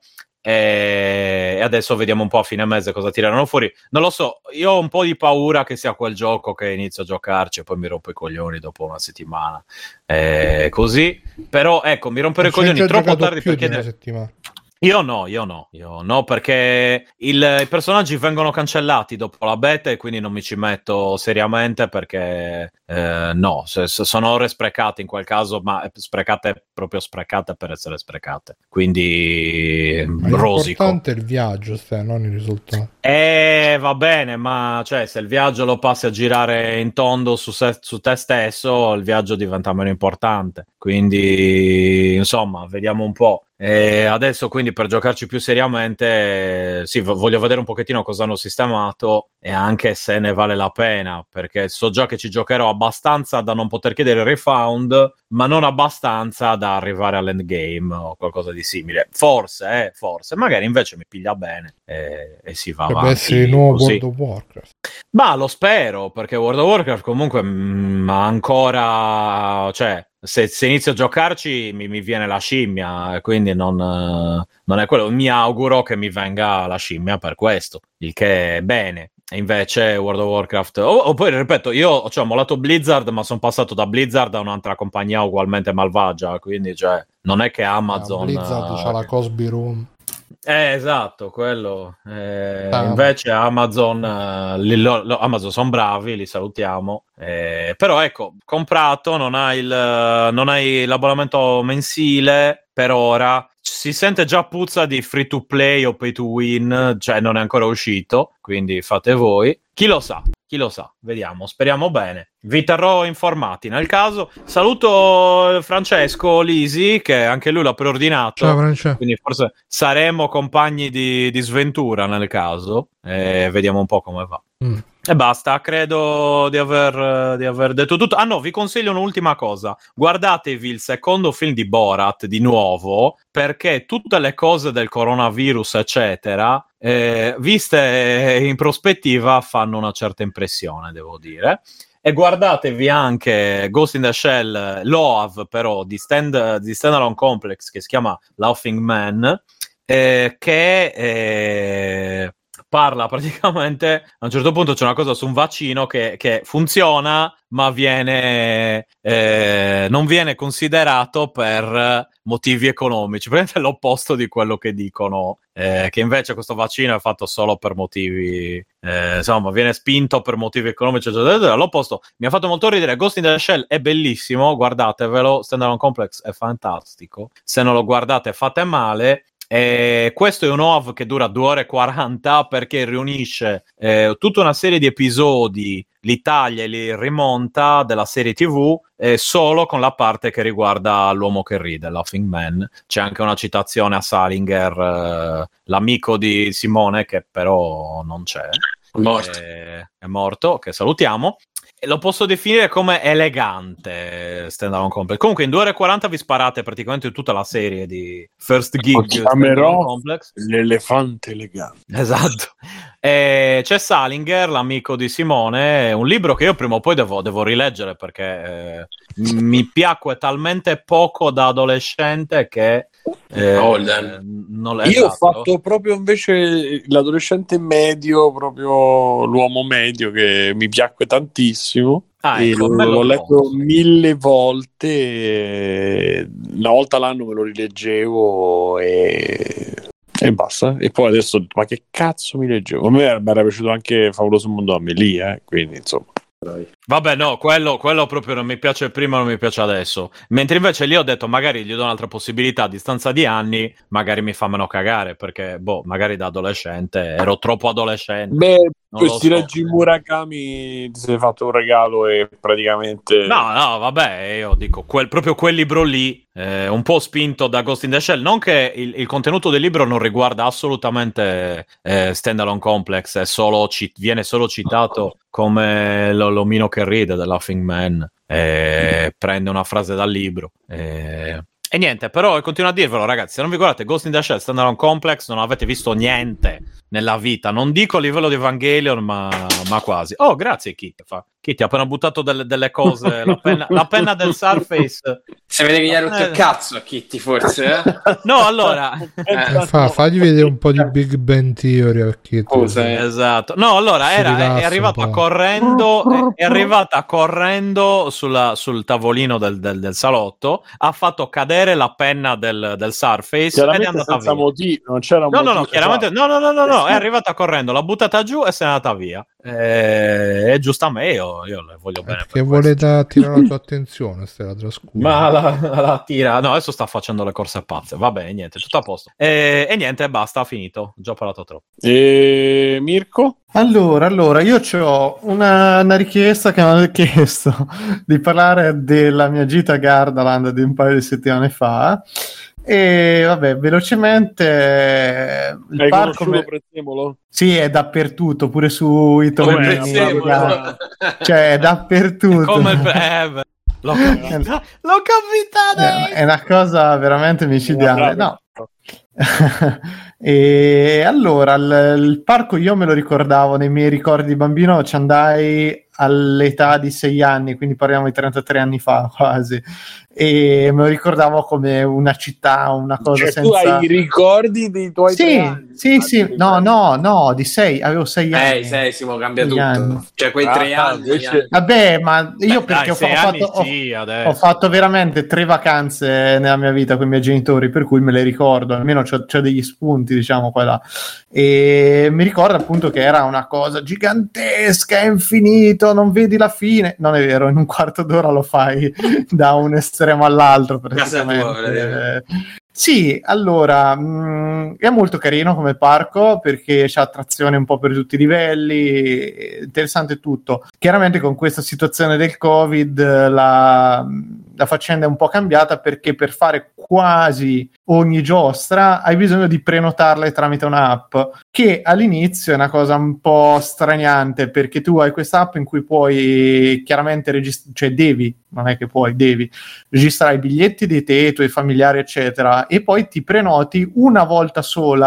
E adesso vediamo un po' a fine mese cosa tirano fuori. Non lo so, io ho un po' di paura che sia quel gioco che inizio a giocarci e poi mi rompo i coglioni dopo una settimana. E così, però ecco, mi rompere i Ci hai coglioni già troppo giocato tardi più per di una chiedere. settimana. Io no, io no, io no, perché il, i personaggi vengono cancellati dopo la beta e quindi non mi ci metto seriamente perché eh, no, se, se sono ore sprecate in quel caso, ma sprecate proprio sprecate per essere sprecate. Quindi Ma rosico. l'importante è il viaggio, stai, non il risultato. Eh, va bene, ma cioè, se il viaggio lo passi a girare in tondo su, se- su te stesso, il viaggio diventa meno importante. Quindi, insomma, vediamo un po'. E adesso, quindi, per giocarci più seriamente, sì, v- voglio vedere un pochettino cosa hanno sistemato e anche se ne vale la pena, perché so già che ci giocherò abbastanza da non poter chiedere il refund, ma non abbastanza da arrivare all'endgame o qualcosa di simile. Forse, eh, forse. Magari invece mi piglia bene e, e si va Dovrebbe avanti essere il nuovo così. World of Warcraft. Ma lo spero, perché World of Warcraft comunque mh, ha ancora, cioè, se, se inizio a giocarci mi, mi viene la scimmia, quindi non, non è quello. Mi auguro che mi venga la scimmia per questo, il che è bene. E invece World of Warcraft, o, o poi ripeto, io cioè, ho mollato Blizzard, ma sono passato da Blizzard a un'altra compagnia ugualmente malvagia, quindi cioè non è che Amazon... Eh, Blizzard uh, c'ha la Cosby Room. Eh, esatto, quello. Eh, ah, invece Amazon, eh, li, lo, lo, Amazon sono bravi, li salutiamo. Eh, però ecco, comprato, non hai, il, non hai l'abbonamento mensile per ora. Si sente già puzza di free to play o pay to win, cioè non è ancora uscito, quindi fate voi. Chi lo sa? Chi lo sa? Vediamo, speriamo bene. Vi terrò informati nel caso. Saluto Francesco Lisi, che anche lui l'ha preordinato. Ciao, Francesco. Quindi forse saremo compagni di, di sventura nel caso. E vediamo un po' come va. Mm. E basta, credo di aver, di aver detto tutto. Ah no, vi consiglio un'ultima cosa. Guardatevi il secondo film di Borat di nuovo, perché tutte le cose del coronavirus, eccetera, eh, viste in prospettiva fanno una certa impressione, devo dire. E guardatevi anche Ghost in the Shell, l'O A V però, di, stand, di Standalone Complex, che si chiama Laughing Man, eh, che... Eh, parla praticamente, a un certo punto c'è una cosa su un vaccino che, che funziona ma viene eh, non viene considerato per motivi economici, praticamente è l'opposto di quello che dicono, eh, che invece questo vaccino è fatto solo per motivi eh, insomma viene spinto per motivi economici, eccetera, eccetera. L'opposto mi ha fatto molto ridere. Ghost in the Shell è bellissimo, guardatevelo. Standalone Complex è fantastico, se non lo guardate fate male. Eh, questo è un O A V che dura due ore e quaranta perché riunisce eh, tutta una serie di episodi, li taglia e li rimonta della serie tivù eh, solo con la parte che riguarda l'uomo che ride, Laughing Man. C'è anche una citazione a Salinger, eh, l'amico di Simone, che però non c'è, è morto, eh, è morto, che salutiamo. E lo posso definire come elegante Standalone Complex. Comunque in due ore e quaranta vi sparate praticamente tutta la serie di First Gig Standalone Complex. L'elefante elegante. Esatto. E c'è Salinger, l'amico di Simone, un libro che io prima o poi devo, devo rileggere perché eh, mi piacque talmente poco da adolescente che eh, oh, non l'è io esatto. Ho fatto proprio invece l'adolescente medio, proprio l'uomo medio, che mi piacque tantissimo. Ah, e ecco, l'ho, l'ho letto mille volte, e una volta l'anno me lo rileggevo e... e basta. E poi adesso, ma che cazzo mi leggevo? A me mi era piaciuto anche Favoloso Mondo Amelie, eh? Quindi insomma. Vabbè, no, quello, quello proprio non mi piace prima, non mi piace adesso. Mentre invece lì ho detto, magari gli do un'altra possibilità a distanza di anni, magari mi fa meno cagare, perché, boh, magari da adolescente ero troppo adolescente. Beh, questi so. leggi Murakami ti sei fatto un regalo e praticamente... No, no, vabbè, io dico, quel, proprio quel libro lì, eh, un po' spinto da Ghost in the Shell, non che il, il contenuto del libro non riguarda assolutamente eh, Standalone Complex, è solo, cit- viene solo citato come lo, l'omino che ride del Laughing Man, eh, prende una frase dal libro. Eh, e niente, però continuo a dirvelo, ragazzi, se non vi guardate Ghost in the Shell, Standalone Complex, non avete visto niente nella vita, non dico a livello di Evangelion, ma, ma quasi. Oh, grazie Kit, fa. Kit ha appena buttato delle, delle cose, la penna, la penna del Surface. Si vede che gli ha rotto il cazzo a Kitty, forse, eh? No, allora... Eh, fa, fagli vedere un po' di Big Bang Theory a Kit. Esatto. No, allora, era, è, è arrivata correndo, è, è arrivata correndo sulla, sul tavolino del, del, del salotto, ha fatto cadere la penna del, del Surface ed è andata senza via. Motivo, non c'era un no, motivo. No, no, chiaramente, no, no, no, no, no, è arrivata correndo, l'ha buttata giù e se n'è andata via. E, e giustamente io, io le voglio bene. Perché vuole da attirare la tua attenzione, stai la trascura. Ma la, la tira, no, adesso sta facendo le corse pazze. Va bene, niente, tutto a posto. E, e niente, basta, finito. Ho già parlato troppo. E Mirko? Allora, allora, io ho una, una richiesta che mi hanno chiesto di parlare della mia gita a Gardaland di un paio di settimane fa. E vabbè, velocemente il Hai parco conosciuto me... Prezzemolo? Sì, è dappertutto, pure su i tornei, cioè è dappertutto. Come il eh, l'ho capita, l'ho capita è, è una cosa veramente micidiale. No. E allora il, il parco io me lo ricordavo, nei miei ricordi di bambino ci andai all'età di sei anni, quindi parliamo di trentatré anni fa quasi, e me lo ricordavo come una città, una cosa cioè, senza... tu hai i ricordi dei tuoi sì, tre anni? sì, sì, no, no, no, di sei, avevo sei anni. Eh, sei, Simo, cambia Sei tutto. anni. Cioè, quei Ah, tre no, anni. invece- Vabbè, ma io Beh, perché dai, ho, fa- sei ho anni fatto, ho- sì, adesso. ho fatto veramente tre vacanze nella mia vita con i miei genitori, per cui me le ricordo, almeno c'ho, c'ho degli spunti, diciamo, qua e là. E mi ricordo appunto che era una cosa gigantesca, è infinito, non vedi la fine. Non è vero, in un quarto d'ora lo fai da un estremo all'altro Casa tua, praticamente. praticamente. Sì, allora, mh, è molto carino come parco perché c'ha attrazioni un po' per tutti i livelli, interessante tutto. Chiaramente con questa situazione del Covid la, la faccenda è un po' cambiata perché per fare quasi ogni giostra hai bisogno di prenotarle tramite un'app, che all'inizio è una cosa un po' straniante perché tu hai questa app in cui puoi chiaramente registrare, cioè devi, non è che puoi, devi registrare i biglietti di te, i tuoi familiari eccetera, e poi ti prenoti una volta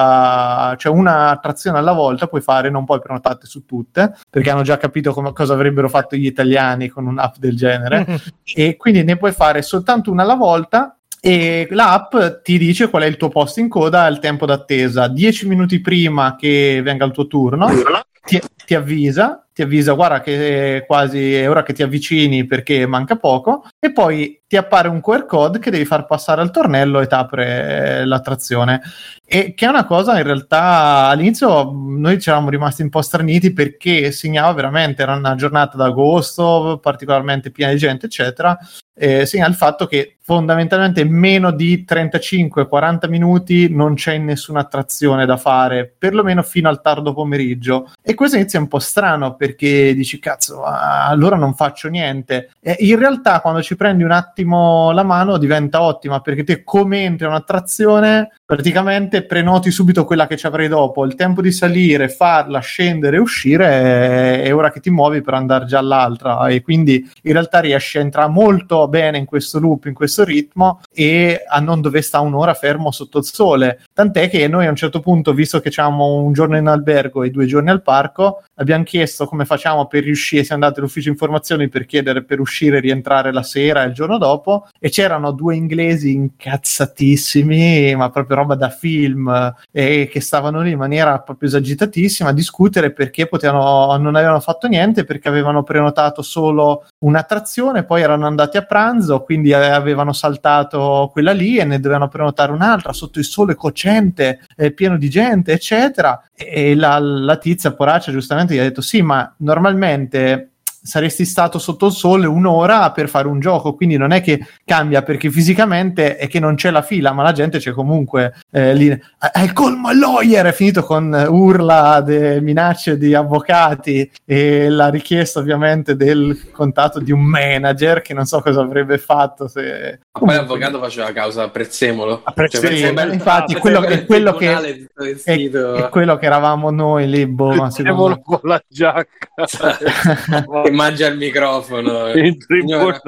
sola, cioè una attrazione alla volta puoi fare, non puoi prenotarti su tutte perché hanno già capito come, cosa avrebbero fatto gli italiani con un'app del genere e quindi ne puoi fare soltanto una alla volta. E l'app ti dice qual è il tuo posto in coda e il tempo d'attesa. Dieci minuti prima che venga il tuo turno ti, ti avvisa ti avvisa guarda che quasi è ora che ti avvicini perché manca poco, e poi ti appare un Q R code che devi far passare al tornello e ti apre l'attrazione, e che è una cosa in realtà all'inizio noi ci eravamo rimasti un po' straniti perché segnava veramente, era una giornata d'agosto particolarmente piena di gente eccetera, eh, segna il fatto che fondamentalmente meno di trentacinque quaranta minuti non c'è nessuna attrazione da fare, perlomeno fino al tardo pomeriggio, e questo inizia un po' strano perché dici cazzo, allora non faccio niente, e in realtà quando ci prendi un attimo la mano diventa ottima perché te come entri a un'attrazione praticamente prenoti subito quella che ci avrai dopo, il tempo di salire, farla, scendere e uscire è ora che ti muovi per andare già all'altra, e quindi in realtà riesci a entrare molto bene in questo loop, in questo ritmo, e a non dover stare un'ora fermo sotto il sole, tant'è che noi a un certo punto, visto che c'avevamo un giorno in albergo e due giorni al parco, abbiamo chiesto come facciamo per riuscire, siamo andati all'ufficio informazioni per chiedere per uscire e rientrare la sera e il giorno dopo, e c'erano due inglesi incazzatissimi, ma proprio roba da film, e che stavano lì in maniera proprio esagitatissima a discutere perché potevano, non avevano fatto niente perché avevano prenotato solo un'attrazione, poi erano andati a pranzo, quindi avevano saltato quella lì e ne dovevano prenotare un'altra sotto il sole cocente, eh, pieno di gente eccetera, e la, la tizia poraccia giustamente gli ha detto sì, ma normalmente saresti stato sotto il sole un'ora per fare un gioco, quindi non è che cambia perché fisicamente è che non c'è la fila, ma la gente c'è comunque, eh, lì è il colmo, lawyer, è finito con urla, de, minacce di avvocati e la richiesta ovviamente del contatto di un manager che non so cosa avrebbe fatto se... Poi l'avvocato faceva causa a Prezzemolo, a Prezzemolo, cioè, per infatti ah, quello, è, quello che, è, è, è quello che eravamo noi lì, boh, ma secondo me... con la giacca che mangia il microfono in tribunale.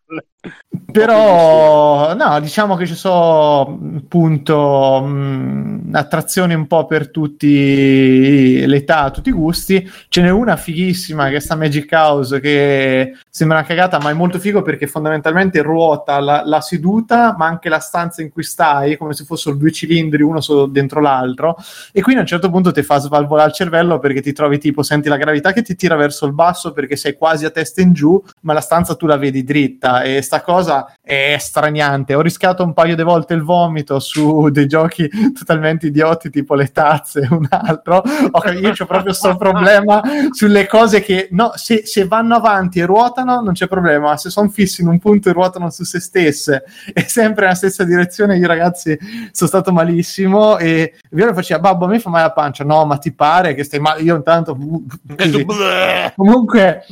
Però no, diciamo che ci sono appunto mh, attrazioni un po' per tutti l'età, tutti i gusti. Ce n'è una fighissima che è sta Magic House, che sembra una cagata ma è molto figo perché fondamentalmente ruota la, la seduta ma anche la stanza in cui stai, come se fossero due cilindri uno so dentro l'altro, e quindi a un certo punto ti fa svalvolare il cervello perché ti trovi tipo, senti la gravità che ti tira verso il basso perché sei quasi a testa in giù ma la stanza tu la vedi dritta, e sta cosa è straniante. Ho rischiato un paio di volte il vomito su dei giochi totalmente idioti tipo le tazze, un altro. Io c'ho proprio sto problema sulle cose che no, se, se vanno avanti e ruotano non c'è problema, se sono fissi in un punto e ruotano su se stesse e sempre nella stessa direzione, io ragazzi sono stato malissimo. E Viola faceva babbo a me fa male la pancia, no ma ti pare che stai male, io intanto così. Comunque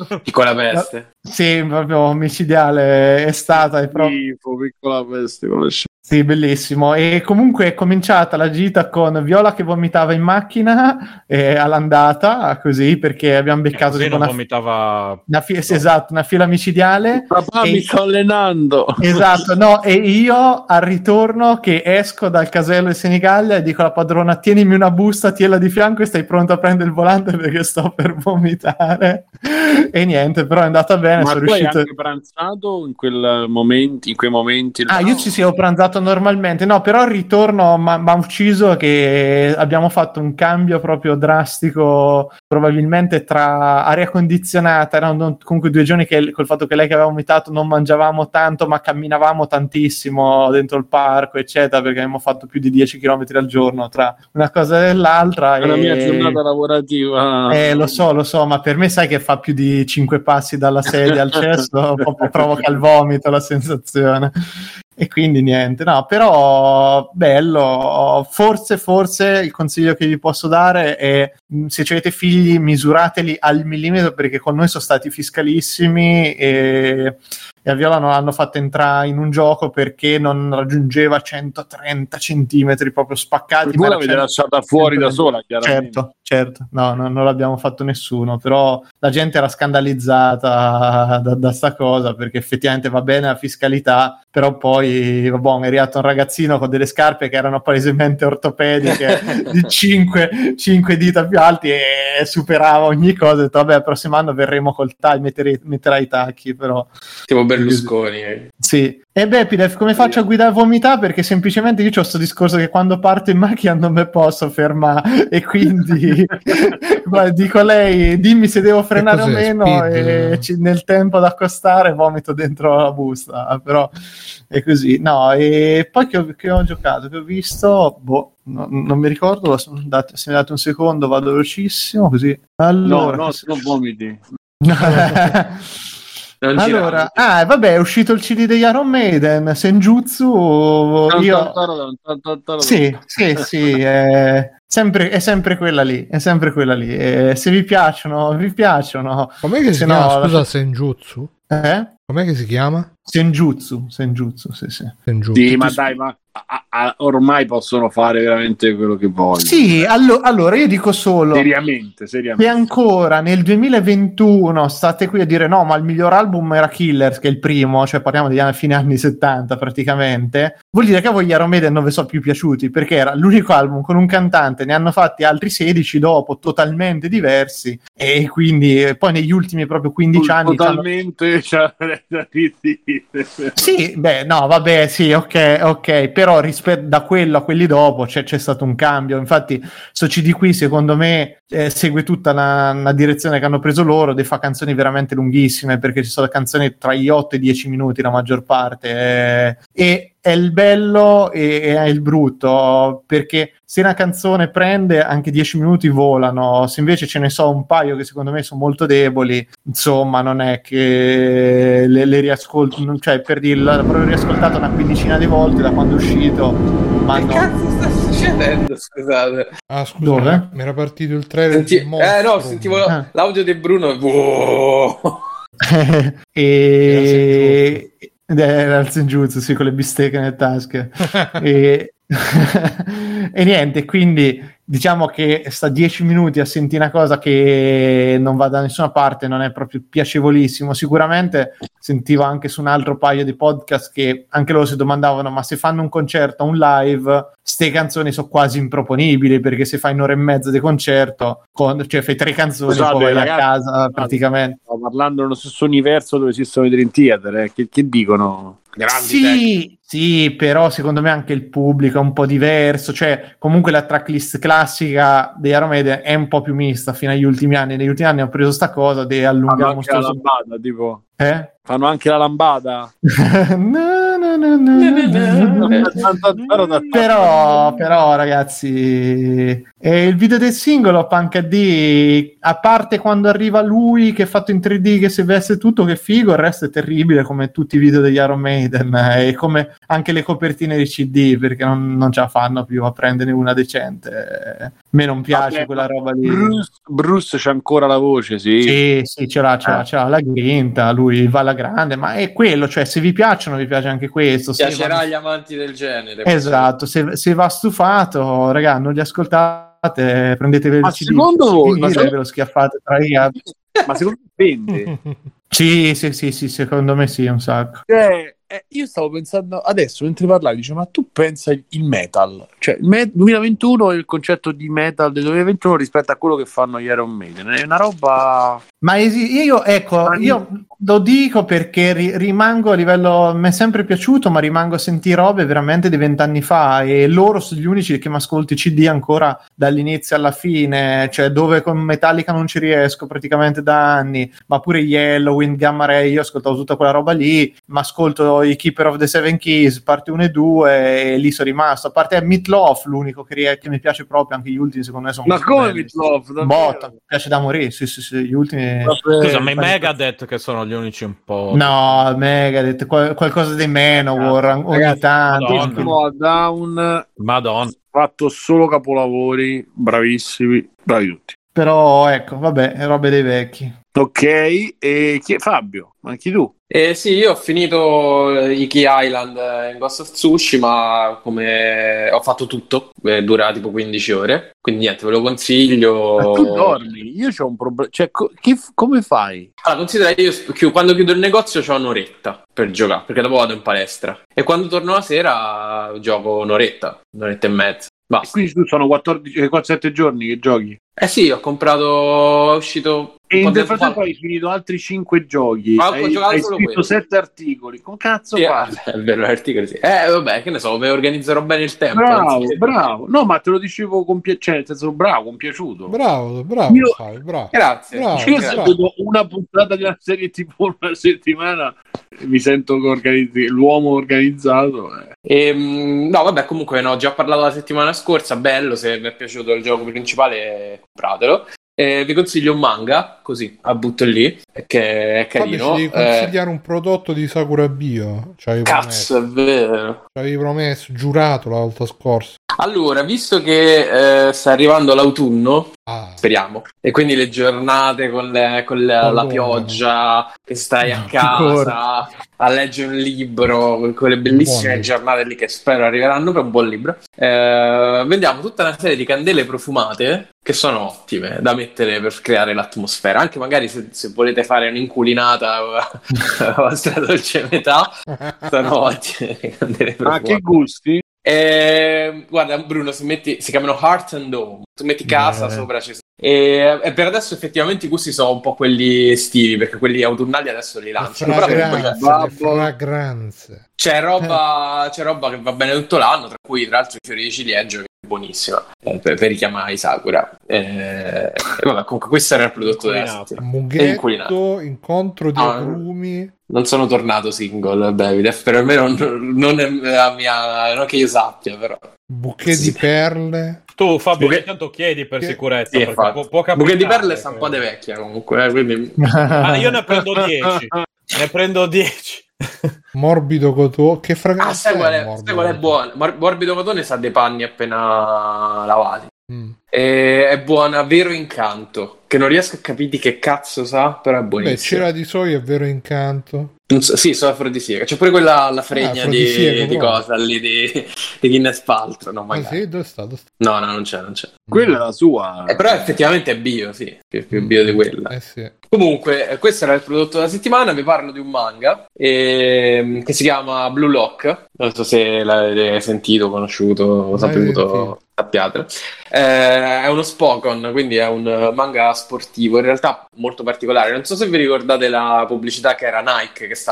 Piccola peste. Sì, proprio micidiale è stata. È proprio... Schifo, piccola peste, conosci. Sì, bellissimo. E comunque è cominciata la gita con Viola che vomitava in macchina eh, all'andata, così, perché abbiamo beccato Così tipo non una, vomitava. una fi- sì, esatto, una fila micidiale. Papà, E- mi sto allenando. Esatto, no, e io al ritorno che esco dal casello di Senigallia e dico alla padrona: tienimi una busta, tienila di fianco e stai pronto a prendere il volante perché sto per vomitare. E niente, però è andata bene, Ma sono tu hai riuscito. anche pranzato in, quel momenti, in quei momenti? Ah, No? io ci sì, ho pranzato normalmente, no, però al ritorno mi ha ucciso che abbiamo fatto un cambio proprio drastico, probabilmente tra aria condizionata, erano comunque due giorni che col fatto che lei che aveva vomitato non mangiavamo tanto, ma camminavamo tantissimo dentro il parco, eccetera, perché abbiamo fatto più di dieci chilometri al giorno tra una cosa e l'altra. È la e... mia giornata lavorativa. Eh, lo so, lo so, ma per me sai che fa più di cinque passi dalla sedia al cesso, proprio provoca il vomito la sensazione. E quindi niente, no, però bello, forse, forse il consiglio che vi posso dare è se avete figli misurateli al millimetro perché con noi sono stati fiscalissimi e, e a Viola non l'hanno fatto entrare in un gioco perché non raggiungeva centotrenta centimetri proprio spaccati. Voi ma l'avete cento... lasciata fuori da sola, chiaramente. Certo, certo, no, no, non l'abbiamo fatto nessuno, però la gente era scandalizzata da, da sta cosa perché effettivamente va bene la fiscalità, però poi vabbè, è arrivato un ragazzino con delle scarpe che erano palesemente ortopediche di cinque dita più alti e superava ogni cosa. Ho detto vabbè, il prossimo anno verremo col taglio, metterai, metterai i tacchi, però tipo Berlusconi. Eh. Sì. E beh, Pidef, come faccio a guidare a vomitare? Perché semplicemente io ho questo discorso che quando parto in macchina non mi posso fermare e quindi dico a lei dimmi se devo frenare o meno speed? E ci, nel tempo da accostare vomito dentro la busta, però è così. No, e poi che ho, che ho giocato, che ho visto, boh, no, non mi ricordo, se mi date un secondo vado velocissimo così. Allora, no, no, se non vomiti. Allora, ah, vabbè, è uscito il C D degli Iron Maiden, Senjutsu. Io... Sì, sì, sì, è sempre, è sempre quella lì, è sempre quella lì. E se vi piacciono, vi piacciono. Com'è che si se chiama? no, Scusa, la... Senjutsu? Eh? Com'è che si chiama? Senjutsu, Senjutsu, sì, sì. Senjutsu. Sì, ma dai, ma a, a, ormai possono fare veramente quello che vogliono. Sì, allo- allora io dico solo seriamente, seriamente. se ancora nel duemilaventuno state qui a dire no, ma il miglior album era Killers, che è il primo, cioè parliamo degli anni, fine anni settanta praticamente, vuol dire che a voi gli Iron Maiden non vi sono più piaciuti, perché era l'unico album con un cantante, ne hanno fatti altri sedici dopo, totalmente diversi, e quindi poi negli ultimi proprio quindici anni totalmente cioè, sì, beh, no, vabbè, sì, ok, ok, però rispetto da quello a quelli dopo c'è, c'è stato un cambio. Infatti sto C D qui secondo me eh, segue tutta una, una direzione che hanno preso loro, e fa canzoni veramente lunghissime perché ci sono canzoni tra gli otto e i dieci minuti la maggior parte eh, e è il bello e, e è il brutto, perché se una canzone prende anche dieci minuti volano, se invece ce ne so un paio che secondo me sono molto deboli, insomma non è che le, le riascolto, cioè per dirla l'avrò riascoltata una quindicina di volte da quando è uscito, ma che no. cazzo sta succedendo, scusate? Ah, scusa, dove? mi era partito il trailer Senti... di eh no, sentivo ah. l'audio di Bruno. Wow. e era il Senjutsu, sì, con le bistecche nelle tasche e... e niente, quindi diciamo che sta dieci minuti a sentire una cosa che non va da nessuna parte, non è proprio piacevolissimo. Sicuramente sentivo anche su un altro paio di podcast che anche loro si domandavano ma se fanno un concerto, un live, ste canzoni sono quasi improponibili, perché se fai un'ora e mezza di concerto con, cioè fai tre canzoni Scusate, poi vai ragazzi, a casa praticamente. Sto parlando nello stesso universo dove esistono i Dream Theater, eh. che, che dicono? Grandi sì, tech. Sì, però secondo me anche il pubblico è un po' diverso, cioè comunque la tracklist classica dei Iron Maiden è un po' più mista fino agli ultimi anni. Negli ultimi anni ho preso sta cosa di allungare sto... la lambada, tipo eh? Fanno anche la lambada. no, no, no, no, no, no. però, però ragazzi E il video del singolo Punk A D, a parte quando arriva lui che è fatto in tre D, che si veste tutto, che figo, il resto è terribile come tutti i video degli Iron Maiden e come anche le copertine di C D, perché non, non ce la fanno più a prenderne una decente. A me non piace Vabbè, quella roba lì. Bruce, Bruce c'ha ancora la voce, sì. Sì, sì, ce l'ha, ce l'ha, Eh. ce l'ha la grinta, lui va alla grande, ma è quello, cioè se vi piacciono vi piace anche questo. Se Piacerà va- agli amanti del genere. Esatto, se, se va stufato, raga, non li ascoltate, prendetevi Ma il C D, secondo il voi- vinile ma secondo- ve lo schiaffate tra i capi. Ma secondo me vende? Sì, sì, sì, sì, secondo me sì, un sacco. Cioè, eh, io stavo pensando adesso mentre parlavi, dice, ma tu pensa il il metal, cioè il me- duemilaventuno è il concetto di metal del duemilaventuno rispetto a quello che fanno gli Iron Maiden, è una roba. Ma esi- io, ecco, io lo dico perché ri- rimango a livello, mi è sempre piaciuto, ma rimango a sentire robe veramente di vent'anni fa e loro sono gli unici che mi ascolti C D ancora dall'inizio alla fine, cioè dove con Metallica non ci riesco praticamente da anni, ma pure Yellowwind, Gamma Ray, io ascoltavo tutta quella roba lì, ma ascolto i Keeper of the Seven Keys, parte uno e due e lì sono rimasto, a parte Meatloaf, l'unico che, rie- che mi piace proprio, anche gli ultimi secondo me sono Ma molto come belli. Meatloaf? davvero? Botta, mi piace da morire, sì sì sì, gli ultimi. Scusa, ma i Eh, Megadeth che sono gli unici un po'. No, Megadeth, qual- qualcosa di meno, Warren, ogni Ragazzi, tanto. Madonna. anche- Mo' Down, Madonna. fatto solo capolavori, bravissimi, bravi tutti. Però ecco, vabbè, è robe dei vecchi. Ok, e chi è Fabio? Anche tu? Eh sì, io ho finito Iki Island eh, in Ghost of Tsushima, come ho fatto tutto, eh, dura tipo quindici ore, quindi niente, ve lo consiglio. Ma tu dormi? Io c'ho un problema, cioè co- che f- come fai? Allora, considera, io sp- chi- quando chiudo il negozio c'ho un'oretta per giocare, perché dopo vado in palestra. E quando torno la sera gioco un'oretta, un'oretta e mezza. E Basta. quindi tu sono quattordici, sette giorni che giochi? Eh sì, ho comprato, è uscito E un po' in di nel tempo frattempo fa. hai finito altri cinque giochi. Ma ho hai giocato hai solo scritto quello. sette articoli. Come cazzo Sì, fai? eh, è vero, l'articolo sì. Eh, vabbè, che ne so, mi organizzerò bene il tempo. Bravo, anziché- bravo. No, ma te lo dicevo con piacere, cioè, nel senso, bravo, compiaciuto. Bravo, bravo, Io- Fabio, bravo. Grazie. Bravo, Io grazie. se vedo una puntata di una serie tipo una settimana mi sento che organizzi- l'uomo organizzato. eh. Ehm, no, vabbè, comunque ne ho già parlato la settimana scorsa. Bello, se vi è piaciuto il gioco principale, compratelo. Eh, vi consiglio un manga, così, a butto lì, che è Fabio, carino. ci devi Eh, consigliare un prodotto di Sakura Bio. Ci avevi cazzo, promesso, è vero. ci avevi promesso, giurato la volta scorsa. Allora, visto che eh, sta arrivando l'autunno, Ah, speriamo, e quindi le giornate con, le- con le- la Allungano. pioggia, che stai a No, casa a leggere un libro, con quelle bellissime libro. giornate lì che spero arriveranno per un buon libro, eh, vendiamo tutta una serie di candele profumate che sono ottime da mettere per creare l'atmosfera, anche magari se, se volete fare un'inculinata alla vostra dolce metà, sono ottime le candele Ma profumate. che gusti? Eh, guarda Bruno, si, metti, si chiamano Heart and Home, tu metti casa Eh. sopra ci sono. E, e per adesso effettivamente i gusti sono un po' quelli estivi, perché quelli autunnali adesso li le lanciano, però comunque c'è, fragranze, le babbo. fragranze. c'è roba, c'è roba che va bene tutto l'anno, tra cui tra l'altro i fiori di ciliegio che è buonissima, eh, per, per richiamare i Sakura. Eh, e vabbè, comunque questo era il prodotto della Inculinato. settimana. Mughetto, incontro di Ah. agrumi. Non sono tornato single, Davide, per me non, non è la mia, non che io sappia, però. Bouquet Sì. di perle. Tu, Fabio, Buche- ogni tanto chiedi per Che- sicurezza. Sì, perché infatti. può, può capitare. Buche di perle sta un po' de vecchia comunque, eh, quindi Ah, io ne prendo dieci. Ne prendo dieci. Morbido cotone. Che ah, fragranza sai qual è, morbido sai qual è cotone? buono? Mor- morbido cotone sa dei panni appena lavati. Mm. E è buona, vero incanto, che non riesco a capire di che cazzo sa, però è Beh, buonissima. cera di soia è vero incanto. Non so- sì, sono afrodisiaca. C'è pure quella la fregna Ah, afrodisiaca, di, di proprio. cosa lì di, di Guinness Paltrow, no, Ah, magari. sì? Dove sta? Dove sta? No, no, non c'è, non c'è. Quella è la sua. Eh, però effettivamente è bio, sì, più, più bio di quella. Eh sì. Comunque, eh, questo era il prodotto della settimana. Vi parlo di un manga ehm, che si chiama Blue Lock. Non so se l'avete sentito, conosciuto, Mai saputo, sentito. sappiate. Eh, è uno Spokon, quindi è un manga sportivo, in realtà molto particolare. Non so se vi ricordate la pubblicità che era Nike, che stavano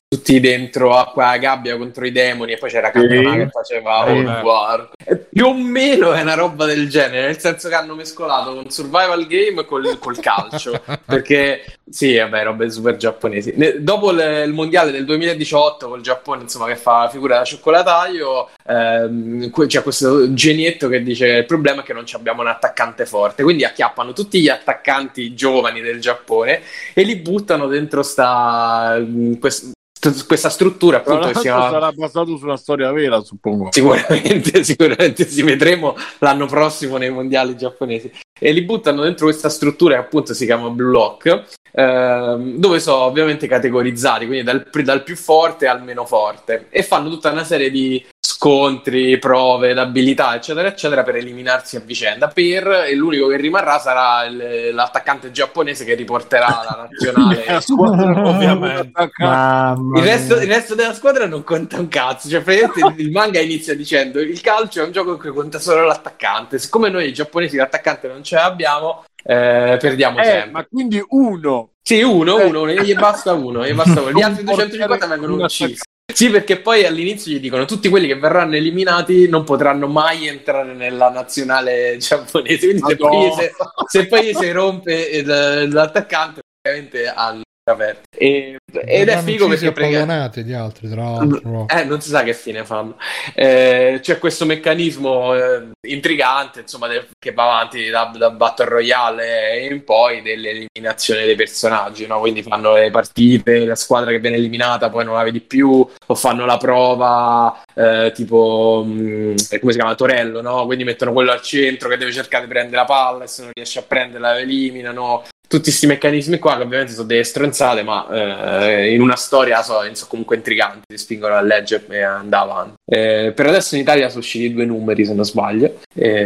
tutti dentro acqua gabbia contro i demoni, e poi c'era Cantona sì. che faceva Sì. World War. E più o meno è una roba del genere, nel senso che hanno mescolato un survival game col, col calcio, perché sì, vabbè, robe super giapponesi. Ne- dopo le- il mondiale del duemiladiciotto col Giappone, insomma, che fa la figura da cioccolataio, ehm, que- c'è questo genietto che dice il problema è che non ci abbiamo un attaccante forte, quindi acchiappano tutti gli attaccanti giovani del Giappone e li buttano dentro sta quest- questa struttura, Tra appunto, che si l'altro chiama... sarà basato su una storia vera, suppongo. Sicuramente, sicuramente si vedremo l'anno prossimo nei mondiali giapponesi. E li buttano dentro questa struttura che appunto si chiama Blue Lock, ehm, dove sono ovviamente categorizzati, quindi dal, dal più forte al meno forte, e fanno tutta una serie di scontri, prove d'abilità, eccetera, eccetera, per eliminarsi a vicenda. Per e l'unico che rimarrà sarà il- l'attaccante giapponese che riporterà la nazionale. La squadra Ovviamente. attaccata. Mamma Il resto, mia. il resto della squadra non conta un cazzo, cioè praticamente il manga inizia dicendo il calcio è un gioco in cui conta solo l'attaccante, siccome noi i giapponesi l'attaccante non ce l'abbiamo, eh, perdiamo Eh, sempre. ma quindi uno. Sì, uno, Eh. uno, gli basta uno, gli basta uno. Gli altri duecentocinquanta vengono Un uccisi. Sì, perché poi all'inizio gli dicono tutti quelli che verranno eliminati non potranno mai entrare nella nazionale giapponese, quindi se poi, Madonna. se, se poi si rompe il- l'attaccante praticamente hanno aperto. E, ed è figo perché prega- appallonate gli altri, tra l'altro. eh, non si sa che fine fanno. Eh, c'è questo meccanismo eh, intrigante, insomma, del- che va avanti da, da Battle Royale in poi dell'eliminazione dei personaggi, no? Quindi fanno le partite, la squadra che viene eliminata poi non la vedi più, o fanno la prova eh, tipo mh, come si chiama? Torello, no? Quindi mettono quello al centro che deve cercare di prendere la palla e se non riesce a prenderla la eliminano. Tutti questi meccanismi qua che ovviamente sono delle stronzate, ma eh, in una storia so, so comunque intriganti, ti spingono a leggere e andare avanti. Eh, per adesso in Italia sono usciti due numeri, se non sbaglio.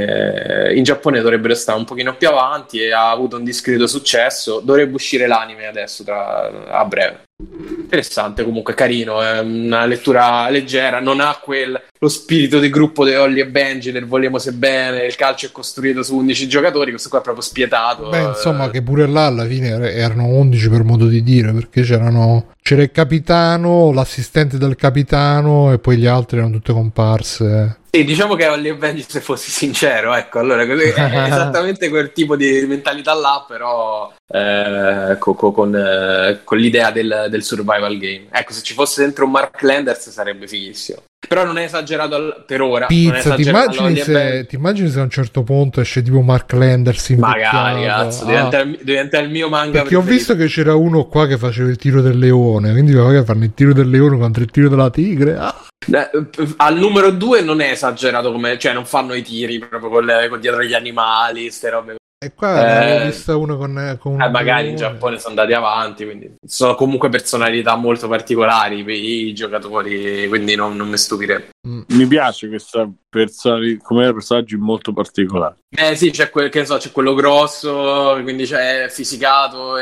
Eh, in Giappone dovrebbero stare un pochino più avanti e ha avuto un discreto successo. Dovrebbe uscire l'anime adesso tra, a breve. Interessante, comunque carino, è una lettura leggera, non ha quel lo spirito di gruppo di Holly e Benji del vogliamo se bene, il calcio è costruito su undici giocatori, questo qua è proprio spietato. Beh, insomma, che pure là alla fine er- erano undici per modo di dire, perché c'erano c'era il capitano, l'assistente del capitano e poi gli altri erano tutte comparse. Sì, diciamo che Holly e Benji, se fossi sincero, ecco, allora così è esattamente quel tipo di mentalità là, però eh, co- co- con, eh, con l'idea del, del survival game. Ecco, se ci fosse dentro un Mark Landers sarebbe fighissimo. Però non è esagerato al- per ora. non è Pizza, ti esagerato immagini, Holly e se, Benji. ti immagini se a un certo punto esce tipo Mark Landers invecchiato? Magari, cazzo, Ah, diventa, il, diventa il mio manga perché ho preferito. visto che c'era uno qua che faceva il tiro del leone, quindi magari fanno il tiro del leone contro il tiro della tigre. Ah. Eh, al numero due non è esagerato come, cioè non fanno i tiri proprio con, le, con dietro gli animali, ste robe. E qua ne avevo Eh, vista uno con, con un Eh, magari in leone. Giappone sono andati avanti, quindi sono comunque personalità molto particolari i, i giocatori, quindi non, non mi stupirei. Mi piace questa persona come personaggi molto particolari. Eh sì, c'è, quel, che ne so, c'è quello grosso, quindi c'è fisicato,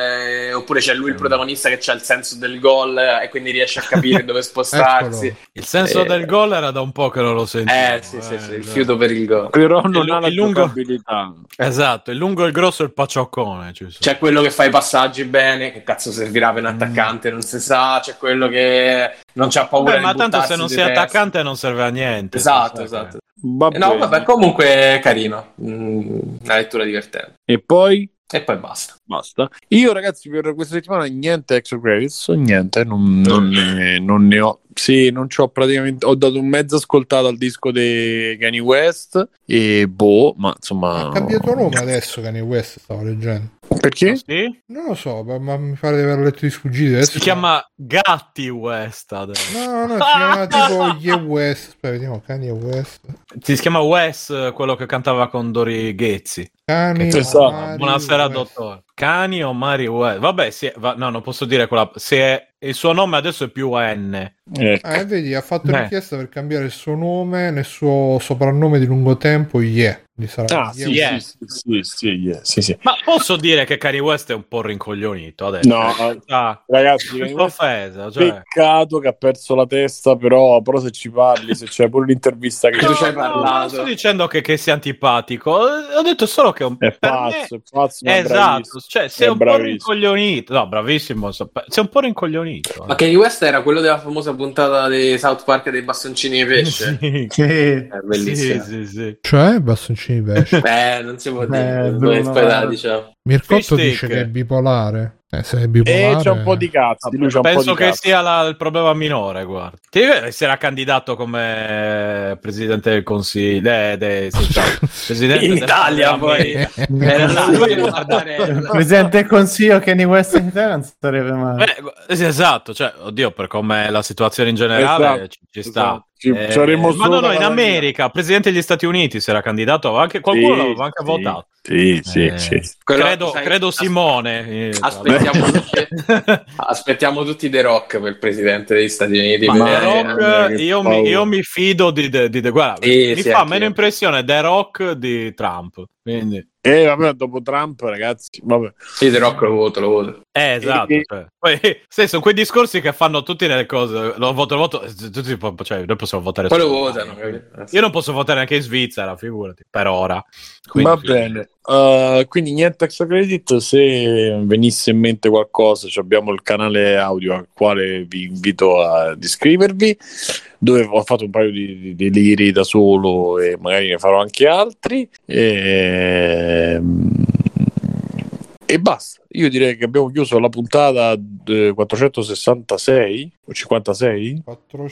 e, oppure c'è lui il protagonista che c'ha il senso del gol e quindi riesce a capire dove spostarsi. Eccolo. Il senso Eh, del gol era da un po' che non lo sentivo. Eh sì, sì, sì, il cioè. fiuto per il gol. Però non Il- ha la il lungo- giocabilità. Esatto, il lungo, il grosso e il paccioccone. Ci sono. C'è quello che fa i passaggi bene, che cazzo servirà per un attaccante, non si sa. C'è quello che non c'ha paura Beh, di ma tanto buttarsi se non di sei testa. attaccante non serve a niente. Esatto, Sai esatto. Va No, bene. vabbè, comunque è carino. Mm, una lettura divertente. E poi E poi basta. basta. Io, ragazzi, per questa settimana niente extra credits, niente, non, non ne, non ne ho. Sì, non c'ho praticamente. Ho dato un mezzo ascoltato al disco di Kanye West e boh, ma insomma. Ha cambiato nome adesso Kanye West, stavo leggendo. Perché? che- Sì? Non lo so, ma, ma mi pare di aver letto di sfuggire. Adesso Si chiama Gatti West adesso. No, no, si chiama tipo Ye West. Aspetta, vediamo, Kanye West. Si chiama Wes, quello che cantava con Dori Ghezzi. Cani, Che so. Mari, Buonasera, West. dottore. Cani o Mari West? Vabbè, sì, va- no, non posso dire quella. Se è, il suo nome adesso è più N. Ecco. Ah, e vedi, ha fatto Eh. richiesta per cambiare il suo nome nel suo soprannome di lungo tempo, Ye. Gli sarà Ah, Ye sì, Yeah. sì, sì, sì, sì, yeah, sì, sì. Ma posso dire che Kanye West è un po' rincoglionito adesso? No, eh, Ah, ragazzi, Kanye senza West- offesa, cioè. peccato che ha perso la testa, però, però se ci parli, se c'è pure l'intervista che Tu No, ci hai no, parlato. non sto dicendo che, che sia antipatico, ho detto solo che che è un È per pazzo, me- è pazzo, ma è esatto, bravissimo. cioè sei È un po' bravissimo. rincoglionito. No, bravissimo, so- sei un po' rincoglionito. Ma Kanye West era quello della famosa puntata di South Park dei bastoncini di pesce. Sì. Sì. È bellissimo. Sì, sì, sì. Cioè, bastoncini di pesce. Eh, non si può dire. Eh, Poi- Bruno, poi la eh. diciamo. Mircotto Fish dice stick. che è bipolare. Eh, se è E bipolare... c'è un po' di cazzo. Di lui c'è un po' Penso di che cazzo. sia la- il problema minore, guarda. Ti ricordi si era candidato come presidente del consiglio, eh, de- sì, ciao. presidente In del- Italia, poi. Era lui a guardare. Il presidente del consiglio Kanye West in Italia non sarebbe male. Eh, gu- sì, esatto, cioè, oddio, per come la situazione in generale Esatto, ci, ci sta. esatto. Ci- Eh, saremmo ma solo no, no, da in guadagnare. America, presidente degli Stati Uniti si era candidato, anche qualcuno Sì, l'aveva anche sì, votato. Sì, sì, Eh, sì. Quello- credo, sai, credo as- Simone. eh, Aspettiamo vabbè. tutti, aspettiamo tutti The Rock per il presidente degli Stati Uniti. Ma per- The Mamma Rock, mia, che io, mi, paura. io mi fido di, di, di- guarda, Sì, mi sì, fa anch'io. meno impressione The Rock di Trump. Quindi, E vabbè, dopo Trump, ragazzi, vabbè. Sì, The Rock lo voto, lo voto. eh, esatto. E- Cioè, poi, sai, sono quei discorsi che fanno tutti nelle cose. Lo voto, lo voto. Tutti, cioè, noi possiamo votare Poi lo su- votano. capito? Io non posso votare neanche in Svizzera, figurati, per ora. Quindi, Va bene. Uh, quindi niente extra credit. Se venisse in mente qualcosa, cioè abbiamo il canale audio al quale vi invito ad iscrivervi, dove ho fatto un paio di, di deliri da solo e magari ne farò anche altri. E, e basta. Io direi che abbiamo chiuso la puntata eh, quattrocentosessantasei o cinquantasei?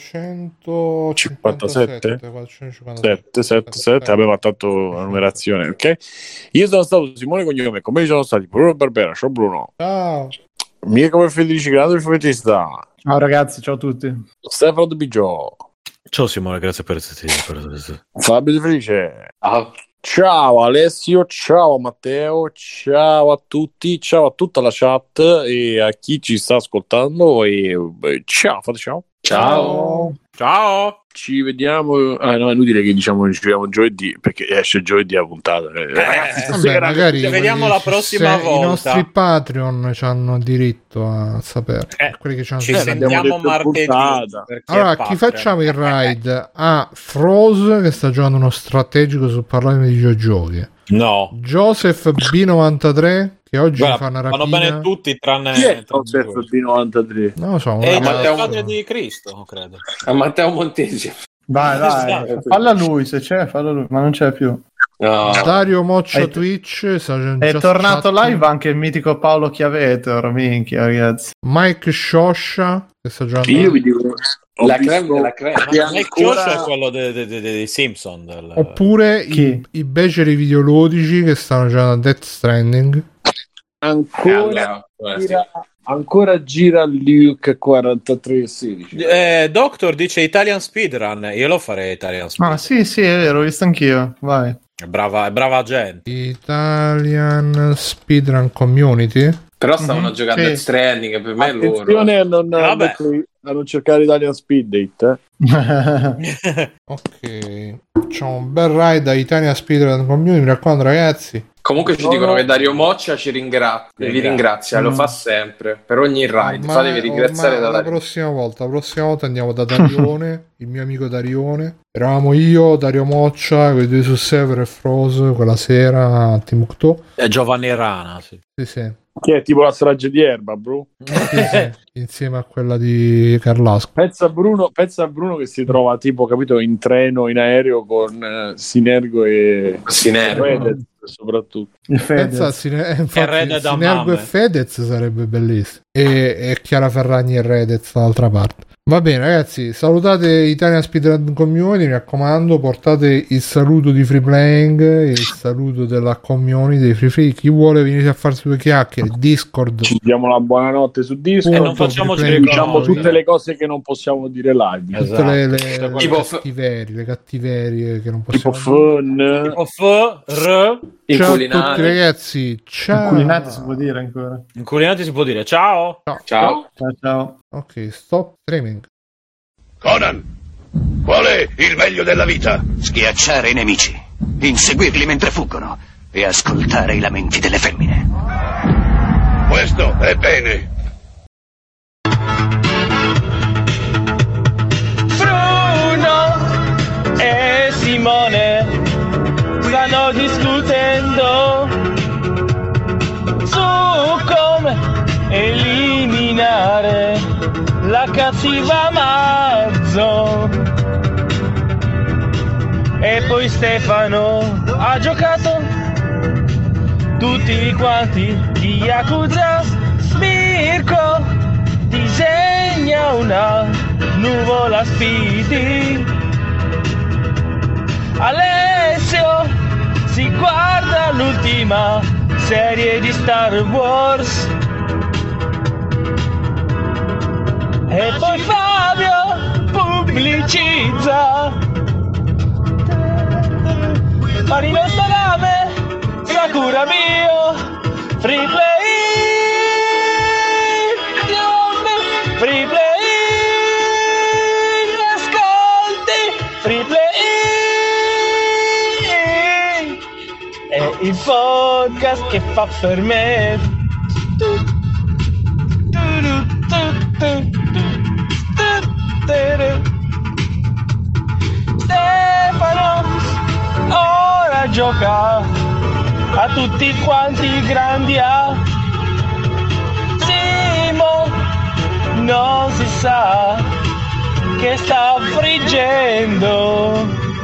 quattrocentocinquantasette sette, sette, sette, aveva tanto la numerazione, ok? Io sono stato Simone Cognome, con me ci sono stati Bruno Barbera, ciao Bruno, Ciao. Mirko per Federici Grado il fumettista, Ciao ragazzi, ciao a tutti. Stefano De Biggio, ciao Simone, grazie per essere per... Fabio De Felice, Ah, ciao Alessio, ciao Matteo, ciao a tutti, ciao a tutta la chat e a chi ci sta ascoltando e beh, ciao, fate ciao. ciao. Ciao! Ci vediamo. Ah, no, è inutile che diciamo che ci vediamo giovedì perché esce giovedì la puntata. Eh, ragazzi, Vabbè, stasera- magari ci vediamo quelli- la prossima se volta. I nostri Patreon hanno diritto a sapere. Eh, quelli che ci hanno Ci Eh, seguito. l'abbiamo sentiamo detto in martedì. puntata. per chi Allora, è chi Patreon. facciamo il raid? A Froze che sta giocando uno strategico su parlare di videogiochi. No. Joseph B novantatré che oggi Guarda, fa una vanno rapina. bene tutti tranne... Chi è tranne Joseph due. B novantatré? Non lo so, un È il ragazzo- padre di Cristo, credo. A Matteo Montesi. Vai, vai, Esatto. falla lui, se c'è, falla lui, ma non c'è più. No. Dario Moccia È- Twitch sta già È tornato chatting. live anche il mitico Paolo Chiavetor, minchia ragazzi. Mike Shosha che sta giocando. Io vi dico, ho La visto creme della creme. che Ma Mike Josh ancora- è quello dei de, de, de, dei Simpson. Del... Oppure i, Chi? i beceri videoludici che stanno giocando a Death Stranding. ancora, Allora, eh, sì. gira, ancora gira Luke quarantatré sedici. Eh, Doctor dice Italian Speedrun. Io lo farei Italian Speedrun. Ah sì, sì, è vero, ho visto anch'io. Vai. È brava, è brava gente. Italian Speedrun Community. Però stavano Mhm, giocando sì. a Stranding, per me è loro. Attenzione a non, Vabbè. a non cercare Italian Speed Date, eh. Ok, facciamo un bel ride da Italian Speedrun Community. Mi raccomando, ragazzi. Comunque ci No, dicono no. che Dario Moccia ci ringrazia, vi Ringrazia. ringrazia, lo Mm. fa sempre per ogni ride. Ormai- Fatevi ringraziare ormai da la Dario. prossima volta. La prossima volta andiamo da Darione, il mio amico Darione. Eravamo io, Dario Moccia, quei due su Sever e Froze quella sera a Timbuktu. È Giovanni Rana, sì. Sì, sì. Che è tipo la strage di Erba, bro. Sì, sì, insieme a quella di Carlasco. Pensa a Bruno, pensa a Bruno che si trova tipo, capito, in treno, in aereo con eh, Sinergo e Sinergo. Fedez, soprattutto. Il Pensa a Fedez. Sine- eh, Red infatti, da Sinergo mamme. e Fedez sarebbe bellissimo. E, e Chiara Ferragni e Redez dall'altra parte. Va bene, ragazzi, salutate Italian Speedrun Community, mi raccomando, portate il saluto di Free Playing, il saluto della community dei Free Free. Chi vuole venire a farsi due chiacchiere, Discord. Ci diamo la buonanotte su Discord. E non facciamoci Free Playing, riconoscere. Diciamo poi, tutte le cose che non possiamo dire live. tutte le, le, Esatto. le Tipo- cattiverie, le cattiverie che non Tipo possiamo dire. fun. Tipo F, R. Ciao a tutti Inculinati. ragazzi, ciao. Culinati si può dire ancora. Inculinati si può dire ciao. Ciao. Ciao ciao. Ok, stop streaming. Conan, qual è il meglio della vita? Schiacciare i nemici, inseguirli mentre fuggono e ascoltare i lamenti delle femmine. Questo è bene. Bruno e Simone stanno discutendo la cattiva Marzo. E poi Stefano ha giocato tutti quanti di Yakuza. Mirko disegna una nuvola Speedy. Alessio si guarda l'ultima serie di Star Wars. E poi Fabio pubblicizza Marino Salame, Sakura Bio, Free Play, Free Play, ascolti, Free Play, è il podcast che fa per me. Stefano ora gioca a tutti quanti i grandi A. Simo non si sa che sta friggendo.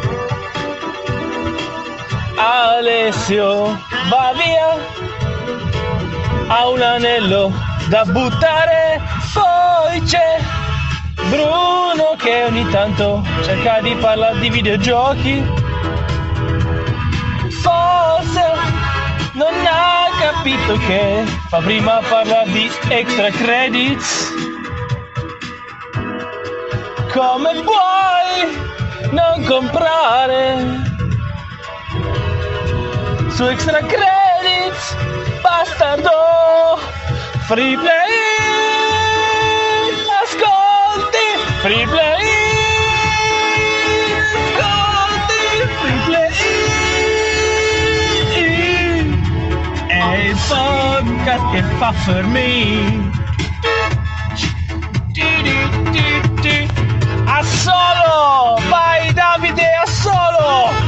Alessio va via, ha un anello da buttare. Poi c'è Bruno che ogni tanto cerca di parlare di videogiochi. Forse non ha capito che fa prima parlare di extra credits. Come puoi non comprare su extra credits, bastardo? Free Play, ascolti, Free Play, ascolti, Free Play, è il podcast che fa per me. A solo, vai Davide, a solo.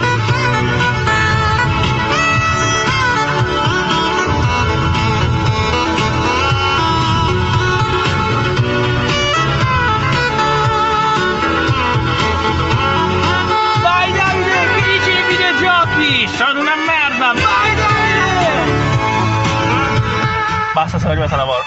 Sono una merda, vai Davide! Basta, sono arrivato a lavoro.